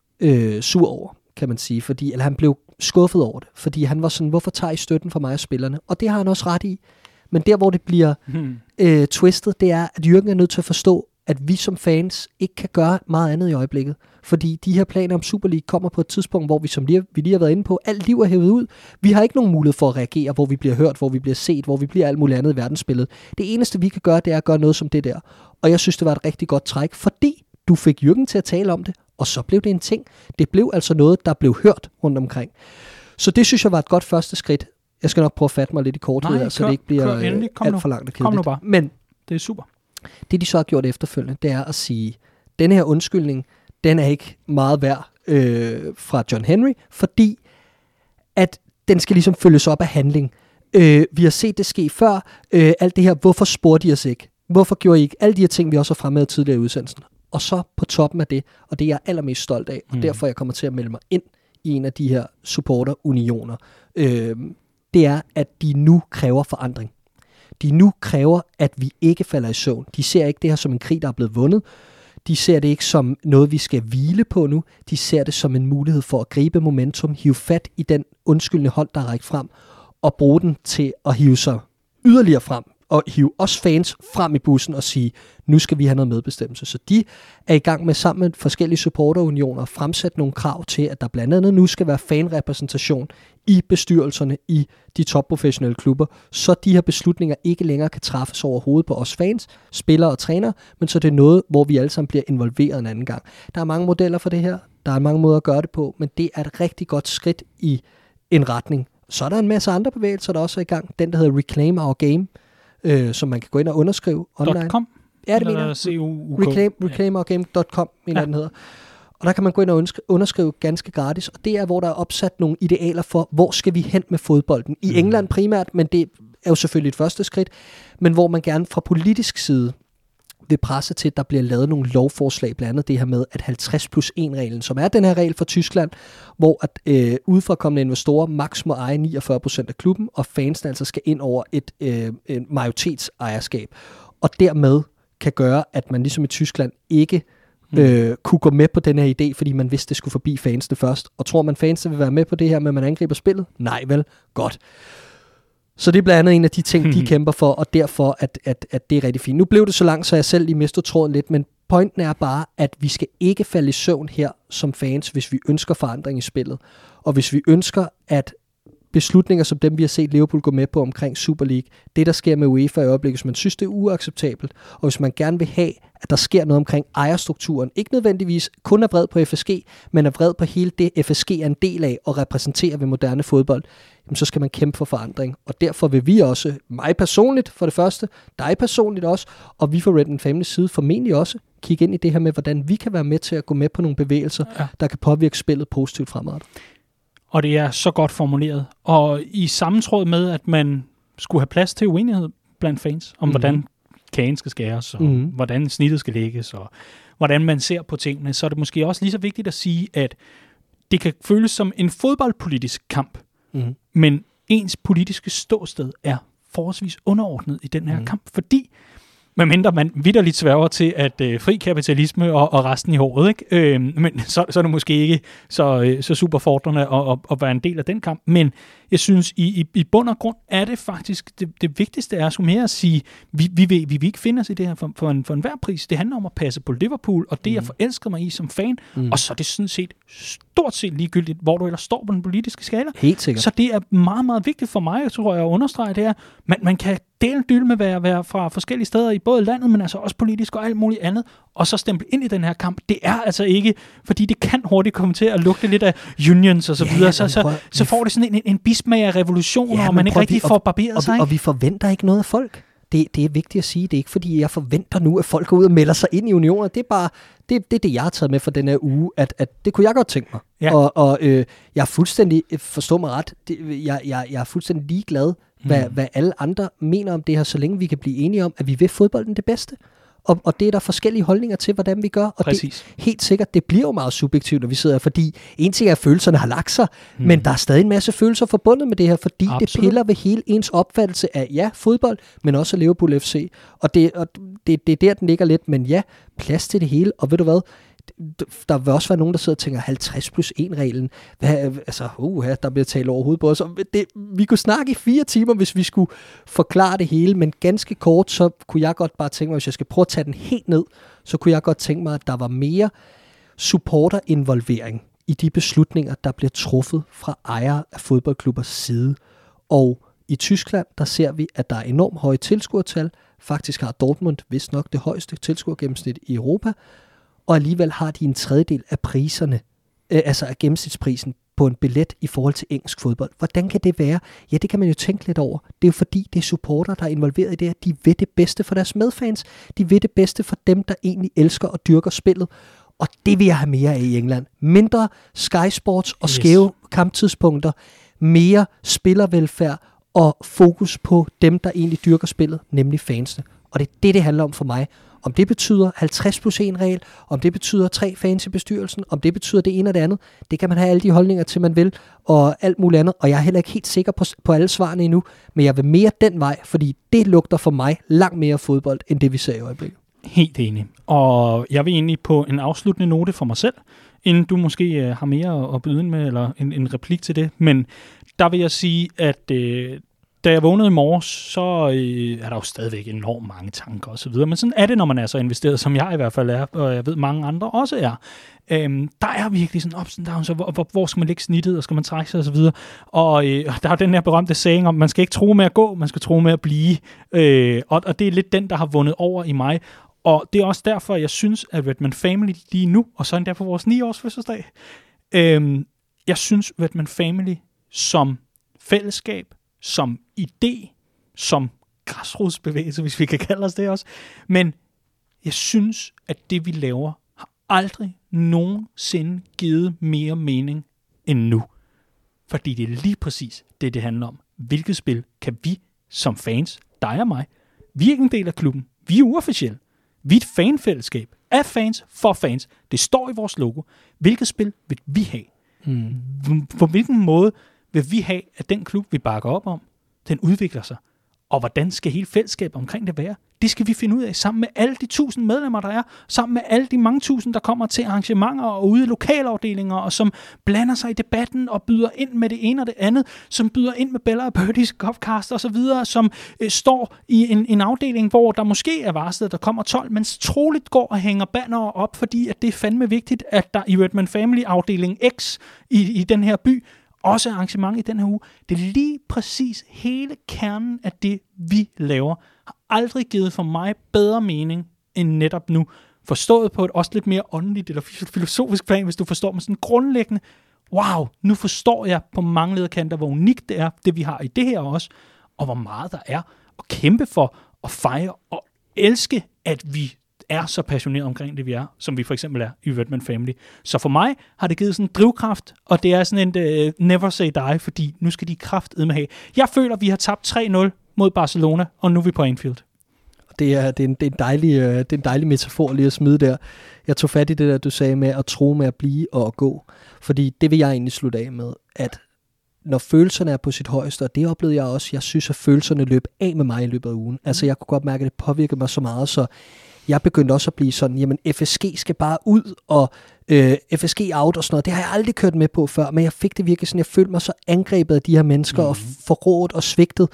sur over, kan man sige, eller han blev skuffet over det, fordi han var sådan, hvorfor tager I støtten fra mig og spillerne? Og det har han også ret i. Men der, hvor det bliver twistet, det er, at Jürgen er nødt til at forstå, at vi som fans ikke kan gøre meget andet i øjeblikket. Fordi de her planer om Super League kommer på et tidspunkt, hvor vi lige har været inde på, alt liv er hævet ud. Vi har ikke nogen mulighed for at reagere, hvor vi bliver hørt, hvor vi bliver set, hvor vi bliver alt muligt andet i verdensspillet. Det eneste, vi kan gøre, det er at gøre noget som det der. Og jeg synes, det var et rigtig godt træk, fordi du fik Jürgen til at tale om det, og så blev det en ting. Det blev altså noget, der blev hørt rundt omkring. Så det synes jeg var et godt første skridt. Jeg skal nok prøve at fatte mig lidt i korthed, så det ikke bliver alt for langt og kedeligt. Men det er super. Det de så har gjort efterfølgende, det er at sige, denne her undskyldning, den er ikke meget værd fra John Henry, fordi at den skal ligesom følges op af handling. Vi har set det ske før. Alt det her, hvorfor spurgte de os ikke? Hvorfor gjorde I ikke alle de her ting, vi også har fremhævet tidligere i udsendelsen? Og så på toppen af det, og det er jeg allermest stolt af, og derfor jeg kommer til at melde mig ind i en af de her supporterunioner, det er, at de nu kræver forandring. De nu kræver, at vi ikke falder i søvn. De ser ikke det her som en krig, der er blevet vundet. De ser det ikke som noget, vi skal hvile på nu. De ser det som en mulighed for at gribe momentum, hive fat i den undskyldende hånd, der er rækket frem, og bruge den til at hive sig yderligere frem, og hive os fans frem i bussen og sige, nu skal vi have noget medbestemmelse. Så de er i gang med sammen med forskellige supporterunioner at fremsætte nogle krav til, at der blandt andet nu skal være fanrepræsentation i bestyrelserne i de topprofessionelle klubber, så de her beslutninger ikke længere kan træffes over hovedet på os fans, spillere og trænere, men så det er noget, hvor vi alle sammen bliver involveret en anden gang. Der er mange modeller for det her, der er mange måder at gøre det på, men det er et rigtig godt skridt i en retning. Så er der en masse andre bevægelser, der også er i gang. Den, der hedder Reclaim Our Game, som man kan gå ind og underskrive online. .com? Ja, det mener jeg. Reclaimourgame.com, mener den hedder. Og der kan man gå ind og underskrive ganske gratis, og det er, hvor der er opsat nogle idealer for, hvor skal vi hen med fodbolden. I England primært, men det er jo selvfølgelig et første skridt, men hvor man gerne fra politisk side vil presse til, at der bliver lavet nogle lovforslag, blandt andet det her med, at 50+1-reglen, som er den her regel for Tyskland, hvor at udefrakommende investorer maks må eje 49% af klubben, og fansene altså skal ind over et majoritetsejerskab. Og dermed kan gøre, at man ligesom i Tyskland ikke kunne gå med på den her idé, fordi man vidste, det skulle forbi fansene først. Og tror man, fansene vil være med på det her med, at man angriber spillet? Nej vel? Godt. Så det er blandt andet en af de ting, de kæmper for, og derfor, at det er rigtig fint. Nu blev det så langt, så jeg selv lige mistede tråden lidt, men pointen er bare, at vi skal ikke falde i søvn her som fans, hvis vi ønsker forandring i spillet. Og hvis vi ønsker, at beslutninger som dem, vi har set Liverpool gå med på omkring Super League, det der sker med UEFA i øjeblikket, hvis man synes, det er uacceptabelt, og hvis man gerne vil have, at der sker noget omkring ejerstrukturen, ikke nødvendigvis kun er vred på FSG, men er vred på hele det, FSG er en del af og repræsenterer ved moderne fodbold, jamen så skal man kæmpe for forandring. Og derfor vil vi også, mig personligt for det første, dig personligt også, og vi fra Red & Family side formentlig også, kigge ind i det her med, hvordan vi kan være med til at gå med på nogle bevægelser, der kan påvirke spillet positivt fremadrettet. Og det er så godt formuleret. Og i sammentråd med, at man skulle have plads til uenighed blandt fans, om hvordan kagen skal skæres, og hvordan snittet skal lægges, og hvordan man ser på tingene, så er det måske også lige så vigtigt at sige, at det kan føles som en fodboldpolitisk kamp, men ens politiske ståsted er forholdsvis underordnet i den her kamp, fordi medmindre man vitterligt sværger til, at fri kapitalisme og resten i håret, ikke? Men så er det måske ikke så super fordrende at være en del af den kamp. Men jeg synes, i bund og grund er det faktisk, det vigtigste er sgu mere at sige, vi vil ikke finde os i det her for enhver pris. Det handler om at passe på Liverpool, og det jeg forelskede mig i som fan, og så er det sådan set stort set ligegyldigt, hvor du ellers står på den politiske skala. Helt sikkert. Så det er meget, meget vigtigt for mig, jeg tror, jeg understreger det her. Man kan dele med at være fra forskellige steder i både landet, men altså også politisk og alt muligt andet, og så stemple ind i den her kamp. Det er altså ikke, fordi det kan hurtigt komme til at lugte lidt af unions og så videre, så får det sådan en bismager-revolution, og man ikke rigtig får barberet sig. Og vi forventer ikke noget af folk. Det er vigtigt at sige. Det er ikke, fordi jeg forventer nu, at folk går ud og melder sig ind i unioner. Det er bare det, jeg har taget med for den her uge, at det kunne jeg godt tænke mig. Ja. Og jeg er fuldstændig, forstå mig ret, jeg er fuldstændig ligeglad, hvad alle andre mener om det her, så længe vi kan blive enige om, at vi vil fodbolden det bedste. Og det er der forskellige holdninger til, hvordan vi gør. Og præcis. Det, helt sikkert, det bliver jo meget subjektivt, når vi sidder, fordi en ting er, at følelserne har lagt sig, men der er stadig en masse følelser forbundet med det her, fordi det piller ved hele ens opfattelse af, fodbold, men også af Liverpool FC. Og det er der, den ligger lidt, men plads til det hele. Og ved du hvad, der vil også være nogen, der sidder og tænker 50+1-reglen. Der bliver talt over hovedet på os. Vi kunne snakke i 4 timer, hvis vi skulle forklare det hele, men ganske kort, så kunne jeg godt bare tænke mig, hvis jeg skal prøve at tage den helt ned, så kunne jeg godt tænke mig, at der var mere supporterinvolvering i de beslutninger, der bliver truffet fra ejere af fodboldklubbers side. Og i Tyskland, der ser vi, at der er enormt høje tilskuertal. Faktisk har Dortmund vist nok det højeste tilskuergennemsnit i Europa, og alligevel har de en tredjedel af priserne, altså af gennemsnitsprisen på en billet i forhold til engelsk fodbold. Hvordan kan det være? Ja, det kan man jo tænke lidt over. Det er jo fordi, det er supporter, der er involveret i det her. De vil det bedste for deres medfans. De vil det bedste for dem, der egentlig elsker og dyrker spillet. Og det vil jeg have mere af i England. Mindre Sky Sports og skæve kamptidspunkter. Mere spillervelfærd og fokus på dem, der egentlig dyrker spillet, nemlig fansene. Og det er det handler om for mig. Om det betyder 50+1-regel, om det betyder 3 fans i bestyrelsen, om det betyder det ene og det andet, det kan man have alle de holdninger til, man vil, og alt muligt andet. Og jeg er heller ikke helt sikker på alle svarene endnu, men jeg vil mere den vej, fordi det lugter for mig langt mere fodbold, end det vi ser i øjeblikket. Helt enig. Og jeg vil egentlig på en afsluttende note for mig selv, inden du måske har mere at byde ind med, eller en replik til det, men der vil jeg sige, at da jeg vågnede i morges, så er der jo stadigvæk enormt mange tanker og så videre, men sådan er det, når man er så investeret, som jeg i hvert fald er, og jeg ved mange andre også er. Der er virkelig sådan ups and downs, så hvor skal man lægge snittet, og skal man trække sig og så videre. Og der er den her berømte saying om, man skal ikke tro med at gå, man skal tro med at blive. Og det er lidt den, der har vundet over i mig. Og det er også derfor, jeg synes, at Redman Family lige nu, og så endda på vores 9-års fødselsdag, jeg synes, Redman Family som fællesskab, som idé, som græsrodsbevægelse, hvis vi kan kalde os det også. Men jeg synes, at det vi laver, har aldrig nogensinde givet mere mening end nu. Fordi det er lige præcis det handler om. Hvilket spil kan vi som fans, dig og mig, vi er ikke en del af klubben, vi er uofficielle. Vi er et fanfællesskab af fans for fans. Det står i vores logo. Hvilket spil vil vi have? På hvilken måde vil vi have, at den klub, vi bakker op om, den udvikler sig? Og hvordan skal hele fællesskabet omkring det være? Det skal vi finde ud af sammen med alle de 1000 medlemmer, der er. Sammen med alle de mange tusind, der kommer til arrangementer og ude i lokalafdelinger, og som blander sig i debatten og byder ind med det ene og det andet, som byder ind med Bella og Birdies, Copcast og så videre, som står i en afdeling, hvor der måske er varslet, der kommer 12, men troligt går og hænger bannere op, fordi at det er fandme vigtigt, at der i Redman Family afdeling X i den her by, også arrangement i den her uge. Det er lige præcis hele kernen af det, vi laver. Har aldrig givet for mig bedre mening end netop nu. Forstået på et også lidt mere åndeligt eller filosofisk plan, hvis du forstår mig sådan grundlæggende. Wow, nu forstår jeg på mange lederkanter, hvor unikt det er, det vi har i det her også, og hvor meget der er at kæmpe for, at fejre og elske, at vi er så passioneret omkring det, vi er, som vi for eksempel er i Redman Family. Så for mig har det givet sådan en drivkraft, og det er sådan en never say die, fordi nu skal de kraftedme have. Jeg føler, at vi har tabt 3-0 mod Barcelona, og nu er vi på Anfield. Det er en dejlig metafor lige at smide der. Jeg tog fat i det der, du sagde med at tro med at blive og at gå. Fordi det vil jeg egentlig slutte af med, at når følelserne er på sit højeste, og det oplevede jeg også, jeg synes, at følelserne løb af med mig i løbet af ugen. Altså jeg kunne godt mærke, at det påvirkede mig så meget, så jeg begyndte også at blive sådan, jamen FSG skal bare ud, og FSG out og sådan noget. Det har jeg aldrig kørt med på før, men jeg fik det virkelig sådan, jeg følte mig så angrebet af de her mennesker, og forrådt og svigtet.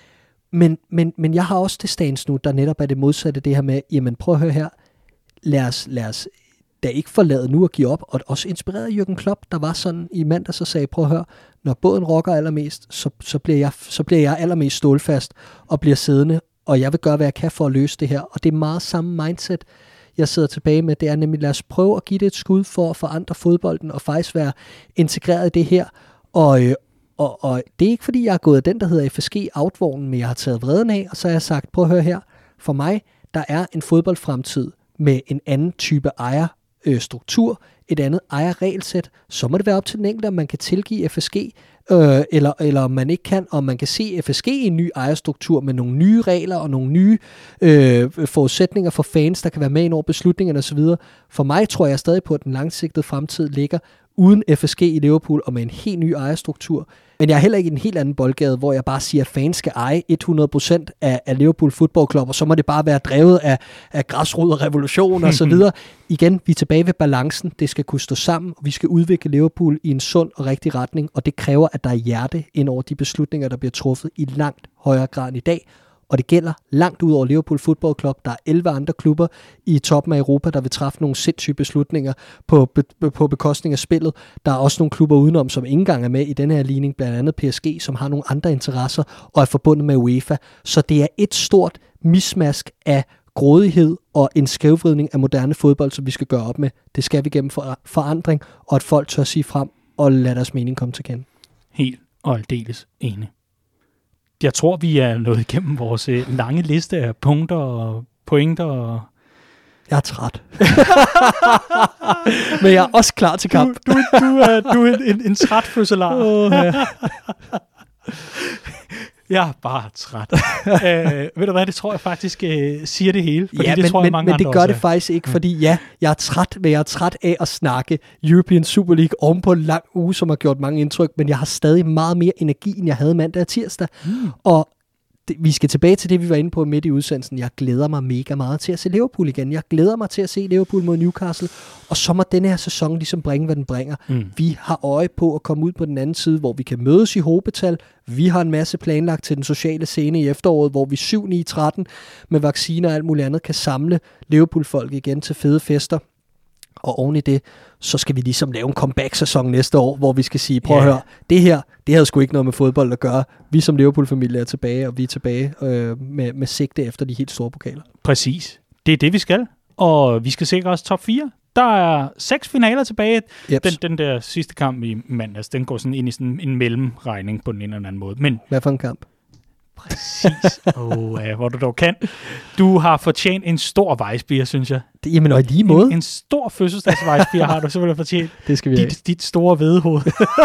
Men jeg har også det stans nu, der netop er det modsatte, det her med, jamen prøv at høre her, lad os da ikke forlade nu at give op, og også inspireret af Jürgen Klopp, der var sådan i mandag, så sagde, prøv at høre, når båden rocker allermest, så bliver jeg allermest stålfast, og bliver siddende, og jeg vil gøre, hvad jeg kan for at løse det her. Og det er meget samme mindset, jeg sidder tilbage med. Det er nemlig, lad os prøve at give det et skud for at forandre fodbolden, og faktisk være integreret i det her. Og det er ikke, fordi jeg er gået af den, der hedder FSG-outvognen, men jeg har taget vreden af, og så har jeg sagt, prøv at høre her, for mig, der er en fodboldfremtid med en anden type ejerstruktur, et andet ejerregelsæt, så må det være op til den enkelte, om man kan tilgive FSG, eller om man ikke kan, og man kan se FSG i en ny ejerstruktur med nogle nye regler og nogle nye forudsætninger for fans, der kan være med ind over beslutningerne osv. For mig tror jeg stadig på, at den langsigtede fremtid ligger uden FSG i Liverpool og med en helt ny ejerstruktur. Men jeg er heller ikke i en helt anden boldgade, hvor jeg bare siger, at fans skal eje 100% af Liverpool Football Club, og så må det bare være drevet af græsrod og revolution og så videre. Igen, vi er tilbage ved balancen. Det skal kunne stå sammen, og vi skal udvikle Liverpool i en sund og rigtig retning, og det kræver, at der er hjerte ind over de beslutninger, der bliver truffet i langt højere grad end i dag. Og det gælder langt ud over Liverpool Football Club. Der er 11 andre klubber i toppen af Europa, der vil træffe nogle sindssyge beslutninger på bekostning af spillet. Der er også nogle klubber udenom, som ikke engang er med i denne her ligning, blandt andet PSG, som har nogle andre interesser og er forbundet med UEFA. Så det er et stort mismask af grådighed og en skævvridning af moderne fodbold, som vi skal gøre op med. Det skal vi gennem forandring, og at folk tør sige frem og lade deres mening komme til kende. Helt og aldeles enig. Jeg tror, vi er nået igennem vores lange liste af punkter og pointer. Og jeg er træt. Men jeg er også klar til kamp. Du er en træt fødselar. Jeg er bare træt. Ved du hvad, det tror jeg faktisk siger det hele. Fordi ja, det tror jeg, mange men det gør det faktisk ikke, fordi jeg er træt, men jeg er træt af at snakke European Super League oven på en lang uge, som har gjort mange indtryk, men jeg har stadig meget mere energi, end jeg havde mandag og tirsdag. Og vi skal tilbage til det, vi var inde på midt i udsendelsen. Jeg glæder mig mega meget til at se Liverpool igen. Jeg glæder mig til at se Liverpool mod Newcastle, og så må denne her sæson ligesom bringe, hvad den bringer. Vi har øje på at komme ud på den anden side, hvor vi kan mødes i hobetal. Vi har en masse planlagt til den sociale scene i efteråret, hvor vi 7-9-13 med vacciner og alt muligt andet kan samle Liverpool-folk igen til fede fester. Og oven i det, så skal vi ligesom lave en comeback-sæson næste år, hvor vi skal sige, prøv at høre, det her, det havde sgu ikke noget med fodbold at gøre. Vi som Liverpool-familie er tilbage, og vi er tilbage med sigte efter de helt store pokaler. Præcis. Det er det, vi skal. Og vi skal sikre os top 4. Der er 6 finaler tilbage. Den der sidste kamp i mandags, den går sådan ind i sådan en mellemregning på den ene eller anden måde. Men hvad for en kamp? Præcis. Hvor du dog kan. Du har fortjent en stor vejsbier, synes jeg. Jamen, og i lige måde. En stor fødselsdagsvejsbier har du simpelthen fortjent. Det skal vi have. Dit store hvedehoved.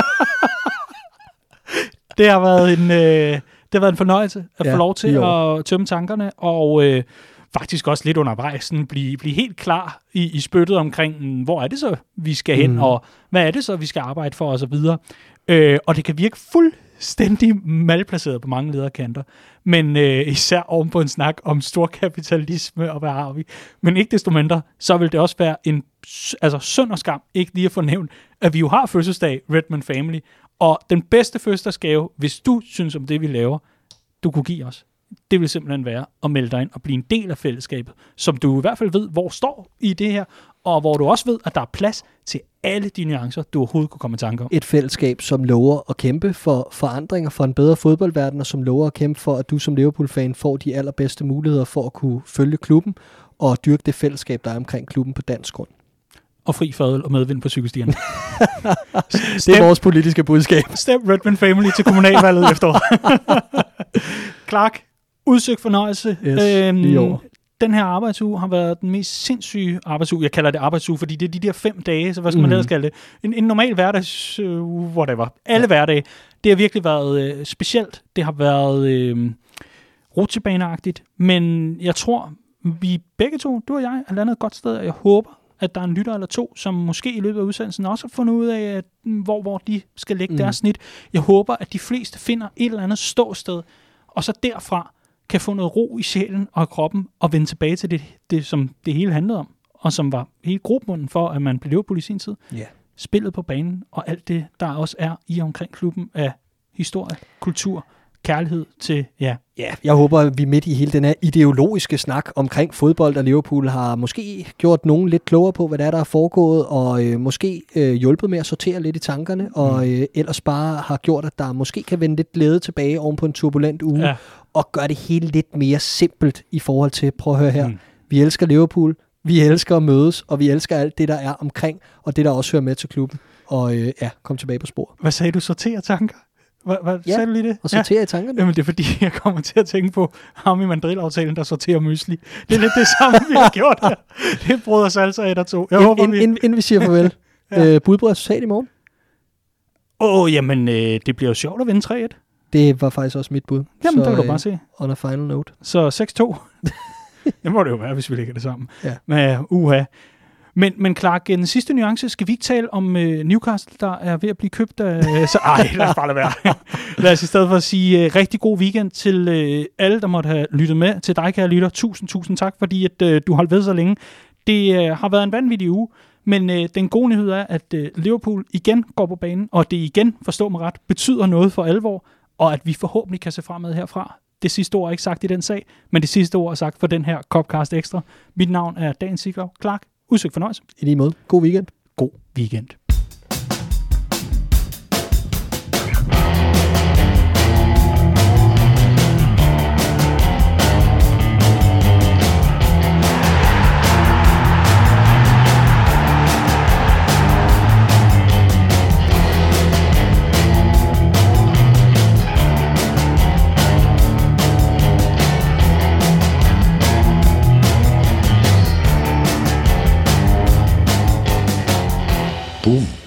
Det har været en fornøjelse at få lov til at tømme tankerne, og faktisk også lidt undervejs sådan, blive helt klar i spyttet omkring, hvor er det så, vi skal hen, og hvad er det så, vi skal arbejde for, og så videre. Og det kan virke fuldstændig malplaceret på mange lederkanter, men især oven på en snak om storkapitalisme, og hvad har vi. Men ikke desto mindre, så vil det også være en synd og skam, ikke lige at få nævnt, at vi jo har fødselsdag, Redman Family, og den bedste fødselsdagsgave, hvis du synes om det, vi laver, du kunne give os, det vil simpelthen være at melde dig ind og blive en del af fællesskabet, som du i hvert fald ved, hvor står i det her, og hvor du også ved, at der er plads til alle de nuancer, du overhovedet kunne komme i tanke om. Et fællesskab, som lover at kæmpe for forandringer, for en bedre fodboldverden, og som lover at kæmpe for, at du som Liverpool-fan får de allerbedste muligheder for at kunne følge klubben og dyrke det fællesskab, der er omkring klubben på dansk grund. Og fri fadøl og medvind på cykelstierne. Det er vores politiske budskab. Stem Redman Family til kommunalvalget efterår. Clark, udsøgt fornøjelse. Yes, den her arbejdsuge har været den mest sindssyge arbejdsuge. Jeg kalder det arbejdsuge, fordi det er de der 5 dage, så hvad skal man ellers kalde det? En normal hverdagsuge, whatever. Alle hverdage. Det har virkelig været specielt. Det har været rutsjebaneagtigt, men jeg tror, vi begge to, du og jeg, er landet et godt sted, og jeg håber, at der er en lytter eller 2, som måske i løbet af udsendelsen også har fundet ud af, hvor de skal lægge deres snit. Jeg håber, at de fleste finder et eller andet ståsted, og så derfra kan få noget ro i sjælen og i kroppen, og vende tilbage til det, som det hele handlede om, og som var hele grobunden for, at man blev Liverpool i sin tid. Yeah. Spillet på banen, og alt det, der også er i omkring klubben af historie, kultur, kærlighed til, Ja, jeg håber, at vi midt i hele den her ideologiske snak omkring fodbold og Liverpool har måske gjort nogen lidt klogere på, hvad der er foregået, og måske hjulpet med at sortere lidt i tankerne, og ellers bare har gjort, at der måske kan vende lidt glæde tilbage oven på en turbulent uge, og gøre det hele lidt mere simpelt i forhold til, prøv at høre her, vi elsker Liverpool, vi elsker at mødes, og vi elsker alt det, der er omkring, og det, der også hører med til klubben. Og kom tilbage på spor. Hvad sagde du, sortere tanker? Hvad sagde du lige det? Og sortere i tankerne. Jamen det er fordi, jeg kommer til at tænke på ham i Madrid-aftalen, der sorterer mysli. Det er lidt det samme, vi har gjort her. Det bryder os altså 1 og 2. Jeg håber, inden vi siger farvel. Bud på resultat i morgen? Jamen det bliver jo sjovt at vinde 3-1. Det var faktisk også mit bud. Jamen, det kan du bare se. On a final note. Så 6-2. Det må det jo være, hvis vi lægger det sammen. Ja. Men Clark, den sidste nuance, skal vi ikke tale om Newcastle, der er ved at blive købt af... lad os bare lade være. Lad os i stedet for at sige rigtig god weekend til alle, der måtte have lyttet med. Til dig, kære lytter. Tusind tak, fordi at, du holdt ved så længe. Det har været en vanvittig uge, men den gode nyhed er, at Liverpool igen går på banen, og det igen, forstå mig ret, betyder noget for alvor, og at vi forhåbentlig kan se fremad herfra. Det sidste ord er ikke sagt i den sag, men det sidste ord er sagt for den her Copcast Extra. Mit navn er Dan Siglau. Clark, udsøgt fornøjelse. I lige måde. God weekend. God weekend. Boom.